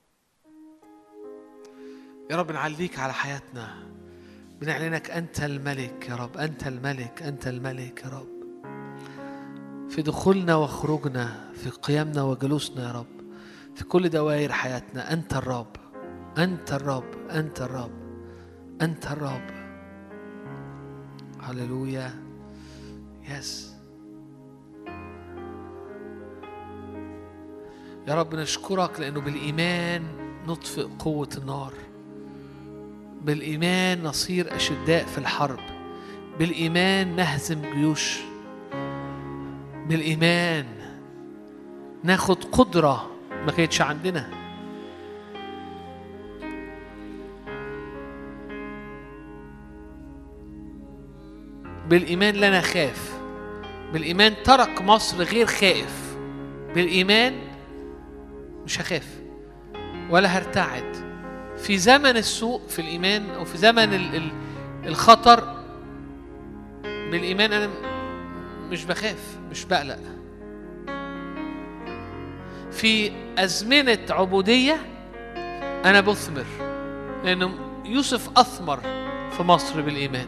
يا رب. نعليك على حياتنا، بنعلنك أنت الملك يا رب، أنت الملك، أنت الملك يا رب. في دخولنا وخروجنا، في قيامنا وجلوسنا يا رب، في كل دوائر حياتنا. أنت الرب، أنت الرب، أنت الرب، أنت الرب. هللويا. يس يا رب نشكرك لأنه بالإيمان نطفئ قوة النار، بالإيمان نصير أشداء في الحرب، بالإيمان نهزم جيوش، بالإيمان ناخد قدرة ما كانتش عندنا. بالإيمان لا نخاف، بالإيمان ترك مصر غير خائف، بالإيمان مش هخاف ولا هرتعد في زمن السوء في الإيمان، أو في زمن الخطر. بالإيمان أنا مش بخاف، مش بقلق. في أزمنة عبودية أنا بثمر، لأنه يوسف أثمر في مصر بالإيمان.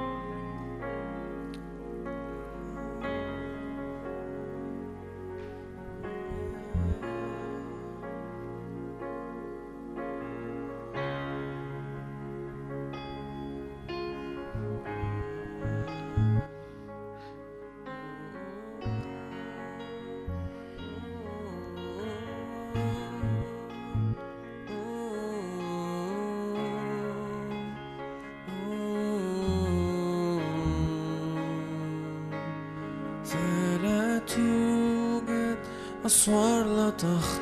أسوار لا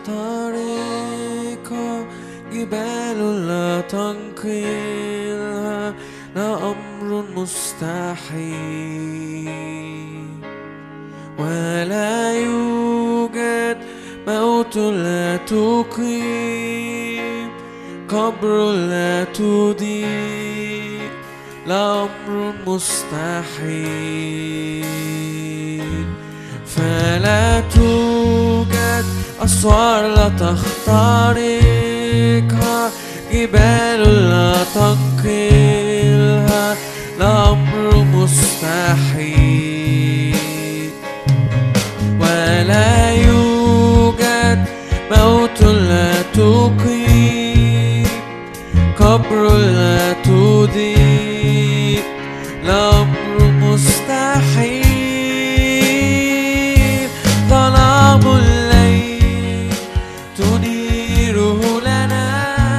تخترقها، جبال لا تنقلها، لا أمر مستحيل. ولا يوجد موت لا تقيم، قبر لا تضيء، لا أمر مستحيل. فلا توجد أسوار لا تخترقها، جبال لا تنقلها، لا أمر مستحيل. ولا يوجد موت لا تقيم، قبر لا تضيء، لا أمر مستحيل. ظلام الليل تنيره لنا،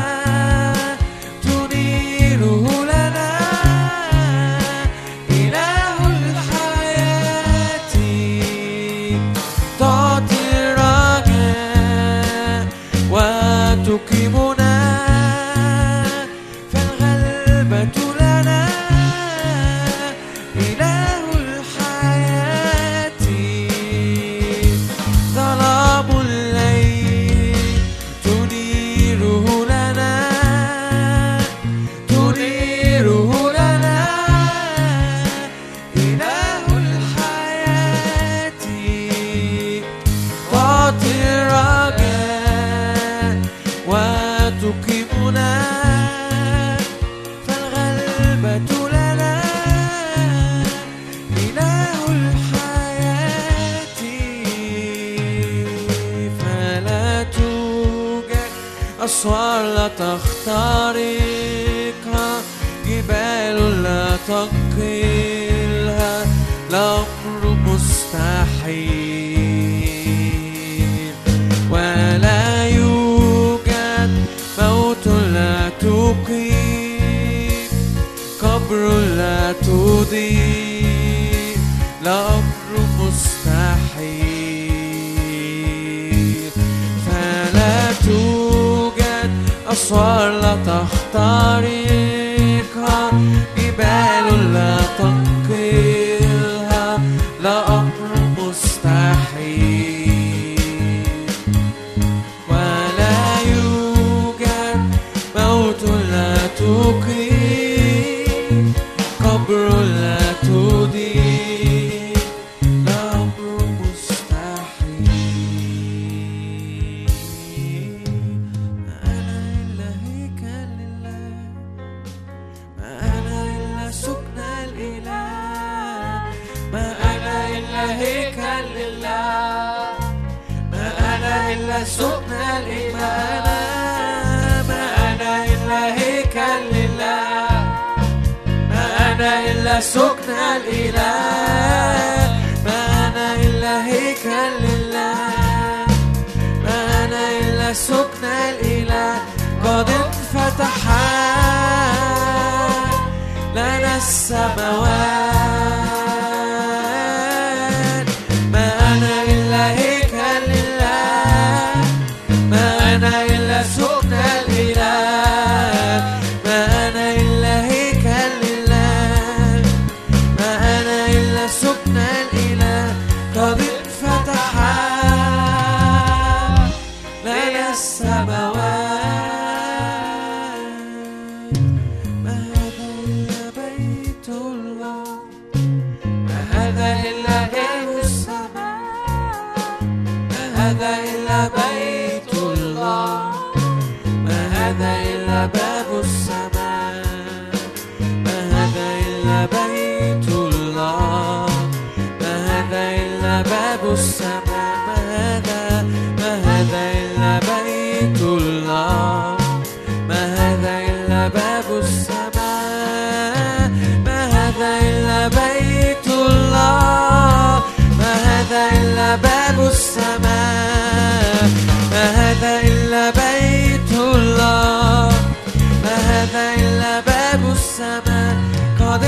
تنيره لنا، إله الحياة تعطي الرجاء وتقيمنا، فالغلبة لنا، إله الحياة. ظلام الليل تنيره لنا، تنيره لنا، إله الحياة تعطي الرجاء وتقيمنا، فالغلبة لنا، إله الحياة. فلا توجد أسوار لا تخترقها، جبال لا تنقلها، لا أمر مستحيل. ولا يوجد موت لا تقيم، قبر لا تضيء، لا أمر مستحيل. فلا توجد أسوار لا تخترقها، جبال لا تنقلها، لا أمر مستحيل. ولا يوجد موت لا تقيم، قبر لا تضيء، لا أمر مستحيل. أنا إلا هيكل لله، إلا سكن الإيمان ما أنا إلا هيكل لله ما أنا إلا سكن الإله ما أنا إلا هيكل لله ما أنا إلا سكن الإله قد انفتحت لنا السماوات ما أنا إلا هيكل لله ما أنا إلا سكن الإله ما أنا إلا هيكل لله ما أنا إلا سكن الإله قد انفتحت لنا السماوات ما هذا إلا بيت الله ما هذا إلا باب السماء ما هذا إلا بيت الله ما هذا إلا باب السماء ما هذا إلا بيت الله ما هذا إلا باب السماء ما هذا إلا بيت الله ما هذا إلا باب السماء ما هذا إلا بيت الله ما هذا إلا باب السماء ما هذا إلا بيت الله ما هذا إلا باب السماء قد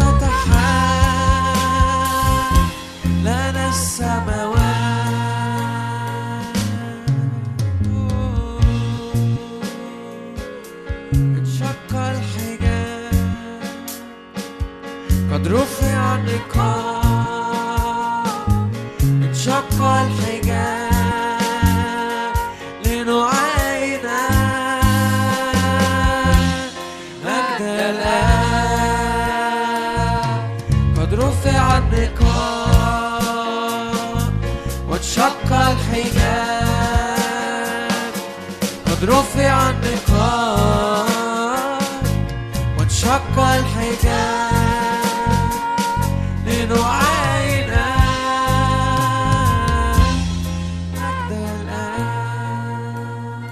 انفتحت لنا السماوات انشق الحجاب قد رفع النقاب انشق الحجاب لنعاين مجد الآب قد رفع النقاب وانشق الحجاب قد رفع النقاب وانشق الحجاب لنعاين مجد الآب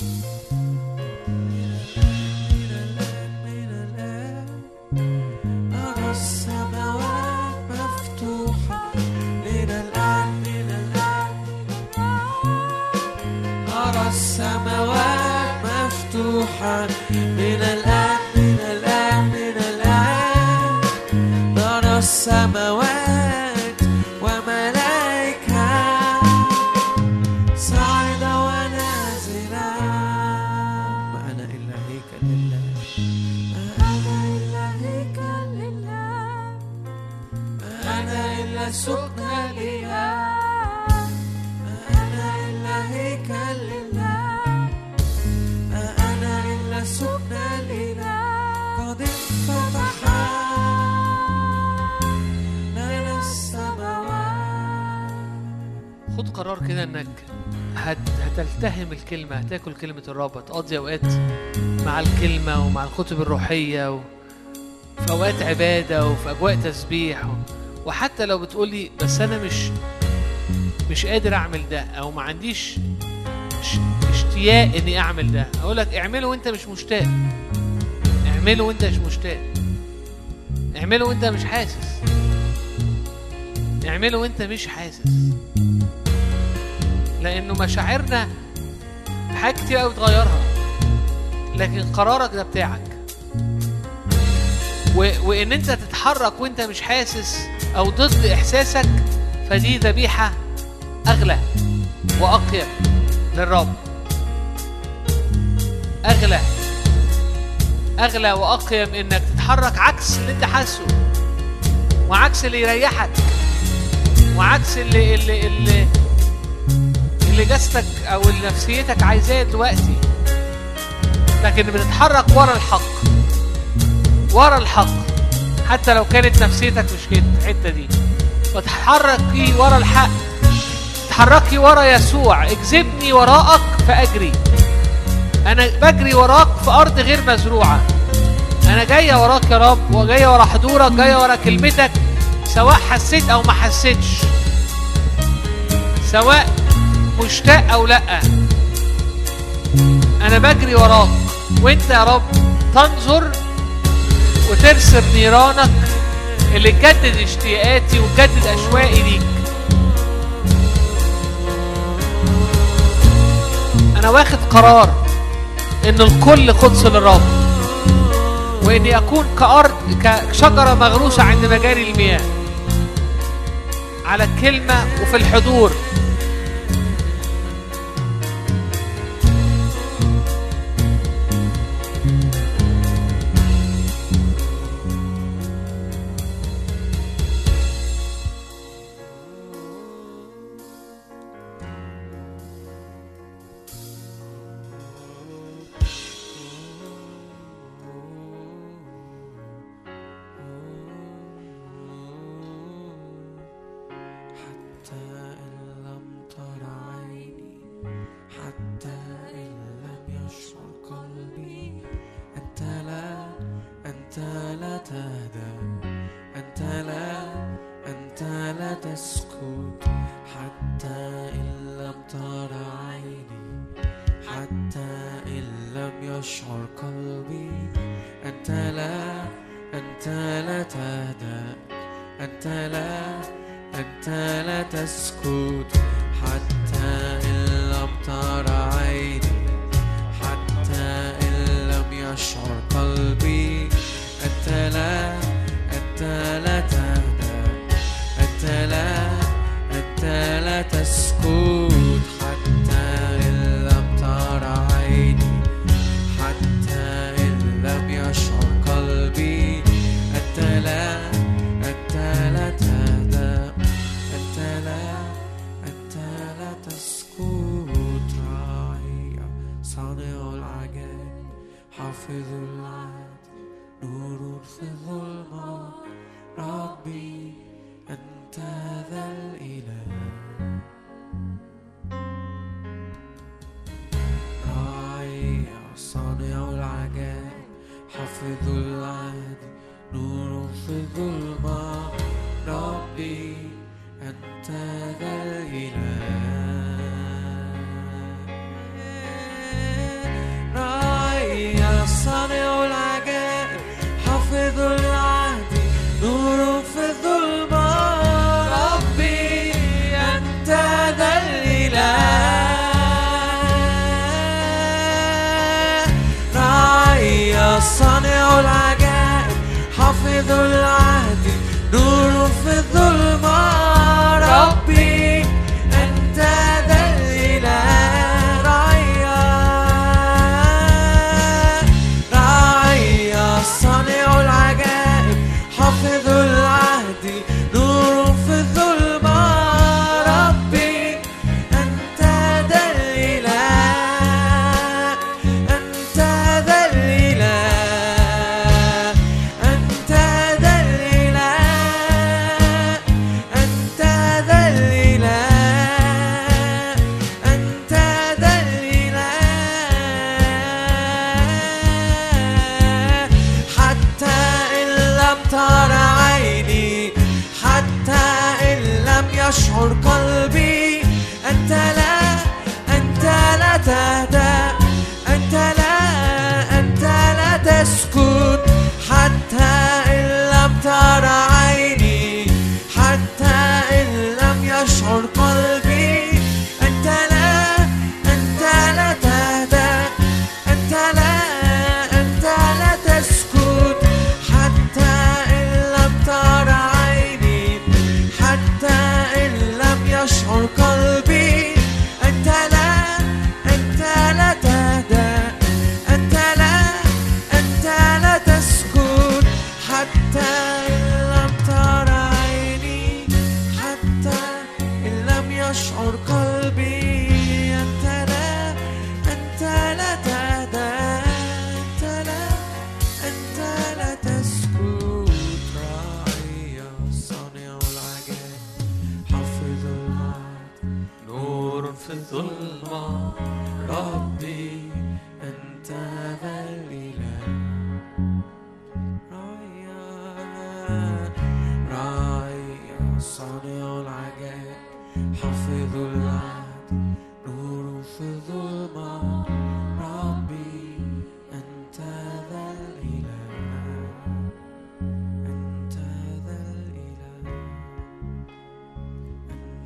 من الآب نرى السماوات مفتوحة من الآن نرى السماوات مفتوحة من الآن نرى السماوات وملائكة صاعدة ونازلة ما أنا إلا هيكل لله ما أنا إلا هيكل لله ما أنا إلا سكن الإله ما أنا إلا هيكل لله ما أنا إلا سكن الإله قد انفتحت لنا السماوات. خد قرار كده انك هتلتهم الكلمة، هتاكل كلمة الرب، هتقضي اوقات مع الكلمة ومع الكتب الروحية في اوقات عبادة وفي اجواء تسبيح وحتى لو بتقولي بس انا مش قادر اعمل ده او ما عنديش اشتياق اني اعمل ده، اقولك اعمله وانت مش مشتاق، اعمله وانت مش مشتاق، اعمله وانت مش حاسس، اعمله وانت مش حاسس، لانه مشاعرنا حاجات كتير قوي تغيرها، لكن قرارك ده بتاعك. وان انت تتحرك وانت مش حاسس او ضد احساسك فدي ذبيحة اغلى واقيم للرب، اغلى واقيم انك تتحرك عكس اللي انت حاسه وعكس اللي يريحك وعكس اللي جسدك او نفسيتك عايزاه دلوقتي، لكن بتتحرك ورا الحق حتى لو كانت نفسيتك مش كده الحته دي، وتتحركي ورا الحق، تتحركي ورا يسوع. اجذبني وراءك فاجري، انا بجري وراك في ارض غير مزروعه، انا جايه وراك يا رب، وجايه ورا حضورك، جايه ورا كلمتك، سواء حسيت او ما حسيتش، سواء مشتاق أو لأ، أنا بجري وراك، وأنت يا رب تنظر وترسم نيرانك اللي تجدد اشتياقاتي وتجدد أشواقي ليك. أنا واخد قرار إن الكل قدس للرب، وإني أكون كأرض كشجرة مغروسة عند مجاري المياه، على الكلمة وفي الحضور.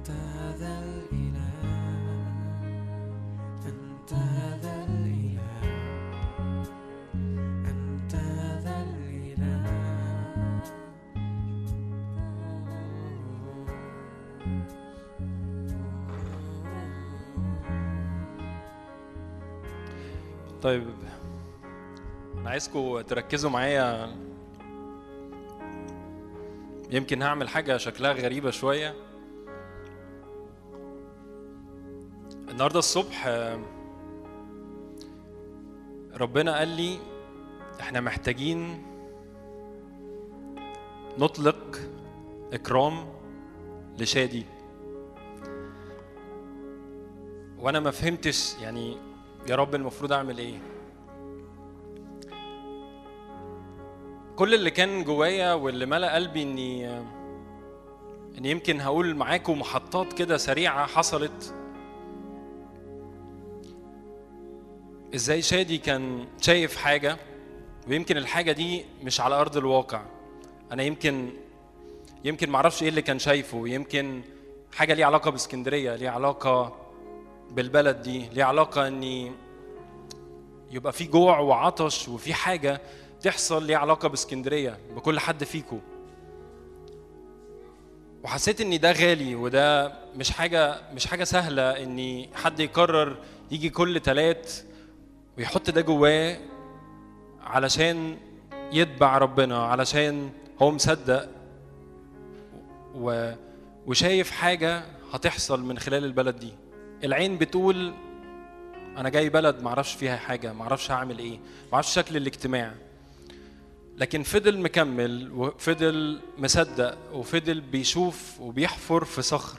أنت هذا الإله، أنت هذا الإله، أنت هذا الإله. طيب انا عايزكم تركزوا معايا. يمكن هعمل حاجة شكلها غريبة شوية. النهاردة الصبح ربنا قال لي احنا محتاجين نطلق إكرام لشادي، وانا ما فهمتش يعني يا رب المفروض اعمل ايه. كل اللي كان جوايا واللي ملأ قلبي اني يمكن هقول معاكم محطات كده سريعة حصلت. ازاي شادي كان شايف حاجة، ويمكن الحاجة دي مش على أرض الواقع. أنا يمكن معرفش إيه اللي كان شايفه. يمكن حاجة ليه علاقة باسكندرية، ليه علاقة بالبلد دي، ليه علاقة إني يبقى في جوع وعطش وفي حاجة تحصل ليه علاقة باسكندرية بكل حد فيكو. وحسيت إني ده غالي، وده مش حاجة سهلة إني حد يقرر يجي كل تلات ويحط ده جواه علشان يتبع ربنا، علشان هو مصدق وشايف حاجة هتحصل من خلال البلد دي. العين بتقول أنا جاي بلد معرفش فيها حاجة، معرفش هعمل إيه، معرفش شكل الاجتماع، لكن فضل مكمل وفضل مصدق وفضل بيشوف وبيحفر في صخر.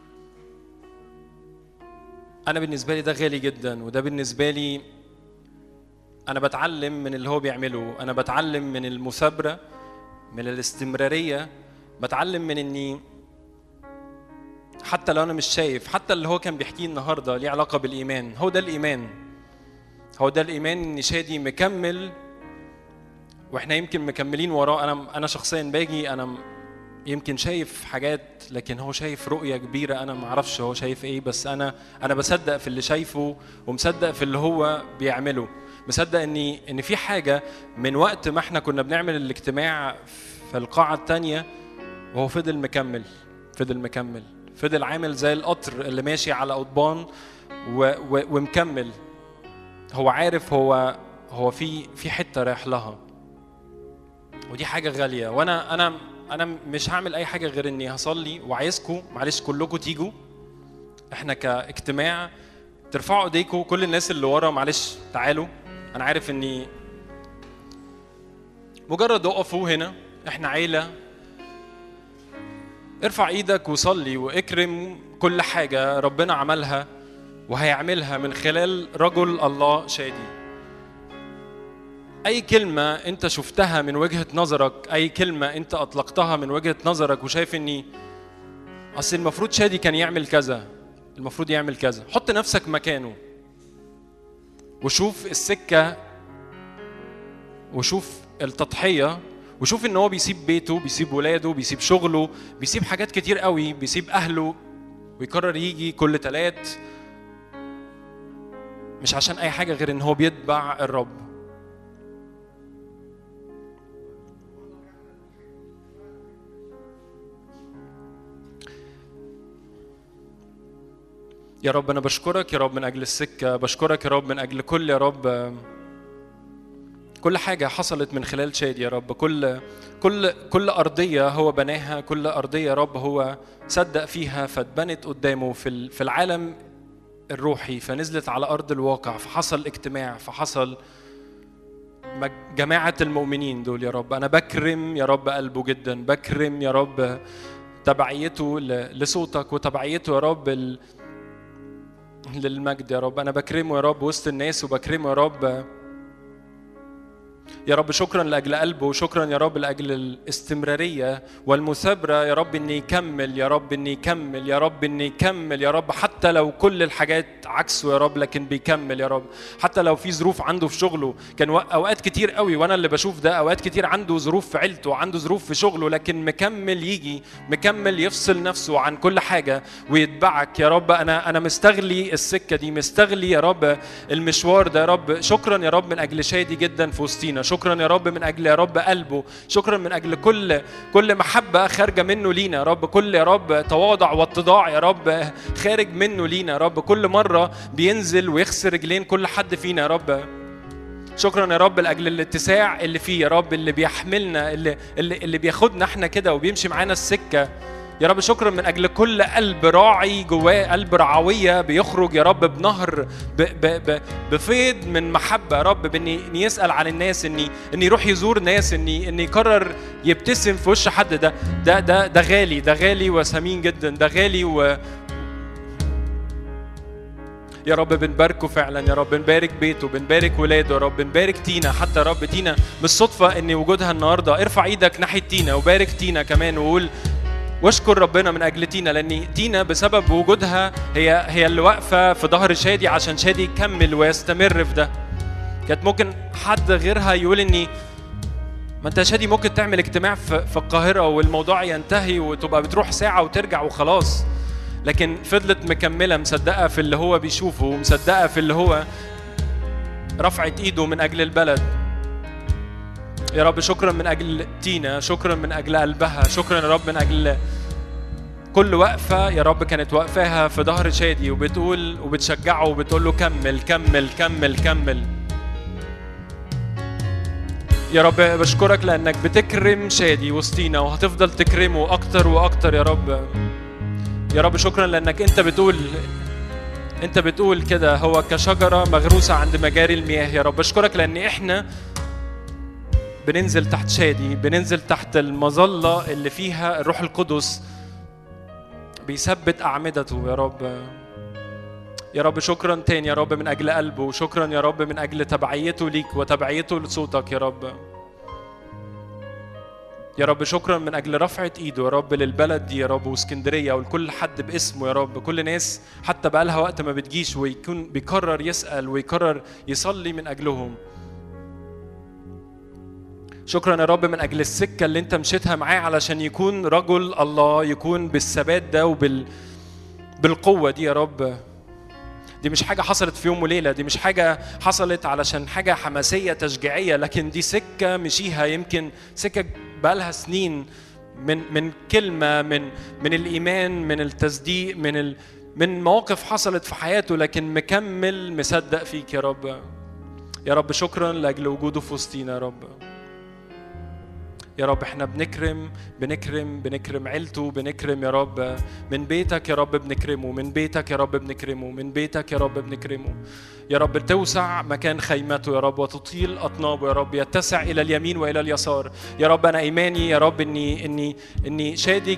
أنا بالنسبة لي ده غالي جدا، وده بالنسبة لي أنا بتعلم من اللي هو بيعمله. أنا بتعلم من المثابرة، من الاستمرارية، بتعلم من إني حتى لو أنا مش شايف، حتى اللي هو كان بيحكيه النهاردة ليه علاقة بالإيمان. هو ده الإيمان إن شادي مكمل وإحنا يمكن مكملين وراه. أنا شخصيا باجي أنا يمكن شايف حاجات، لكن هو شايف رؤية كبيرة أنا ما أعرفش هو شايف إيه، بس أنا بصدق في اللي شايفه ومصدق في اللي هو بيعمله. مصدق إن في حاجة من وقت ما إحنا كنا بنعمل الاجتماع في القاعة التانية وهو فضل مكمل، فضل عامل زي القطر اللي ماشي على قضبان ومكمل. هو عارف هو في حتة رايح لها، ودي حاجة غالية. وأنا مش هعمل أي حاجة غير إني هصلي وعايزكم معلش كلكم تيجوا. إحنا كاجتماع ترفعوا إيديكم، كل الناس اللي ورا معلش تعالوا. أنا عارف إني مجرد وقفوا هنا، إحنا عيلة. ارفع إيدك وصلي واكرم كل حاجة ربنا عملها وهيعملها من خلال رجل الله شادي. أي كلمة أنت شفتها من وجهة نظرك، أي كلمة أنت أطلقتها من وجهة نظرك وشايف إني أصل المفروض شادي كان يعمل كذا، المفروض يعمل كذا، حط نفسك مكانه وشوف السكة وشوف التضحية وشوف إن هو بيسيب بيته، بيسيب ولاده، بيسيب شغله، بيسيب حاجات كتير قوي، بيسيب أهله ويقرر يجي كل تلات، مش عشان أي حاجة غير إن هو بيتبع الرب. يا رب أنا بشكرك يا رب من أجل السكة، بشكرك يا رب من أجل كل يا رب كل حاجة حصلت من خلال شادي يا رب. كل أرضية هو بناها، كل أرضية يا رب هو صدق فيها فاتبنت قدامه في العالم الروحي، فنزلت على أرض الواقع، فحصل اجتماع، فحصل جماعة المؤمنين دول يا رب. أنا بكرم يا رب قلبه جدا، بكرم يا رب تبعيته لصوتك وتبعيته يا رب للمجد يا رب. أنا بكرمه يا رب وسط الناس، وبكرمه يا رب يا رب شكرا لأجل قلبه، وشكرا يا رب لأجل الاستمرارية والمثابرة يا رب إني يكمل، يا رب إني يكمل، يا رب إني يكمل، يا رب حتى لو كل الحاجات عكسه يا رب لكن بيكمل يا رب. حتى لو في ظروف عنده في شغله، كان أوقات كتير قوي وأنا اللي بشوف ده، أوقات كتير عنده ظروف في عيلته، عنده ظروف في شغله، لكن مكمل يجي، مكمل يفصل نفسه عن كل حاجة ويتبعك يا رب. أنا مستغلي السكة دي، مستغلي يا رب المشوار ده يا رب. شكرا يا رب من أجل شادي جدا في وسطينا، شكرا يا رب من أجل يا رب قلبه، شكرا من أجل كل محبة خارجة منه لينا يا رب، كل يا رب تواضع واتضاع يا رب خارج منه لينا يا رب، كل مرة بينزل ويخسر رجلين كل حد فينا يا رب. شكرا يا رب لأجل الاتساع اللي فيه يا رب، اللي بيحملنا، اللي بياخدنا احنا كده وبيمشي معانا السكة يا رب. شكرا من أجل كل قلب راعي جواه، قلب رعوية بيخرج يا رب بنهر بفيض من محبة يا رب، بإني يسأل عن الناس، إني يروح يزور ناس، إني يقرر يبتسم في وش حد. ده غالي، ده غالي وثمين جدا، ده غالي يا رب بنباركه فعلا يا رب، بنبارك بيته، بنبارك ولاده يا رب، بنبارك تينا حتى يا رب. تينا بالصدفة إن وجودها النهاردة، ارفع ايدك ناحية تينا وبارك تينا كمان وقول واشكر ربنا من أجل تينا، لأن تينا بسبب وجودها هي اللي واقفة في ظهر شادي عشان شادي يكمل ويستمر في ده. كانت ممكن حد غيرها يقول إني ما أنت شادي ممكن تعمل اجتماع في القاهرة والموضوع ينتهي وتبقى بتروح ساعة وترجع وخلاص، لكن فضلت مكملة، مصدقة في اللي هو بيشوفه، ومصدقة في اللي هو رفعت إيده من أجل البلد. يا رب شكرا من أجل تينا، شكرا من أجل قلبها، شكرا يا رب من أجل كل وقفة يا رب كانت وقفاها في ظهر شادي وبتقول وبتشجعه وبتقول له كمل كمل كمل كمل. يا رب بشكرك لأنك بتكرم شادي وسطينا وهتفضل تكرمه أكتر وأكتر يا رب. يا رب شكرا لأنك أنت بتقول كده هو كشجرة مغروسة عند مجاري المياه. يا رب بشكرك لأن إحنا بننزل تحت شادي، بننزل تحت المظلة اللي فيها الروح القدس بيثبت أعمدته يا رب. يا رب شكرا تاني يا رب من أجل قلبه، وشكرا يا رب من أجل تبعيته ليك وتبعيته لصوتك يا رب. يا رب شكرا من أجل رفعة إيده يا رب للبلد دي يا رب واسكندرية ولكل حد باسمه يا رب، كل ناس حتى بقالها وقت ما بتجيش ويكون بيقرر يسأل ويقرر يصلي من أجلهم. شكرا يا رب من أجل السكة اللي انت مشيتها معاه علشان يكون رجل الله، يكون بالثبات ده بالقوة دي يا رب. دي مش حاجة حصلت في يوم وليلة، دي مش حاجة حصلت علشان حاجة حماسية تشجيعية، لكن دي سكة مشيها، يمكن سكة بقالها سنين من كلمة، من الإيمان، من التصديق، من مواقف حصلت في حياته، لكن مكمل مصدق فيك يا رب. يا رب شكرا لأجل وجوده في وسطينا يا رب. يا رب احنا بنكرم عيلته، بنكرم يا رب من بيتك يا رب، بنكرمه من بيتك يا رب، بنكرمه من بيتك يا رب، بنكرمه يا رب. توسع مكان خيمته يا رب وتطيل أطنابه يا رب، يتسع إلى اليمين وإلى اليسار يا رب. أنا إيماني يا رب إني شادي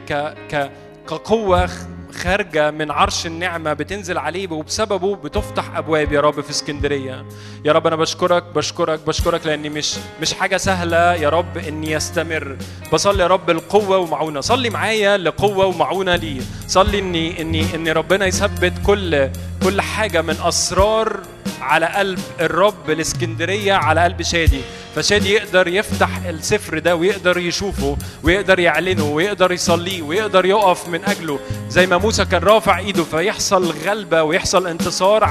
كقوة خارجة من عرش النعمة بتنزل عليه وبسببه بتفتح أبواب يا رب في اسكندرية يا رب. أنا بشكرك لأني مش حاجة سهلة يا رب إني يستمر. بصلي يا رب القوة ومعونة، صلي معايا لقوة ومعونة لي، صلي إني ربنا يثبت كل حاجة من أسرار على قلب الرب الاسكندرية، على قلب شادي، فشادي يقدر يفتح السفر ده ويقدر يشوفه ويقدر يعلنه ويقدر يصليه ويقدر يقف من أجله زي ما موسى كان رافع إيده، فيحصل غلبة ويحصل انتصار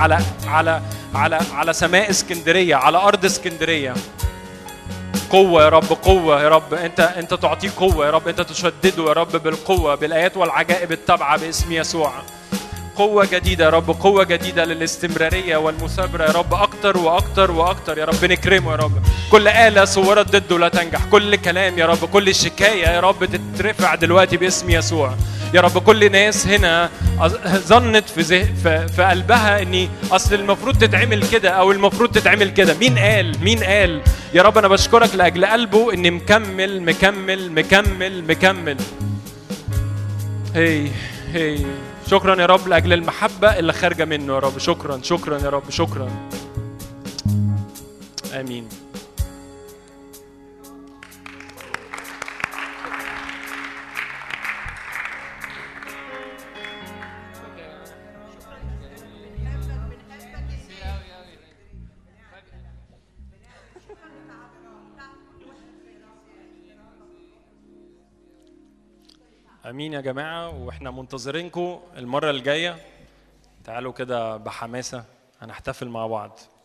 على سماء اسكندرية، على أرض اسكندرية. قوة يا رب، قوة يا رب، أنت تعطيه قوة يا رب، أنت تشدده يا رب بالقوة، بالآيات والعجائب التابعة باسم يسوع. قوة جديدة يا رب، قوة جديدة للاستمرارية والمثابرة يا رب، أكتر وأكتر وأكتر يا رب. نكرمه يا رب. كل آلة صورت ضده لا تنجح، كل كلام يا رب، كل شكاية يا رب تترفع دلوقتي باسم يسوع يا رب. كل ناس هنا ظنت في قلبها إني أصل المفروض تتعمل كده أو المفروض تتعمل كده، مين قال يا رب. أنا بشكرك لأجل قلبه إني مكمل مكمل مكمل مكمل. هي شكرا يا رب لأجل المحبة اللي خارجة منه يا رب. شكرا يا رب، شكرا. آمين. امين يا جماعه، واحنا منتظرينكم المره الجايه. تعالوا كده بحماسه هنحتفل مع بعض.